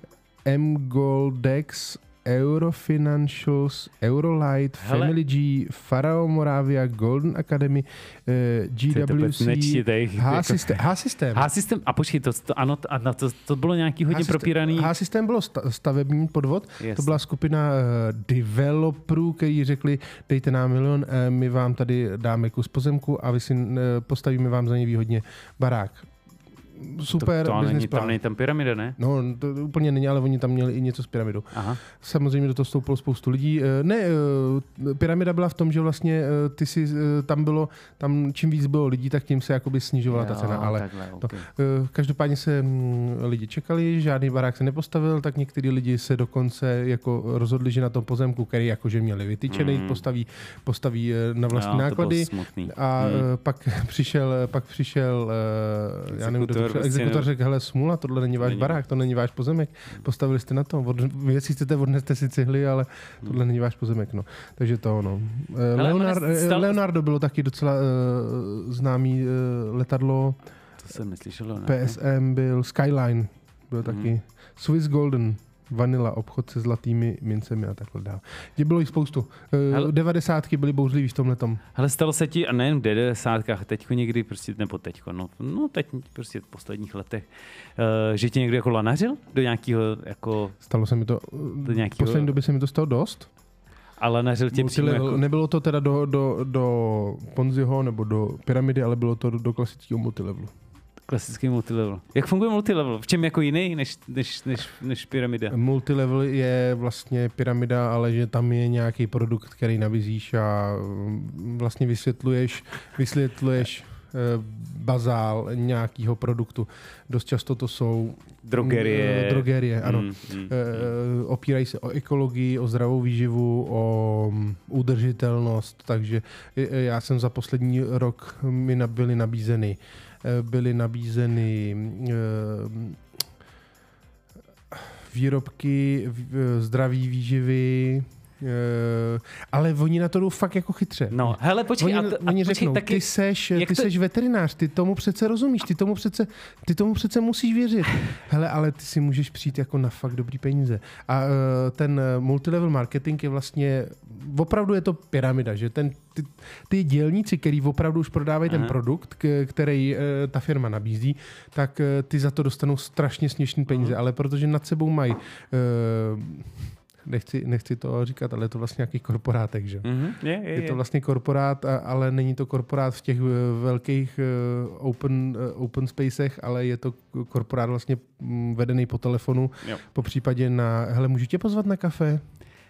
[SPEAKER 1] M-Goldex, Eurofinancials, Eurolight, Hele. Family G, Pharao Moravia, Golden Academy, uh, G W C, H-System. H-System.
[SPEAKER 3] H-System. A počkej, to, to, ano, to, to, to bylo nějaký hodně H-System, propíraný.
[SPEAKER 1] H-System bylo sta, stavební podvod. Yes. To byla skupina uh, developerů, kteří řekli, dejte nám milion, uh, my vám tady dáme kus pozemku a vy si uh, postavíme vám za něj výhodně barák. Super
[SPEAKER 3] to, to
[SPEAKER 1] business
[SPEAKER 3] není,
[SPEAKER 1] plán.
[SPEAKER 3] Tam není tam pyramida, ne?
[SPEAKER 1] No, to úplně není, ale oni tam měli i něco s pyramidou. Aha. Samozřejmě do toho vstoupilo spoustu lidí. Ne, pyramida byla v tom, že vlastně ty si, tam bylo, tam čím víc bylo lidí, tak tím se jakoby snižovala jo, ta cena. Ale
[SPEAKER 3] takhle,
[SPEAKER 1] to,
[SPEAKER 3] okay.
[SPEAKER 1] Každopádně se lidi čekali, žádný barák se nepostavil, tak některý lidi se dokonce jako rozhodli, že na tom pozemku, který jakože měli vytyčený, mm. postaví, postaví na vlastní jo, náklady. A mm. pak přišel, pak přišel, já nevím, exekutor řekl, hele, smůla, tohle není váš není. barák, to není váš pozemek, postavili jste na to, jestli chcete, odneste si cihly, ale tohle není váš pozemek, no. Takže to, no. Leonardo, stal... Leonardo bylo taky docela uh, známý uh, letadlo.
[SPEAKER 3] To jsem neslyšel, ne?
[SPEAKER 1] P S M byl, Skyline byl mm. taky, Swiss Golden, Vanilla, obchod se zlatými mincemi a takhle dál. Kde bylo jich spoustu. Uh, devadesátky byly bouřlivý v tomhletom.
[SPEAKER 3] Ale stalo se ti, a nejen v devadesátkách, teďko někdy, prostě, nebo teďko, no, no teď prostě v posledních letech, uh, že tě někdo jako lanařil do nějakého, jako...
[SPEAKER 1] Stalo se mi to, do nějakého... v poslední době se mi to stalo dost.
[SPEAKER 3] A lanařil tě přímo jako...
[SPEAKER 1] Nebylo to teda do, do, do Ponziho nebo do pyramidy, ale bylo to do, do klasického multilevelu.
[SPEAKER 3] Klasický multilevel. Jak funguje multilevel? V čem jako jiný než, než, než, než pyramida?
[SPEAKER 1] Multilevel je vlastně pyramida, ale že tam je nějaký produkt, který nabízíš a vlastně vysvětluješ, vysvětluješ bazál nějakého produktu. Dost často to jsou
[SPEAKER 3] drogerie.
[SPEAKER 1] Drogerie, ano. Mm, mm, mm. Opírají se o ekologii, o zdravou výživu, o udržitelnost, takže já jsem za poslední rok mi byly nabízeny byly nabízeny výrobky zdraví výživy, Uh, ale oni na to jdou fakt jako chytře.
[SPEAKER 3] No, hele, počkej.
[SPEAKER 1] Oni, a, a oni řeknou, taky, ty seš, ty to... seš veterinář, ty tomu přece rozumíš, ty tomu přece, ty tomu přece musíš věřit. Hele, ale ty si můžeš přijít jako na fakt dobrý peníze. A uh, ten multilevel marketing je vlastně, opravdu je to pyramida, že ten, ty, ty dělníci, který opravdu už prodávají Aha. ten produkt, k, který uh, ta firma nabízí, tak uh, ty za to dostanou strašně směšný peníze, Aha. ale protože nad sebou mají uh, Nechci, nechci to říkat, ale je to vlastně nějaký korporátek, že?
[SPEAKER 3] Mm-hmm. Je, je, je.
[SPEAKER 1] je to vlastně korporát, ale není to korporát v těch velkých open, open spacech, ale je to korporát vlastně vedený po telefonu, jo. Po případě na, hele, můžu tě pozvat na kafe?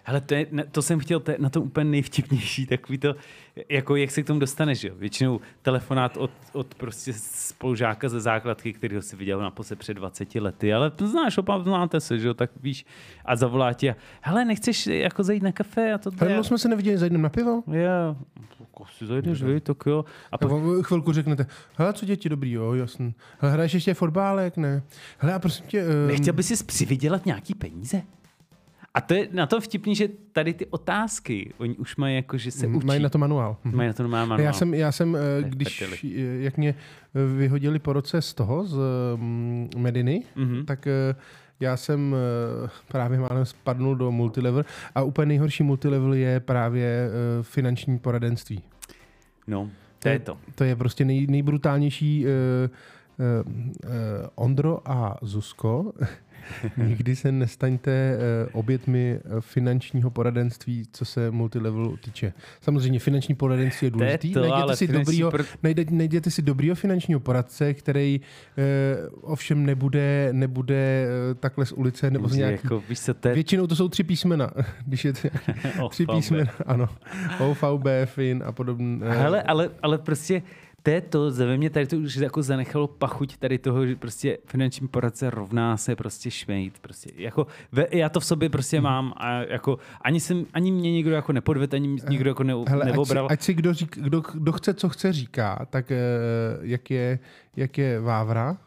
[SPEAKER 3] Hele, to, je, to jsem chtěl, to je na tom úplně nejvtipnější, takový to, jako jak se k tomu dostaneš, jo. Většinou telefonát od, od prostě spolužáka ze základky, kterýho si viděl naposled před dvaceti lety, ale znáš, opa, znáte se, že jo, tak víš, a zavolá tě, hele, nechceš jako zajít na kafe a to.
[SPEAKER 1] Ale no jsme se neviděli, zajdeme na pivo?
[SPEAKER 3] Jo, si zajdeš, vy, tak jo. A
[SPEAKER 1] pak chvilku řeknete, hele, co děti, dobrý, jo, jasný. Hele, hraješ ještě fotbálek, ne? Hele, a prosím tě... Um...
[SPEAKER 3] Nechtěl bys si přivydělat nějaký peníze? A to je na to vtipný, že tady ty otázky, oni už mají jako, že se učí.
[SPEAKER 1] Mají na to manuál.
[SPEAKER 3] Mají na to manuál.
[SPEAKER 1] Já jsem, já jsem když, jak mě vyhodili po roce z toho, z um, Mediny, mm-hmm. tak já jsem uh, právě málem spadnul do multilevel a úplně nejhorší multilevel je právě uh, finanční poradenství.
[SPEAKER 3] No, to je to.
[SPEAKER 1] To je prostě nej, nejbrutálnější uh, uh, uh, Ondro a Zuzko. Nikdy se nestaňte uh, obětmi finančního poradenství, co se multilevelu týče. Samozřejmě finanční poradenství je důležitý.
[SPEAKER 3] To,
[SPEAKER 1] najděte, si dobrýho,
[SPEAKER 3] por...
[SPEAKER 1] najde, najděte si dobrýho finančního poradce, který uh, ovšem nebude, nebude uh, takhle z ulice nebo z nějaký... Jako, víš co, te... Většinou to jsou tři písmena. Když je to tři písmena, ano. O V B, F I N a podobně. Uh,
[SPEAKER 3] Hele, ale, ale prostě to je to, ve mně tady to už jako zanechalo pachuť tady toho, že prostě finanční poradce rovná se prostě šmejt. Prostě jako, ve, já to v sobě prostě mám a jako ani, jsem, ani mě nikdo jako nepodvedl, ani mě nikdo jako ne,
[SPEAKER 1] Hele,
[SPEAKER 3] neobral.
[SPEAKER 1] Ať si, ať si kdo, řík, kdo, kdo chce, co chce říká, tak jak je, jak je Vávra,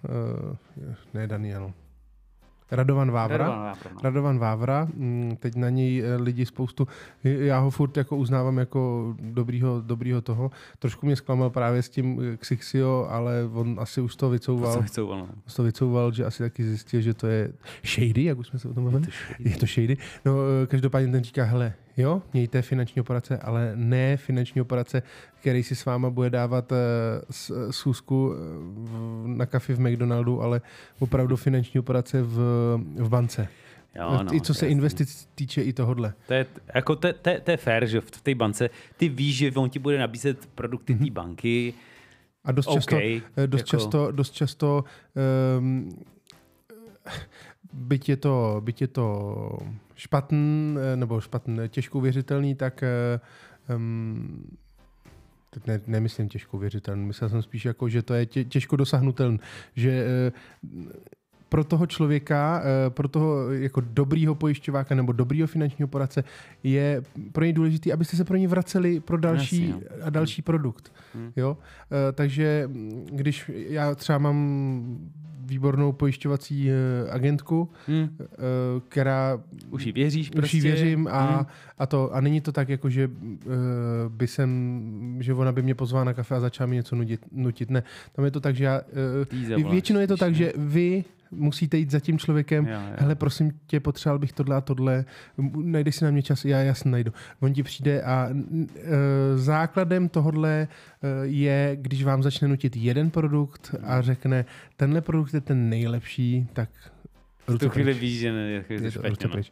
[SPEAKER 1] ne Daniel, Radovan Vávra.
[SPEAKER 3] Radovan Vávra, no.
[SPEAKER 1] Radovan Vávra. Teď na něj lidi spoustu... Já ho furt jako uznávám jako dobrýho, dobrýho toho. Trošku mě zklamal právě s tím Xixio, ale on asi už to vycouval.
[SPEAKER 3] To vycouval, no.
[SPEAKER 1] to vycouval, že asi taky zjistil, že to je shady, jak už jsme se o tom bavili. Je to shady. No, každopádně ten říká, hele, jo, mějte finanční operace, ale ne finanční operace, který si s váma bude dávat uh, schůzku na kafi v McDonaldu, ale opravdu finanční operace v, v bance.
[SPEAKER 3] Jo, no,
[SPEAKER 1] I co se investic týče i tohodle.
[SPEAKER 3] To je, jako to, to, to je fair, že v té bance ty víš, že on ti bude nabízet produkty mm-hmm. té banky.
[SPEAKER 1] A dost často,
[SPEAKER 3] okay,
[SPEAKER 1] dost
[SPEAKER 3] jako...
[SPEAKER 1] často, dost často um, byť je to, byť je to špatný, nebo špatný, těžko uvěřitelný, tak um, teď ne, nemyslím těžko uvěřitelný, myslel jsem spíš jako, že to je tě, těžko dosáhnutelný, že uh, pro toho člověka, pro toho jako dobrýho pojišťováka nebo dobrýho finančního poradce je pro něj důležitý, abyste se pro něj vraceli pro další
[SPEAKER 3] Jasně,
[SPEAKER 1] a další produkt.
[SPEAKER 3] Hmm.
[SPEAKER 1] Jo? Takže když já třeba mám výbornou pojišťovací agentku, hmm. která...
[SPEAKER 3] Už jí věříš prostě.
[SPEAKER 1] Už jí věřím a,
[SPEAKER 3] hmm.
[SPEAKER 1] a, to, a není to tak, jako že by jsem, že ona by mě pozvala na kafe a začala mi něco nutit. nutit. Ne, tam je to tak, že já... Většinou je to tak, že vy musíte jít za tím člověkem, jo, jo. hele, prosím tě, potřeboval bych tohle a tohle, najdeš si na mě čas, já jasně najdu. On ti přijde a e, základem tohodle e, je, když vám začne nutit jeden produkt a řekne, tenhle produkt je ten nejlepší, tak
[SPEAKER 3] v tu chvíli víš, že ne, je to špatně. No.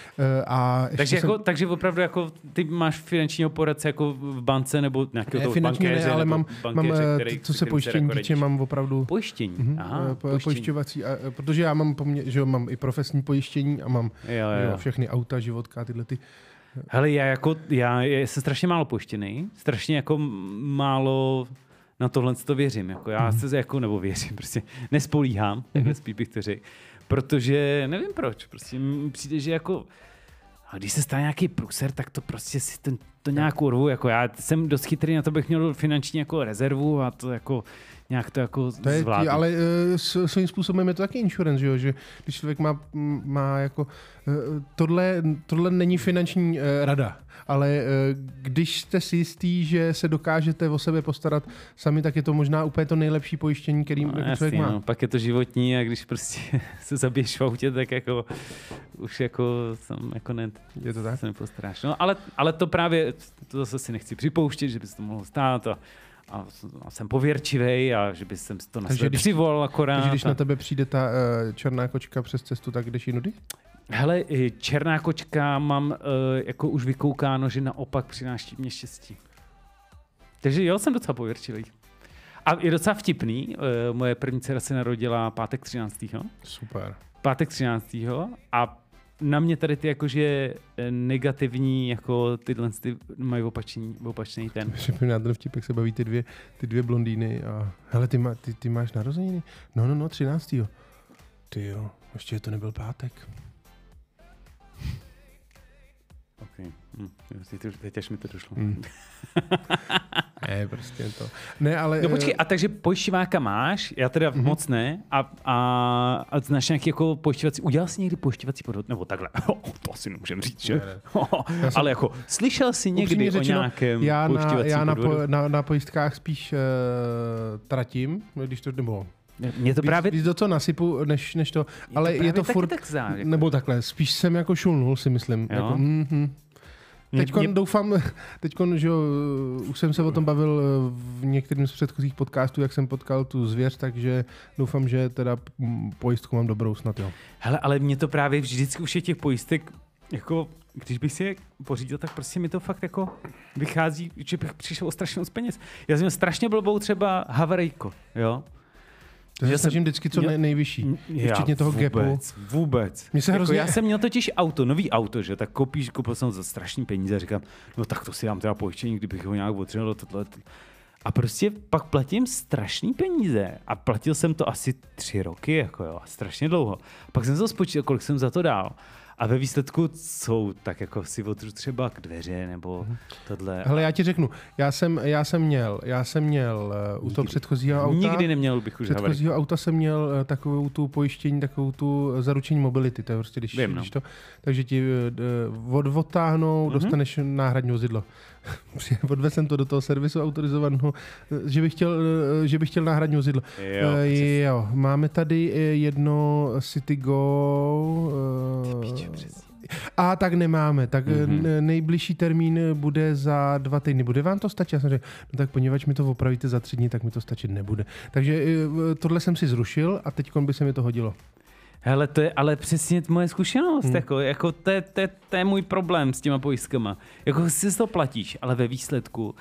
[SPEAKER 1] A
[SPEAKER 3] takže,
[SPEAKER 1] jsem...
[SPEAKER 3] jako, takže opravdu jako ty máš finančního poradce jako v bance nebo nějakého toho bankéře,
[SPEAKER 1] ne, ale mám,
[SPEAKER 3] bankéře,
[SPEAKER 1] mám
[SPEAKER 3] který,
[SPEAKER 1] co se pojištění týče, mám opravdu...
[SPEAKER 3] Pojištění?
[SPEAKER 1] Uh-huh,
[SPEAKER 3] Aha,
[SPEAKER 1] po, pojišťovací, a, protože já mám, pomě, že jo, mám i profesní pojištění a mám
[SPEAKER 3] jo, jo.
[SPEAKER 1] Jo, všechny auta, životka, tyhle ty...
[SPEAKER 3] Hele, já, jako, já jsem strašně málo pojištěný, strašně jako málo... Na tohle to věřím. Jako já mm. se jako, nebo věřím, prostě nespolíhám, mm. takhle spíš bych to řekl. Protože nevím proč. Prostě mi přijde, že jako když se stane nějaký průser, tak to prostě si ten, to nějak urvu. Jako já jsem dost chytrý na to, bych měl finanční jako rezervu a to jako nějak to jako
[SPEAKER 1] to je,
[SPEAKER 3] zvládnu.
[SPEAKER 1] Ale uh, svým způsobem je to taky insurance, že, jo? Že když člověk má, má jako uh, tohle, tohle není finanční uh, rada, ale uh, když jste si jistý, že se dokážete o sebe postarat sami, tak je to možná úplně to nejlepší pojištění, který
[SPEAKER 3] no,
[SPEAKER 1] jako člověk má.
[SPEAKER 3] No, pak je to životní a když prostě se zabiješ v autě, tak jako už jako sam jako ne,
[SPEAKER 1] je to tak?
[SPEAKER 3] Se nepostaráš. No, ale, ale to právě, to zase si nechci připouštět, že by se to mohlo stát a A, a jsem pověrčivej a že by jsem to na sebe přivolal akorát.
[SPEAKER 1] Takže když
[SPEAKER 3] a...
[SPEAKER 1] na tebe přijde ta uh, černá kočka přes cestu, tak jdeš jinudy?
[SPEAKER 3] Hele, černá kočka mám uh, jako už vykoukáno, že naopak přináší mě štěstí. Takže jo, jsem docela pověrčivej. A je docela vtipný, uh, moje první dcera se narodila pátek třináctého
[SPEAKER 1] Super.
[SPEAKER 3] Pátek třináctého a na mě tady ty jakože negativní, jako tyhle ty mají opačný, opačný ten.
[SPEAKER 1] Připomíná ten vtip, jak se baví ty dvě, ty dvě blondýny a hele, ty, má, ty, ty máš narozeniny? No, no, no, třináctého Ty jo, ještě to nebyl pátek.
[SPEAKER 3] Okay. Hm. Teď, teď až mi to došlo.
[SPEAKER 1] Hmm. Ne, prostě to. Ne, ale...
[SPEAKER 3] No počkej, a takže pojišťováka máš, já teda mm-hmm. moc ne, a, a, a znáš nějaký jako pojišťovací, udělal jsi někdy pojišťovací podvod, nebo takhle, to asi nemůžem říct, že? Ne, ne. Ale jako, slyšel jsi někdy řečeno, o nějakém
[SPEAKER 1] já
[SPEAKER 3] pojišťovacím
[SPEAKER 1] já na,
[SPEAKER 3] podvodu?
[SPEAKER 1] Já na, na pojistkách spíš uh, tratím, když to, nebo...
[SPEAKER 3] Mě to
[SPEAKER 1] víc,
[SPEAKER 3] právě...
[SPEAKER 1] Víc do toho nasypu, než, než to,
[SPEAKER 3] je
[SPEAKER 1] ale
[SPEAKER 3] to
[SPEAKER 1] je to furt...
[SPEAKER 3] Tak zá, jako.
[SPEAKER 1] Nebo takhle, spíš jsem jako šulnul, si myslím. Jako, mm-hmm. Teďkon mě... doufám, teďkon, že jo, už jsem se o tom bavil v některým z předchozích podcastů, jak jsem potkal tu zvěř, takže doufám, že teda pojistku mám dobrou snad, jo.
[SPEAKER 3] Hele, ale mě to právě vždycky už je těch pojistek, jako, když bych si je pořídil, tak prostě mi to fakt jako vychází, že bych přišel o strašně moc peněz. Já jsem strašně blbou třeba havarijko, jo.
[SPEAKER 1] To já snažím vždycky co nej, nejvyšší, včetně toho
[SPEAKER 3] vůbec,
[SPEAKER 1] gapu.
[SPEAKER 3] Vůbec,
[SPEAKER 1] Mně se
[SPEAKER 3] jako
[SPEAKER 1] hrozně...
[SPEAKER 3] Já jsem měl totiž auto, nový auto, že tak koupíš, koupil jsem za strašný peníze a říkám, no tak to si dám teda pojištění, kdybych ho nějak potřeboval. Tohle. A prostě pak platím strašný peníze a platil jsem to asi tři roky, jako jo, strašně dlouho. Pak jsem to spočítal, kolik jsem za to dal. A ve výsledku jsou tak jako si otřu třeba k dveře nebo tohle.
[SPEAKER 1] Hele, já ti řeknu, já jsem, já jsem měl, já jsem měl uh, u toho předchozího auta.
[SPEAKER 3] Nikdy neměl bych už
[SPEAKER 1] předchozího havarii. Auta jsem měl uh, takovou tu pojištění, takovou tu zaručení mobility, to je prostě, když,
[SPEAKER 3] Vím, no.
[SPEAKER 1] když to, takže ti uh, od, odtáhnou, mm-hmm. dostaneš náhradní vozidlo. Odvezl jsem to do toho servisu autorizovaného, že bych chtěl, že bych chtěl náhradní vozidlo.
[SPEAKER 3] Jo,
[SPEAKER 1] uh, jo, máme tady jedno Citigo. Uh, a tak nemáme, tak mm-hmm. nejbližší termín bude za dva týdny. Bude vám to stačit? Já jsem řekl, no tak poněvadž mi to opravíte za tři dny, tak mi to stačit nebude. Takže tohle jsem si zrušil a teď by se mi to hodilo.
[SPEAKER 3] Hele, to je ale přesně moje zkušenost, hmm. jako, jako to, je, to, je, to je můj problém s těma pojistkama. Jako si to platíš, ale ve výsledku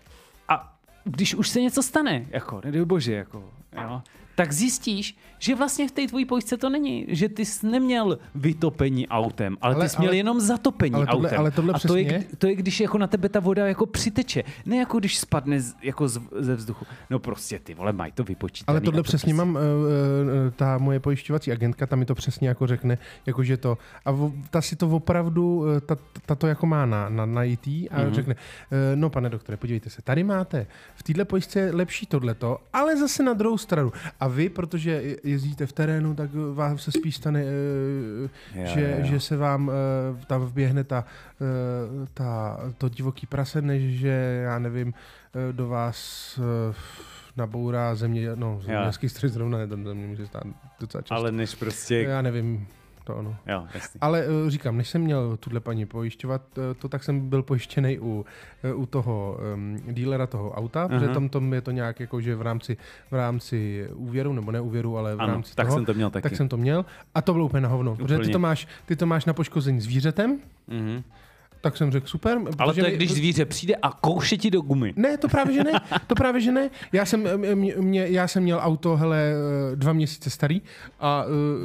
[SPEAKER 3] a když už se něco stane, jako, nedej bože, jako, jo, tak zjistíš, že vlastně v té tvojí pojistce to není, že ty jsi neměl vytopení autem, ale, ale ty jsi měl ale, jenom zatopení
[SPEAKER 1] ale tohle,
[SPEAKER 3] autem.
[SPEAKER 1] Ale tohle
[SPEAKER 3] a to je, to je, když jako na tebe ta voda jako přiteče, ne jako když spadne z, jako z, ze vzduchu. No prostě ty vole, mají to vypočítané.
[SPEAKER 1] Ale tohle
[SPEAKER 3] to
[SPEAKER 1] přesně
[SPEAKER 3] prostě...
[SPEAKER 1] mám, uh, ta moje pojišťovací agentka, ta mi to přesně jako řekne, jakože to, a v, ta si to opravdu, ta, ta to jako má na, na, na í té a mm-hmm. řekne, uh, no pane doktore, podívejte se, tady máte, v téhle pojistce je lepší tohleto, ale zase na druhou stranu. A vy, protože jezdíte v terénu, tak vám se spíš stane, uh, že, jo, jo. že se vám uh, tam vběhne ta, uh, ta, to divoký prase, než že, já nevím, uh, do vás uh, nabourá země, no, zemědělský střed zrovna, to mě může stát docela často.
[SPEAKER 3] Ale než prostě...
[SPEAKER 1] Já nevím, to ono.
[SPEAKER 3] Jo, jasný.
[SPEAKER 1] Ale uh, říkám, než jsem měl tuhle paní pojišťovat, uh, to tak jsem byl pojištěný u, uh, u toho um, dílera toho auta, uh-huh. protože tam tom je to nějak jako, že v rámci, v rámci úvěru, nebo ne úvěru, ale v
[SPEAKER 3] ano,
[SPEAKER 1] rámci
[SPEAKER 3] tak
[SPEAKER 1] toho.
[SPEAKER 3] jsem to měl taky.
[SPEAKER 1] Tak jsem to měl a to bylo úplně na hovno, protože ty to máš, ty to máš na poškození zvířetem, uh-huh. Tak jsem řekl super.
[SPEAKER 3] Ale to je, když zvíře přijde a kouše ti do gumy.
[SPEAKER 1] Ne, to právě, že ne. To právě, že ne. Já jsem, mě, já jsem měl auto, hele, dva měsíce starý a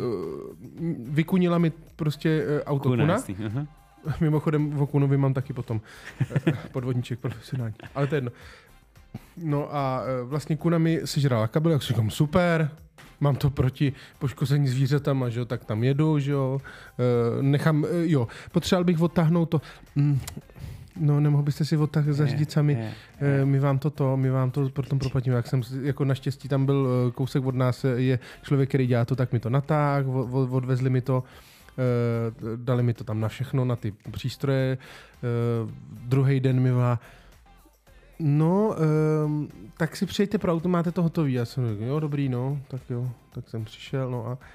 [SPEAKER 1] uh, vykunila mi prostě auto kuna. kuna. Uh-huh. Mimochodem v Kunovi mám taky potom podvodníček profesionální. Ale to je jedno. No a vlastně kuna mi sežrala kabel, jak si říkám, super. Mám to proti poškození zvířatama, že jo, tak tam jedu, že jo, e, nechám, e, jo, potřeboval bych odtáhnout to, mm, no nemohl byste si odtáhnout zařídit sami, ne, ne. E, my vám to to, my vám to potom proplatíme, jak jsem, jako naštěstí tam byl kousek od nás, je člověk, který dělá to, tak mi to natáh, odvezli mi to, e, dali mi to tam na všechno, na ty přístroje, e, druhý den mi volá, no, um, tak si přijďte pro auto, máte to hotový. Já jsem řekl, jo, dobrý, no, tak jo, tak jsem přišel, no a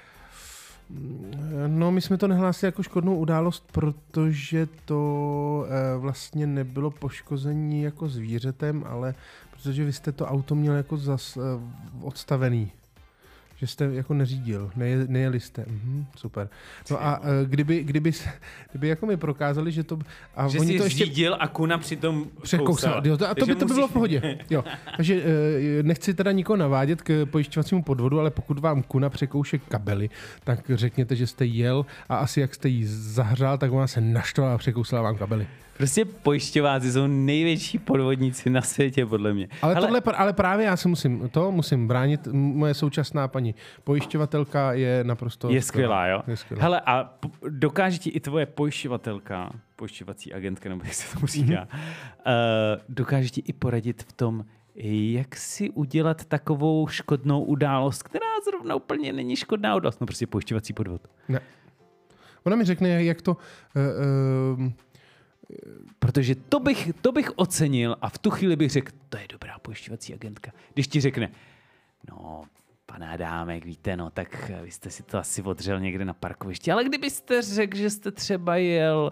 [SPEAKER 1] no, my jsme to nehlásili jako škodnou událost, protože to uh, vlastně nebylo poškození jako zvířetem, ale protože vy jste to auto měl jako zas, uh, odstavený. že jste jako neřídil, neje, nejeli jste. Mhm, super. No a kdyby, kdyby, kdyby jako mi prokázali, že to... A
[SPEAKER 3] že
[SPEAKER 1] oni
[SPEAKER 3] jsi
[SPEAKER 1] to ještě
[SPEAKER 3] řídil a kuna přitom
[SPEAKER 1] překousal. Jo, a to by to musíš... bylo v pohodě. Jo. Takže nechci teda nikoho navádět k pojišťovacímu podvodu, ale pokud vám kuna překouše kabely, tak řekněte, že jste jel a asi jak jste jí zahřál, tak ona se naštvala a překousala vám kabely.
[SPEAKER 3] Prostě pojišťováci jsou největší podvodníci na světě, podle mě.
[SPEAKER 1] Ale, ale... Tohle, ale právě já se musím, to musím bránit. Moje současná paní pojišťovatelka je naprosto...
[SPEAKER 3] Je skvělá, jo?
[SPEAKER 1] Je skvělá.
[SPEAKER 3] Hele, a dokáže ti i tvoje pojišťovatelka, pojišťovací agentka, nebo jak se tomu říká, mm-hmm. uh, dokáže ti i poradit v tom, jak si udělat takovou škodnou událost, která zrovna úplně není škodná událost. No prostě pojišťovací podvod.
[SPEAKER 1] Ne. Ona mi řekne, jak to... Uh, uh,
[SPEAKER 3] Protože to bych, to bych ocenil a v tu chvíli bych řekl, to je dobrá pojišťovací agentka. Když ti řekne, no, pane Adámek, víte, no, tak vy jste si to asi odřel někde na parkovišti, ale kdybyste řekl, že jste třeba jel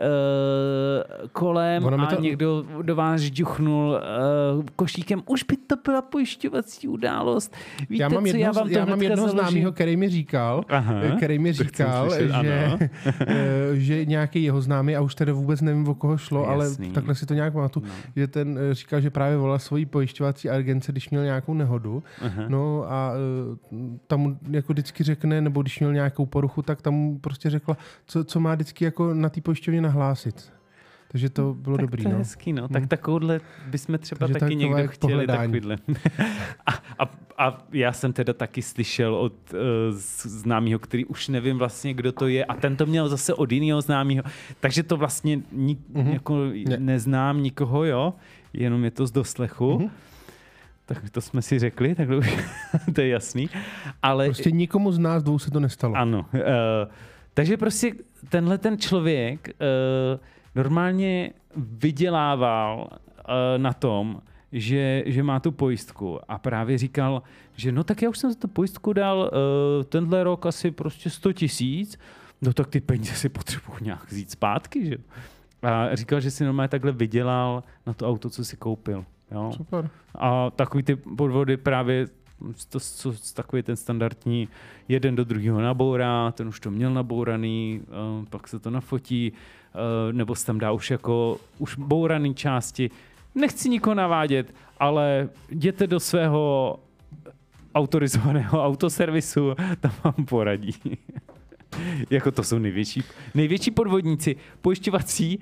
[SPEAKER 3] uh, kolem a to... někdo do vás žďuchnul uh, košíkem, už by to byla pojišťovací událost. Víte,
[SPEAKER 1] já mám
[SPEAKER 3] co,
[SPEAKER 1] jedno,
[SPEAKER 3] já vám to
[SPEAKER 1] já mám jednoho známého, který mi říkal, Aha, který mi říkal, slyšet, že, že nějaký jeho známý, a už teda vůbec nevím, o koho šlo, Jasný. ale takhle si to nějak pamatuju, no. že ten říkal, že právě volal svoji pojišťovací agence, když měl nějakou nehodu, Aha. no a tam jako vždycky řekne, nebo když měl nějakou poruchu, tak tam prostě řekla, co, co má vždycky jako na té pojišťovně nahlásit. Takže to bylo
[SPEAKER 3] tak
[SPEAKER 1] dobrý.
[SPEAKER 3] To je
[SPEAKER 1] no.
[SPEAKER 3] hezký, no. Tak takovouhle bychom třeba
[SPEAKER 1] Takže
[SPEAKER 3] taky někdo chtěli
[SPEAKER 1] pohledání.
[SPEAKER 3] takovýhle. a, a, a já jsem teda taky slyšel od uh, známýho, který už nevím vlastně, kdo to je, a ten to měl zase od jiného známýho. Takže to vlastně nik, mm-hmm. jako ne. neznám nikoho, jo, jenom je to z doslechu. Mm-hmm. Tak to jsme si řekli, tak to je jasný. Ale
[SPEAKER 1] prostě nikomu z nás dvou se to nestalo.
[SPEAKER 3] Ano. Uh, takže prostě tenhle ten člověk uh, normálně vydělával uh, na tom, že, že má tu pojistku a právě říkal, že no tak já už jsem za tu pojistku dal uh, tenhle rok asi prostě sto tisíc, no tak ty peníze si potřebuji nějak vzít zpátky, že? A říkal, že si normálně takhle vydělal na to auto, co si koupil. Jo?
[SPEAKER 1] Super.
[SPEAKER 3] A takový ty podvody právě, to, to, takový ten standardní, jeden do druhého nabourá, ten už to měl nabouraný, uh, pak se to nafotí, uh, nebo se tam dá už jako už bouraný části. Nechci nikoho navádět, ale jděte do svého autorizovaného autoservisu, tam vám poradí. Jako to jsou největší, největší podvodníci, pojišťovací,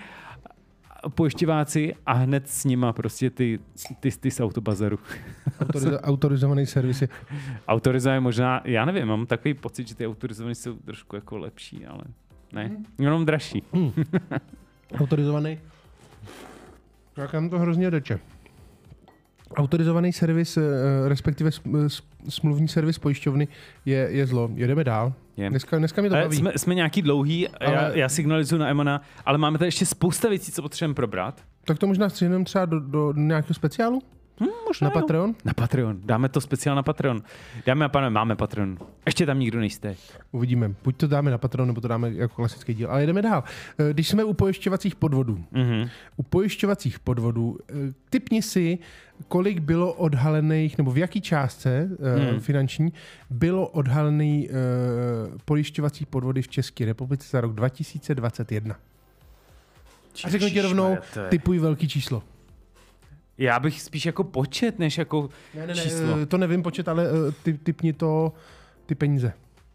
[SPEAKER 3] pojišťováci a hned s nima prostě ty, ty, ty z autobazaru.
[SPEAKER 1] Autorizo- autorizovaný servisy.
[SPEAKER 3] Autorizovaný možná, já nevím, mám takový pocit, že ty autorizovaný jsou trošku jako lepší, ale ne, jenom dražší.
[SPEAKER 1] Hmm. Autorizovaný? Jak nám to hrozně deče. Autorizovaný servis, respektive smluvní servis pojišťovny je, je zlo. Jedeme dál. Je. Dneska, dneska mě to baví.
[SPEAKER 3] Jsme, jsme nějaký dlouhý, ale... já, já signalizuju na Emona, ale máme tady ještě spousta věcí, co potřebujeme probrat.
[SPEAKER 1] Tak to možná střihneme třeba do, do nějakého speciálu?
[SPEAKER 3] Hmm, možná
[SPEAKER 1] na Patreon?
[SPEAKER 3] Na Patreon. Dáme to speciál na Patreon. Dáme a pánové, máme Patreon. Ještě tam nikdo nejste.
[SPEAKER 1] Uvidíme. Buď to dáme na Patreon, nebo to dáme jako klasický díl. Ale jdeme dál. Když jsme u pojišťovacích podvodů. Mm-hmm. U pojišťovacích podvodů tipni si, kolik bylo odhalených, nebo v jaký částce mm. finanční bylo odhalený pojišťovací podvody v České republice za rok dva tisíce dvacet jedna. A řeknu ti rovnou, tipuj velký číslo.
[SPEAKER 3] Já bych spíš jako počet, než jako ne, ne, ne, číslo.
[SPEAKER 1] To nevím počet, ale ty, typni to, ty peníze.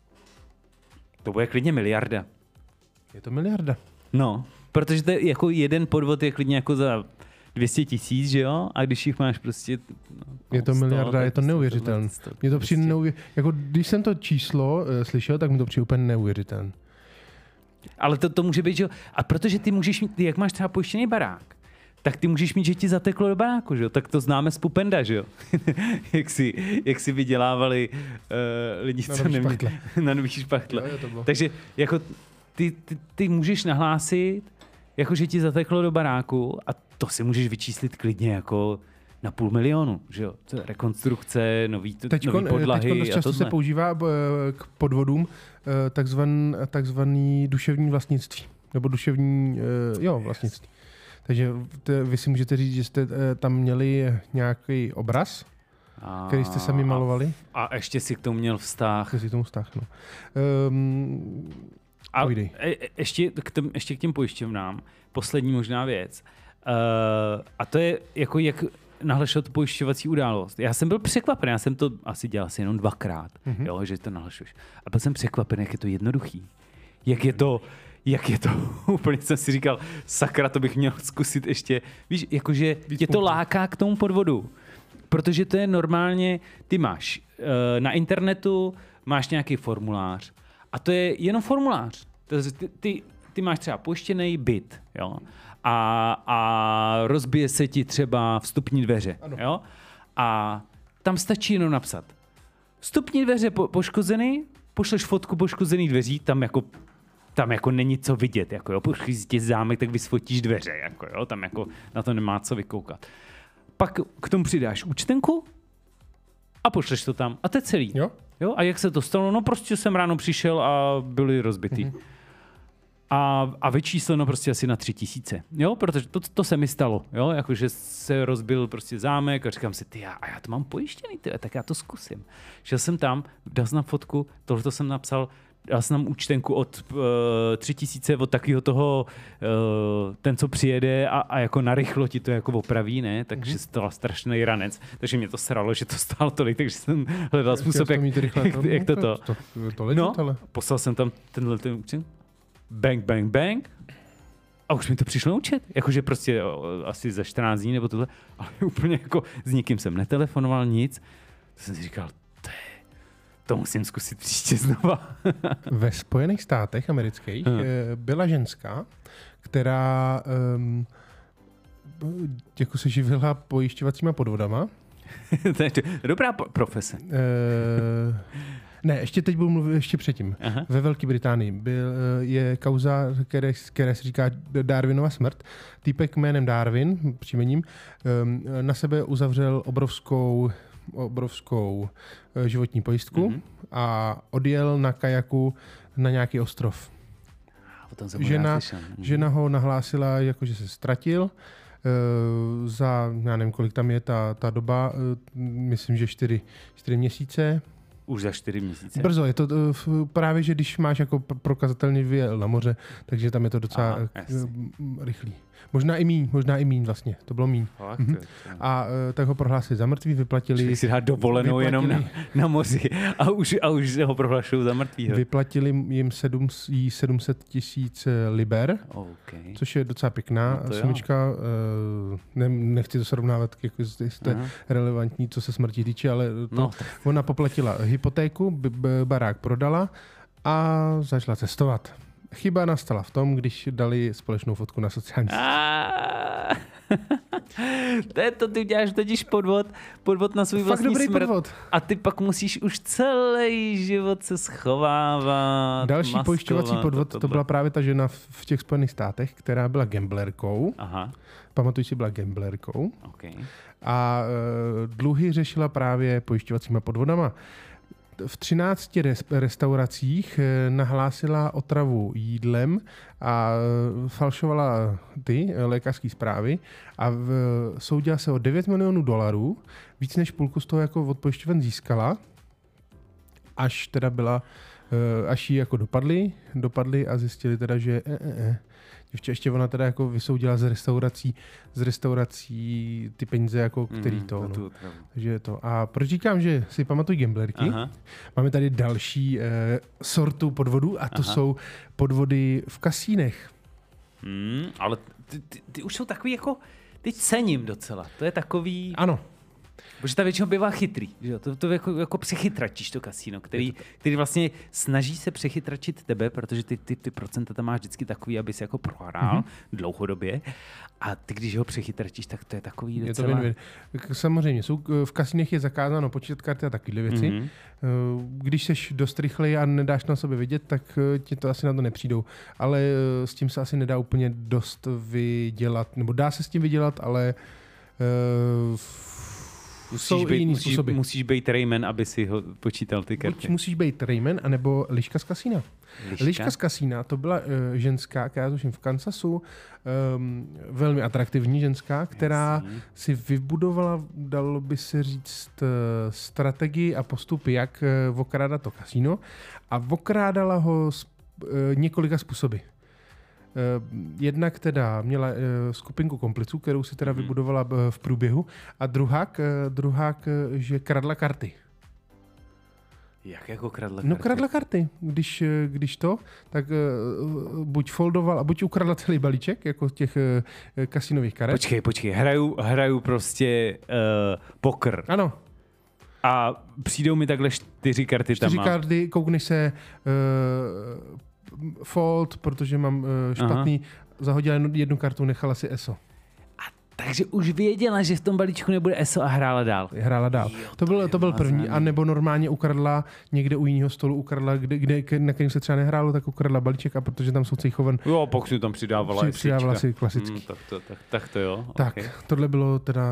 [SPEAKER 3] To bude klidně miliarda.
[SPEAKER 1] Je to miliarda.
[SPEAKER 3] No, protože to je jako jeden podvod je klidně jako za dvě stě tisíc, že jo? A když jich máš prostě... No,
[SPEAKER 1] je to sto, miliarda, je to neuvěřitelné. Mně to přijde neuvěřitelné. Jako když jsem to číslo uh, slyšel, tak mi to přijde úplně neuvěřitelné.
[SPEAKER 3] Ale to, to může být, že jo? A protože ty můžeš mít, jak máš třeba pojištěný barák, tak ty můžeš mít, že ti zateklo do baráku, že jo? Tak to známe z Pupenda, že jo? jak, si, jak si vydělávali uh, lidi, co neměli na nový špachtle. Takže jako ty, ty, ty můžeš nahlásit, jako že ti zateklo do baráku a to si můžeš vyčíslit klidně jako na půl milionu, že jo? To je rekonstrukce, nový,
[SPEAKER 1] teďko,
[SPEAKER 3] nový podlahy.
[SPEAKER 1] Teďko dost často se používá k podvodům takzvan, takzvaný duševní vlastnictví. Nebo duševní, jo, vlastnictví. Takže vy si můžete říct, že jste tam měli nějaký obraz
[SPEAKER 3] A,
[SPEAKER 1] který jste sami malovali.
[SPEAKER 3] A, a ještě si k tomu měl vztah.
[SPEAKER 1] K tomu vztah, no. Um,
[SPEAKER 3] a e, ještě, k tom, ještě k těm pojišťovnám. Poslední možná věc. Uh, a to je jako jak nahlašovat pojišťovací událost. Já jsem byl překvapený, já jsem to asi dělal asi jenom dvakrát, mm-hmm. jo, že to nahlašuješ. A byl jsem překvapený, jak je to jednoduchý. Jak je to, jak je to, úplně jsem si říkal, sakra, to bych měl zkusit ještě. Víš, jakože tě to láká k tomu podvodu. Protože to je normálně, ty máš uh, na internetu, máš nějaký formulář a to je jenom formulář. Ty, ty, ty máš třeba pojištěný byt, jo, a, a rozbije se ti třeba vstupní dveře, jo, a tam stačí jenom napsat vstupní dveře po, poškozený, pošleš fotku poškozených dveří, tam jako tam jako není co vidět, jako jo, pošleš ti zámek, tak vysfotíš dveře, jako jo, tam jako na to nemá co vykoukat. Pak k tomu přidáš účtenku a pošleš to tam. A to je celý.
[SPEAKER 1] Jo?
[SPEAKER 3] Jo? A jak se to stalo? No prostě jsem ráno přišel a byli rozbitý. Mm-hmm. A, a vyčísleno prostě asi na tři tisíce. Jo? Protože to, to se mi stalo. Jo? Jakože se rozbil prostě zámek a říkám si, ty, a já to mám pojištěný, ty, tak já to zkusím. Šel jsem tam, dal jsem na fotku, tohle jsem napsal, dal jsem nám účtenku od uh, tři tisíce od takového toho, uh, ten, co přijede a, a jako narychlo ti to jako opraví, ne? Takže mm-hmm. to byl strašný ranec. Takže mě to sralo, že to stálo tolik, takže jsem hledal způsob, jak, jak, jak to to.
[SPEAKER 1] to, to leží,
[SPEAKER 3] no,
[SPEAKER 1] ale.
[SPEAKER 3] Poslal jsem tam tenhle ten účten. Bang, bang, bang. A už mi to přišlo účet. Jakože prostě o, asi za čtrnáct dní nebo tohle. Ale úplně jako s nikým jsem netelefonoval, nic. To jsem si říkal, to musím zkusit příště znova.
[SPEAKER 1] Ve Spojených státech amerických hmm. byla ženská, která um, jako se živila pojišťovacíma podvodama.
[SPEAKER 3] To je dobrá profese. Uh,
[SPEAKER 1] ne, ještě teď budu mluvit ještě předtím. Aha. Ve Velké Británii byl, je kauza, které, které se říká Darwinova smrt. Týpek jménem Darwin, příjmením, um, na sebe uzavřel obrovskou obrovskou životní pojistku mm-hmm. a odjel na kajaku na nějaký ostrov. Žena, žena ho nahlásila, jako že se ztratil. E, za, já nevím, kolik tam je ta, ta doba, e, myslím, že čtyři, čtyři měsíce.
[SPEAKER 3] Už za čtyři měsíce.
[SPEAKER 1] Brzo, je to uh, právě, že když máš jako prokazatelně vyjel na moře, takže tam je to docela Aha, uh, rychlý. Možná i míň, možná i míň vlastně, to bylo míň.
[SPEAKER 3] Fakt,
[SPEAKER 1] mm-hmm. A uh, tak ho prohlásili za mrtvý, vyplatili...
[SPEAKER 3] Člověk si dá dovolenou vyplatili, jenom na, na moři a už, a už ho prohlašují za mrtvýho.
[SPEAKER 1] Vyplatili jim sedm, sedm set tisíc liber, okay. Což je docela pěkná no sumička. Uh, ne, nechci to srovnávat, jako jste relevantní, co se smrti týče, ale to, no. Ona poplatila hypotéku, b- b- barák prodala a začala cestovat. Chyba nastala v tom, když dali společnou fotku na sociální sítě.
[SPEAKER 3] To je to, ty děláš totiž podvod, podvod na svůj vlastní smrt. Podvod. A ty pak musíš už celý život se schovávat.
[SPEAKER 1] Další
[SPEAKER 3] maskovat,
[SPEAKER 1] pojišťovací podvod, to, to byla právě ta žena v těch Spojených státech, která byla gamblerkou. Aha. Pamatuj si, byla gamblerkou.
[SPEAKER 3] Okay.
[SPEAKER 1] A e, dluhy řešila právě pojišťovacíma podvodama. V třinácti restauracích nahlásila otravu jídlem a falšovala ty lékařské zprávy a v, soudila se o devět milionů dolarů, víc než půlku z toho jako od pojišťoven získala, až teda byla, až jí jako dopadly, dopadly a zjistili teda, že e, e, e. Ještě, ještě ona teda jako vysoudila z restaurací, z restaurací ty peníze, jako který mm, to. No. Takže to. A proč říkám, že si pamatují gamblerky? Aha. Máme tady další eh, sortu podvodů a to Aha. jsou podvody v kasínech.
[SPEAKER 3] Hmm, ale ty, ty, ty už jsou takový jako, teď cením docela. To je takový...
[SPEAKER 1] Ano.
[SPEAKER 3] Protože ta většinou bývá chytrý, že jo? To, to jako, jako přechytračíš to kasíno, který, který vlastně snaží se přechytračit tebe, protože ty, ty, ty procenta tam máš vždycky takový, aby si jako prohrál mm-hmm. dlouhodobě. A ty, když ho přechytračíš, tak to je takový je docela...
[SPEAKER 1] To samozřejmě, jsou, v kasínech je zakázáno počítat karty a takovéhle věci. Mm-hmm. Když seš dost rychlej a nedáš na sobě vidět, tak ti to asi na to nepřijdou. Ale s tím se asi nedá úplně dost vydělat, nebo dá se s tím vydělat, ale... Uh,
[SPEAKER 3] Musíš být, musíš, musíš být Rayman, aby si ho počítal ty karty.
[SPEAKER 1] Buď musíš být Rayman, anebo liška z kasína.
[SPEAKER 3] Liška?
[SPEAKER 1] Liška z kasína, to byla uh, ženská, která tuším v Kansasu, um, velmi atraktivní ženská, která Jasně. si vybudovala, dalo by se říct, uh, strategii a postupy, jak uh, okrádat to kasíno a okrádala ho z uh, několika způsoby. Jednak teda měla skupinku kompliců, kterou si teda vybudovala v průběhu a druhák, druhák že kradla karty.
[SPEAKER 3] Jak jako kradla karty?
[SPEAKER 1] No kradla karty. Když, když to, tak buď foldovala, buď ukradla celý balíček, jako těch kasinových karet.
[SPEAKER 3] Počkej, počkej, hraju, hraju prostě uh, poker.
[SPEAKER 1] Ano.
[SPEAKER 3] A přijdou mi takhle čtyři karty
[SPEAKER 1] čtyři
[SPEAKER 3] tam.
[SPEAKER 1] Čtyři karty, koukneš se uh, fold, protože mám uh, špatný, Aha. zahodila jednu kartu, nechala si E S O.
[SPEAKER 3] Takže už věděla, že v tom balíčku nebude E S O a hrála dál.
[SPEAKER 1] Hrála dál. Jo, to, to byl, to byl první. A nebo normálně ukradla někde u jiného stolu, ukradla, kde, kde, na kterým se třeba nehrálo, tak ukradla balíček a protože tam jsou cejchoven.
[SPEAKER 3] Jo, pokud si tam přidávala.
[SPEAKER 1] Při, přidávala si klasický.
[SPEAKER 3] Hmm, tak, to, tak, tak to jo.
[SPEAKER 1] Tak,
[SPEAKER 3] okay.
[SPEAKER 1] Tohle bylo teda,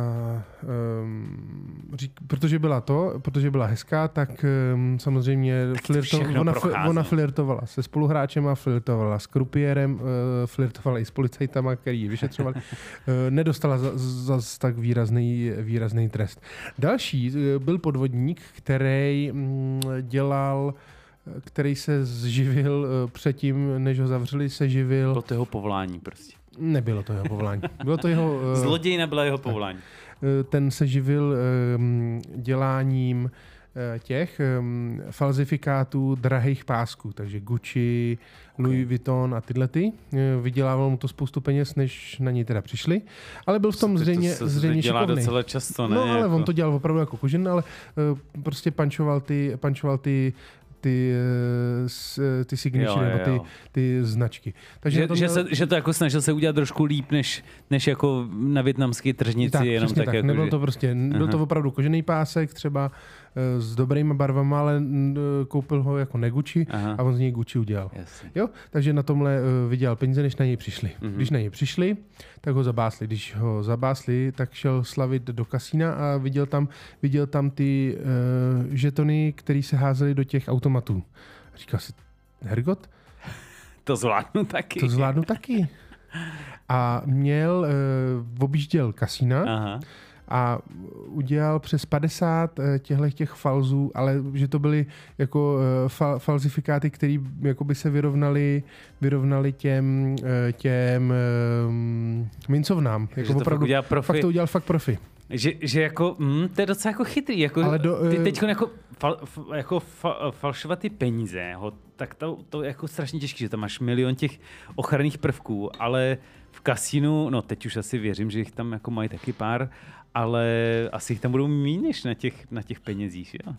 [SPEAKER 1] um, řík, protože byla to, protože byla hezká, tak um, samozřejmě flirto, ona, ona flirtovala se spoluhráčema, flirtovala s krupiérem, uh, flirtovala i s policajtama, který ji vyšetřovali. uh, nedostala zas tak výrazný, výrazný trest. Další byl podvodník, který dělal, který se zživil předtím, než ho zavřeli, se živil.
[SPEAKER 3] Bylo to jeho povolání prostě.
[SPEAKER 1] Nebylo to jeho povolání. Bylo to jeho...
[SPEAKER 3] Zloděj nebyla jeho povolání.
[SPEAKER 1] Ten se živil děláním těch um, falzifikátů drahých pásků, takže Gucci, okay. Louis Vuitton a tyhle ty. Vydělával mu to spoustu peněz, než na něj teda přišli, ale byl v tom zřejmě,
[SPEAKER 3] to
[SPEAKER 1] zřejmě
[SPEAKER 3] dělá
[SPEAKER 1] šikovnej.
[SPEAKER 3] docela často, ne?
[SPEAKER 1] No, ale
[SPEAKER 3] jako...
[SPEAKER 1] on to dělal opravdu jako kožen, ale uh, prostě pančoval ty, pančoval ty ty, ty signature, nebo ty, ty značky.
[SPEAKER 3] Takže že, to měl... že, se, že to jako snažil se udělat trošku líp, než, než jako na vietnamské tržnici.
[SPEAKER 1] Tak,
[SPEAKER 3] jenom tak,
[SPEAKER 1] tak.
[SPEAKER 3] Jako
[SPEAKER 1] Nebyl
[SPEAKER 3] že...
[SPEAKER 1] to prostě, byl to opravdu kožený pásek, třeba s dobrýma barvama, ale koupil ho jako neguči a on z něj Gucci udělal. Jo? Takže na tomhle vydělal peníze, než na něj přišli. Mm-hmm. Když na něj přišli, tak ho zabásli. Když ho zabásli, tak šel slavit do kasína a viděl tam, viděl tam ty uh, žetony, které se házely do těch automatů. A říkal si, hergot?
[SPEAKER 3] To zvládnu taky.
[SPEAKER 1] To zvládnu taky. A měl, uh, objížděl kasína, Aha. a udělal přes padesát těchto těch falzů, ale že to byly jako fal, falzifikáty, které by se vyrovnaly, vyrovnaly těm, těm um, mincovnám. Jako
[SPEAKER 3] to
[SPEAKER 1] opravdu,
[SPEAKER 3] fakt,
[SPEAKER 1] fakt to udělal fakt profi.
[SPEAKER 3] Že, že jako, mm, to je docela jako chytrý. Jako, ale do, ty teď jako, fal, jako fa, falšovat ty peníze, ho, tak to, to je jako strašně těžké, že tam máš milion těch ochranných prvků, ale v kasínu, no teď už asi věřím, že jich tam jako mají taky pár, ale asi jich tam budou méně než na těch, na těch penězích, jo?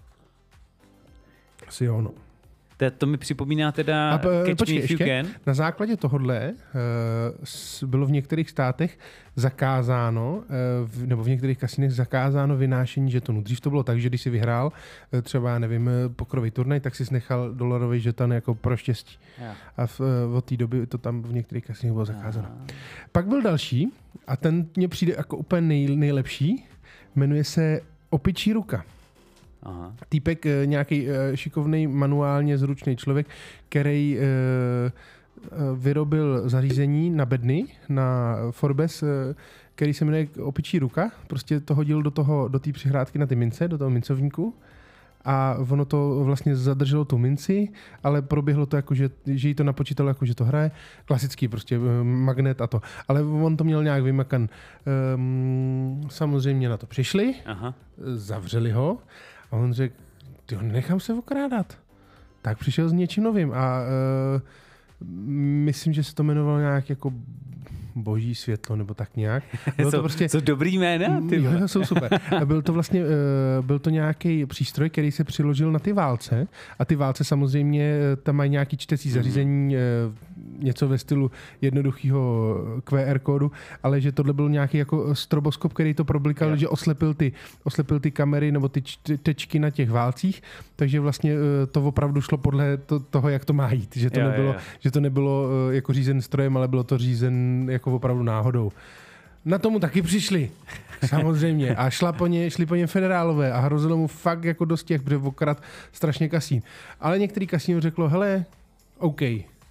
[SPEAKER 1] Asi jo, no.
[SPEAKER 3] To, to mi připomíná teda
[SPEAKER 1] a,
[SPEAKER 3] Catch
[SPEAKER 1] počkej,
[SPEAKER 3] Me If You Can.
[SPEAKER 1] Na základě tohohle uh, bylo v některých státech zakázáno, uh, v, nebo v některých kasinech zakázáno vynášení žetonů. Dřív to bylo tak, že když si vyhrál uh, třeba, nevím, pokrový turnaj, tak si nechal dolarový žeton jako pro štěstí. Yeah. A v, uh, od té doby to tam v některých kasinech bylo zakázáno. Yeah. Pak byl další a ten mně přijde jako úplně nej, nejlepší. Jmenuje se Opičí ruka. Aha. Týpek, nějaký šikovnej, manuálně zručný člověk, který uh, vyrobil zařízení na bedny, na Forbes, uh, který se jmenuje Opičí ruka. Prostě to hodil do toho, do té přihrádky na ty mince, do toho mincovníku. A ono to vlastně zadrželo tu minci, ale proběhlo to jako, že, že jí to napočítalo jako, že to hraje. Klasický prostě magnet a to. Ale on to měl nějak vymakan. Um, samozřejmě na to přišli, Aha. zavřeli ho a on řekl, tyjo, nechám se okrádat. Tak přišel s něčím novým a uh, myslím, že se to jmenovalo nějak jako Boží světlo, nebo tak nějak.
[SPEAKER 3] Bylo to prostě, jsou dobrý jména? Ty
[SPEAKER 1] jo, jsou super. Byl to vlastně, byl to nějaký přístroj, který se přiložil na ty válce a ty válce samozřejmě tam mají nějaký čtecí zařízení, něco ve stylu jednoduchého Q R kódu, ale že tohle byl nějaký jako stroboskop, který to problikal, že oslepil ty, oslepil ty kamery nebo ty tečky na těch válcích, takže vlastně to opravdu šlo podle to, toho, jak to má jít. Že to, jo, nebylo, jo. Že to nebylo jako řízen strojem, ale bylo to řízen jako opravdu náhodou. Na tomu taky přišli. Samozřejmě. A šla po ně, šli po něm federálové a hrozilo mu fakt jako dost těch, protože okrad strašně kasín. Ale některý kasín řeklo, hele, OK,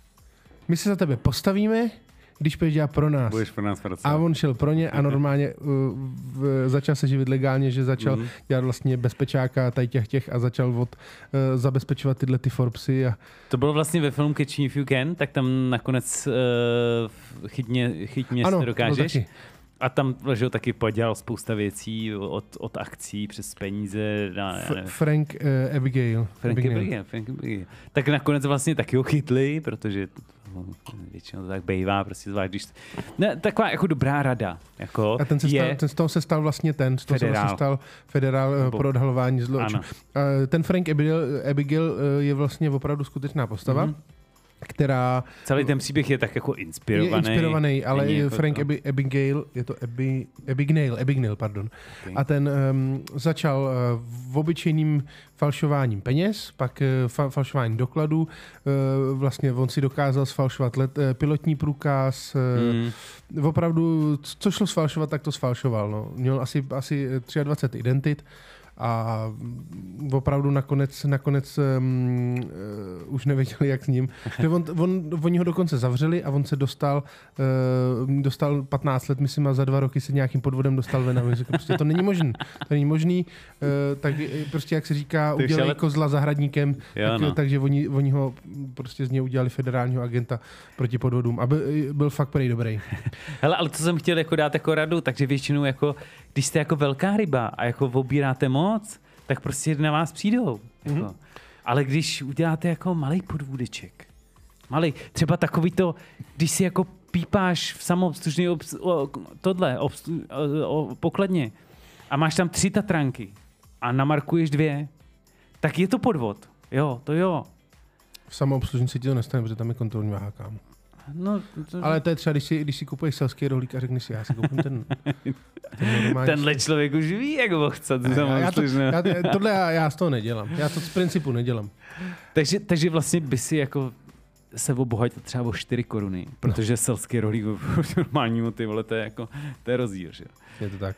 [SPEAKER 1] my se za tebe postavíme, když půjdeš dělat pro nás.
[SPEAKER 3] Budeš pro nás pracovat.
[SPEAKER 1] A on šel pro ně a normálně uh, v, začal se živit legálně, že začal mm. dělat vlastně bezpečáka tady těch těch a začal od, uh, zabezpečovat tyhle ty Forbesy. A...
[SPEAKER 3] To bylo vlastně ve filmu Catch Me If You Can, tak tam nakonec uh, chytně, chytně
[SPEAKER 1] ano,
[SPEAKER 3] dokážeš. A tam že taky podělal spousta věcí od, od akcí přes peníze. Na,
[SPEAKER 1] F- Frank uh, Abigail.
[SPEAKER 3] Frank Abigail. Frank Abigail. Tak nakonec vlastně taky ho chytli, protože většinou to tak bývá, prostě zvlášť, když... Ne, taková jako dobrá rada. Jako
[SPEAKER 1] a ten se
[SPEAKER 3] je...
[SPEAKER 1] stal, ten z toho se stal vlastně ten, z toho federál. se vlastně stal federál Nebo... pro odhalování zločinu. Ten Frank Abigail, Abigail je vlastně opravdu skutečná postava. Mm-hmm. která...
[SPEAKER 3] Celý ten příběh je tak jako inspirovaný.
[SPEAKER 1] Je inspirovaný, ale
[SPEAKER 3] jako
[SPEAKER 1] Frank
[SPEAKER 3] to...
[SPEAKER 1] Abi, Abigail, je to Abi, Abigail, Abigail, pardon. Okay. A ten um, začal uh, v obyčejným falšováním peněz, pak uh, fa- falšování dokladů. Uh, vlastně on si dokázal sfalšovat let, uh, pilotní průkaz. Uh, mm. Opravdu, co šlo sfalšovat, tak to sfalšoval. No. Měl asi, asi dvacet tři identit. A opravdu nakonec, nakonec um, uh, už nevěděli, jak s ním. On, on, oni ho dokonce zavřeli a on se dostal, uh, dostal patnáct let, myslím, a za dva roky se nějakým podvodem dostal ven. A řekl, prostě to není možný. To není možný. Uh, tak prostě, jak se říká, udělali kozla zahradníkem,
[SPEAKER 3] jo, no.
[SPEAKER 1] tak, takže oni, oni ho prostě z něj udělali federálního agenta proti podvodům. A byl, byl fakt prej dobrý.
[SPEAKER 3] Hele, ale to jsem chtěl jako dát jako radu, takže většinou jako, když jste jako velká ryba a jako obíráte moc, tak prostě na vás přijdou. Jako. Mm-hmm. Ale když uděláte jako malej podvůdeček, malej, třeba takový to, když si jako pípáš v samoobslužný obs, o, tohle, obs, o, o, pokladně a máš tam tři tatranky a namarkuješ dvě, tak je to podvod. Jo, to jo.
[SPEAKER 1] V samoobslužnici ti to nestane, protože tam je kontrolní váha, kámo.
[SPEAKER 3] No, to...
[SPEAKER 1] Ale to je třeba, když si, když si kupuješ selský rohlík a řekneš si, já si koupím ten...
[SPEAKER 3] ten normální... Tenhle člověk už ví, jak ho chce.
[SPEAKER 1] Já, já to, já, tohle já, já z toho nedělám. Já to z principu nedělám.
[SPEAKER 3] Takže, takže vlastně by si jako se obohatil třeba o čtyři koruny, protože no. selský rohlík normální, ty vole, to je jako, to je rozdíl, že jo.
[SPEAKER 1] Je to tak.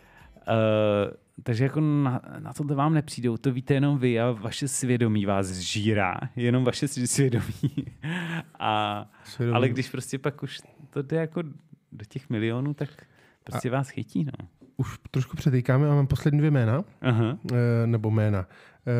[SPEAKER 3] Uh, takže jako na, na tohle vám nepřijdou, to víte jenom vy a vaše svědomí vás žírá, jenom vaše svědomí. A, svědomí. Ale když prostě pak už to jde jako do těch milionů, tak prostě a vás chytí, no.
[SPEAKER 1] Už trošku přetýkáme a mám poslední dvě jména,
[SPEAKER 3] Aha.
[SPEAKER 1] E, nebo jména. E,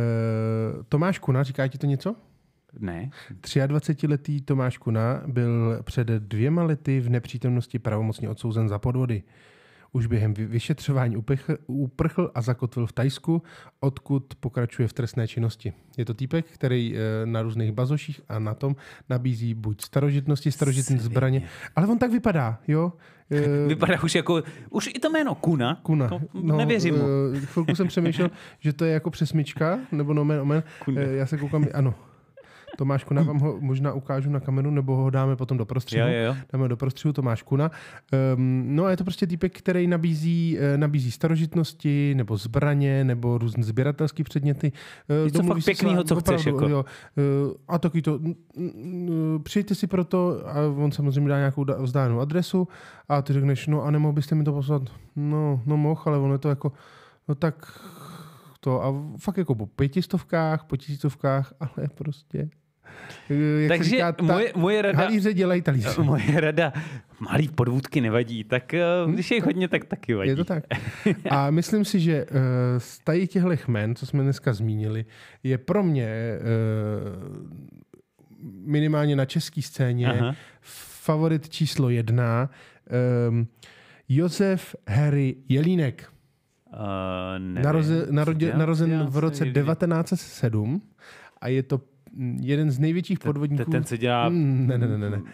[SPEAKER 1] Tomáš Kuna, říká ti to něco?
[SPEAKER 3] Ne.
[SPEAKER 1] třiadvacetiletý Tomáš Kuna byl před dvěma lety v nepřítomnosti pravomocně odsouzen za podvody. Už během vyšetřování uprchl, uprchl a zakotvil v Thajsku, odkud pokračuje v trestné činnosti. Je to týpek, který e, na různých bazoších a na tom nabízí buď starožitnosti, starožitné zbraně, ale on tak vypadá, jo.
[SPEAKER 3] E, vypadá už jako, už i to jméno Kuna.
[SPEAKER 1] Kuna.
[SPEAKER 3] To
[SPEAKER 1] no,
[SPEAKER 3] nevěřím mu.
[SPEAKER 1] E, chvilku jsem přemýšlel, že to je jako přesmička, nebo nomen, omen. E, já se koukám, ano. Tomáš Kuna, vám ho možná ukážu na kameru, nebo ho dáme potom do prostřihu.
[SPEAKER 3] Jo, jo.
[SPEAKER 1] Dáme do prostřihu Tomáš Kuna. Um, no a je to prostě týpek, který nabízí, nabízí starožitnosti, nebo zbraně, nebo různé sběratelské předměty.
[SPEAKER 3] Něco fakt pěknýho, co opravdu, chceš. Jako. Jo.
[SPEAKER 1] A taky to, přijďte si proto, a on samozřejmě dá nějakou vzdálenou adresu, a ty řekneš, no a nemohl byste mi to poslat? No, no mohl, ale ono je to jako, no tak... To a fakt jako po pětistovkách, po tisícovkách, ale prostě... Jak
[SPEAKER 3] takže
[SPEAKER 1] se říká, ta,
[SPEAKER 3] moje, moje rada...
[SPEAKER 1] Halíře dělají talíře.
[SPEAKER 3] Moje rada, malý podvůdky nevadí, tak uh, když je jich hodně, tak taky vadí.
[SPEAKER 1] Je to tak. A myslím si, že uh, z tady těchto jmen, co jsme dneska zmínili, je pro mě uh, minimálně na české scéně Aha. favorit číslo jedna um, Josef Harry Jelínek.
[SPEAKER 3] Uh, nevím,
[SPEAKER 1] Naroze, narodě, narozen v roce devatenáct set sedm a je to jeden z největších podvodníků.
[SPEAKER 3] Ten, co dělá...
[SPEAKER 1] Ne, ne, ne, ne. ne.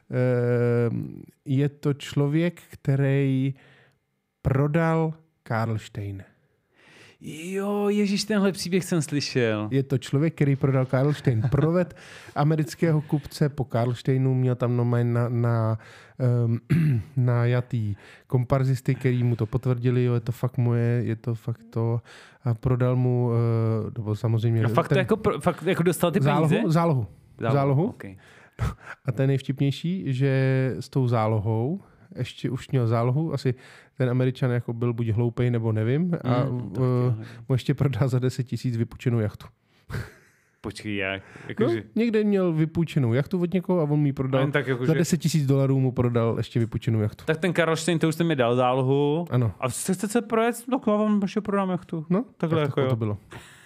[SPEAKER 1] Je to člověk, který prodal Karlštejn.
[SPEAKER 3] Jo, ježíš, tenhle příběh jsem slyšel.
[SPEAKER 1] Je to člověk, který prodal Karlštejn. Proved amerického kupce po Karlštejnu, měl tam normálně na, na, um, najatý komparzisty, který mu to potvrdili, jo, je to fakt moje, je to fakt to. A prodal mu, uh, nebo samozřejmě...
[SPEAKER 3] A fakt
[SPEAKER 1] ten,
[SPEAKER 3] to jako, fakt jako dostal ty
[SPEAKER 1] zálohu,
[SPEAKER 3] peníze?
[SPEAKER 1] Zálohu. Zálohu. zálohu.
[SPEAKER 3] Okay.
[SPEAKER 1] A ten nejvtipnější, že s tou zálohou, ještě už měl zálohu, asi ten Američan jako byl buď hloupej, nebo nevím, a mm, uh, mu ještě prodá za deset tisíc vypučenou jachtu.
[SPEAKER 3] Počkej, jak? Jako,
[SPEAKER 1] No,
[SPEAKER 3] že...
[SPEAKER 1] někde měl vypůjčenou jachtu od někoho a on mi ji prodal.
[SPEAKER 3] Tak, jako,
[SPEAKER 1] za
[SPEAKER 3] že...
[SPEAKER 1] deset tisíc dolarů mu prodal ještě vypůjčenou jachtu.
[SPEAKER 3] tak ten Karlštejn, to už jste mi dal zálohu.
[SPEAKER 1] Ano.
[SPEAKER 3] A jste chcete se projet? No, já vám ještě prodám jachtu.
[SPEAKER 1] No,
[SPEAKER 3] Takhle
[SPEAKER 1] tak
[SPEAKER 3] jako jo.
[SPEAKER 1] to bylo.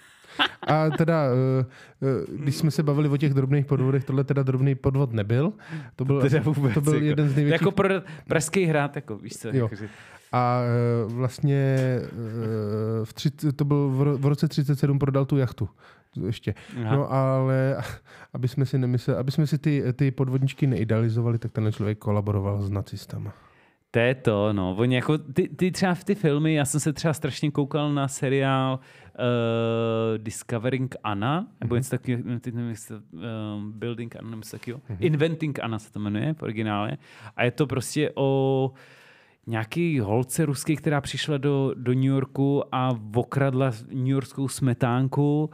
[SPEAKER 1] A teda, když jsme se bavili o těch drobných podvodech, tohle teda drobný podvod nebyl. To byl,
[SPEAKER 3] Teda vůbec,
[SPEAKER 1] to byl
[SPEAKER 3] jako,
[SPEAKER 1] jeden z největších.
[SPEAKER 3] Jako pro pražský hrad, jako víš co.
[SPEAKER 1] Jo.
[SPEAKER 3] Jako, že...
[SPEAKER 1] A vlastně v tři, to byl v roce třicet sedm prodal tu jachtu. Ještě.
[SPEAKER 3] Aha.
[SPEAKER 1] No ale aby jsme si nemysleli, aby jsme si ty, ty podvodničky neidealizovali, tak ten člověk kolaboroval s nacistama.
[SPEAKER 3] To je to, no. Oni jako, ty, ty třeba v ty filmy, já jsem se třeba strašně koukal na seriál uh, Discovering Anna, nebo něco takového, uh, Building Anna, nebo něco takového. Mm-hmm. Inventing Anna se to jmenuje v originále. A je to prostě o nějaký holce ruský, která přišla do, do New Yorku a okradla newyorskou smetánku,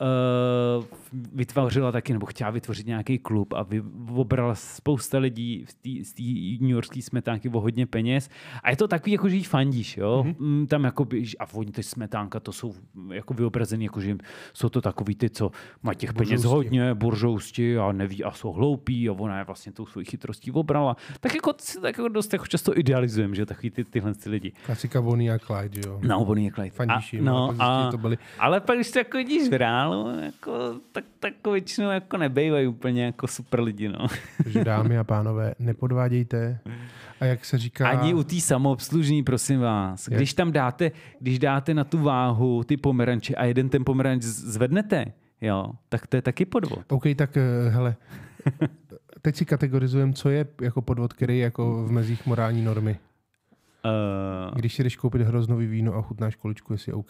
[SPEAKER 3] Uh, vytvořila taky, nebo chtěla vytvořit nějaký klub a vy, obrala spousta lidí z té newyorské smetánky o hodně peněz. A je to takový, jako že jí fandíš, jo? Mm-hmm. Tam jako by, a oni ty smetánka, to jsou jako vyobrazený, jako že jsou to takový ty, co mají těch buržousti. Peněz hodně, buržousti a neví a jsou hloupí a ona je vlastně tou svojí chytrostí obrala. Tak jako, tak jako dost jako často idealizujeme, že takový ty, tyhle ty lidi.
[SPEAKER 1] Klasika Bonnie a Clyde, jo?
[SPEAKER 3] No, Bonnie a Clyde.
[SPEAKER 1] Fandíš jim,
[SPEAKER 3] no,
[SPEAKER 1] a, to byli...
[SPEAKER 3] ale pak, když to jako vidíš v reálu, jako, tak, tak většinou jako nebejvají úplně jako super lidi, no.
[SPEAKER 1] Takže dámy a pánové, nepodvádějte. A jak se říká...
[SPEAKER 3] Ani u té samoobslužní, prosím vás. Když tam dáte, když dáte na tu váhu ty pomeranče a jeden ten pomeranč zvednete, jo, tak to je taky podvod.
[SPEAKER 1] OK, tak hele, teď si kategorizujeme, co je jako podvod, který je jako v mezích morální normy.
[SPEAKER 3] Uh...
[SPEAKER 1] Když si jdeš koupit hroznový víno a chutnáš količku, jestli je OK?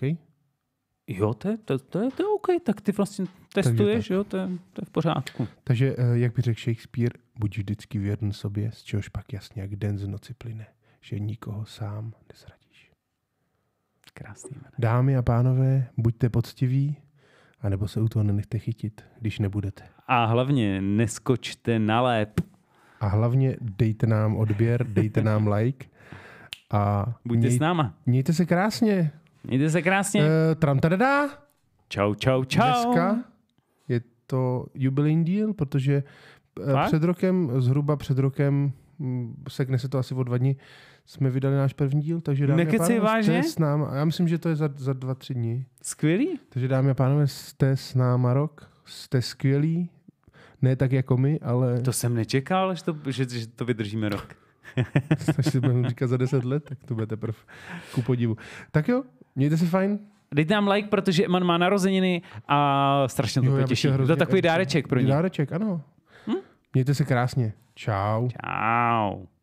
[SPEAKER 3] Jo, to je, to, to, je, to je OK, tak ty vlastně testuješ, jo, to je, to je v pořádku.
[SPEAKER 1] Takže, jak by řekl Shakespeare, buď vždycky věrn sobě, z čehož pak jasně, jak den z noci plyne, že nikoho sám nezradíš.
[SPEAKER 3] Krásný jméno.
[SPEAKER 1] Dámy a pánové, buďte poctiví, anebo se u toho nenechte chytit, když nebudete.
[SPEAKER 3] A hlavně neskočte na lép.
[SPEAKER 1] A hlavně dejte nám odběr, dejte nám like a
[SPEAKER 3] buďte měj, s náma.
[SPEAKER 1] Mějte se krásně.
[SPEAKER 3] Mějte se krásně.
[SPEAKER 1] Uh, Tramtadadá.
[SPEAKER 3] Čau, čau, čau.
[SPEAKER 1] Dneska je to jubilejní díl, protože Fakt? před rokem, zhruba před rokem, sekne se to asi o dva dny, jsme vydali náš první díl, takže dámy
[SPEAKER 3] Nekeci,
[SPEAKER 1] a pánové, jste s náma. Já myslím, že to je za, za dva, tři dny.
[SPEAKER 3] Skvělý.
[SPEAKER 1] Takže dámy a pánové, jste s náma rok, jste skvělí, ne tak jako my, ale...
[SPEAKER 3] To jsem nečekal, že to, že, že to vydržíme rok.
[SPEAKER 1] Až si budeme říkat za deset let, tak to bude teprve ku podivu. Tak jo, mějte se fajn.
[SPEAKER 3] Dejte nám like, protože Eman má narozeniny a strašně to těší. To je takový dáreček pro ně.
[SPEAKER 1] Dáreček, ano. Hm? Mějte se krásně. Čau.
[SPEAKER 3] Čau.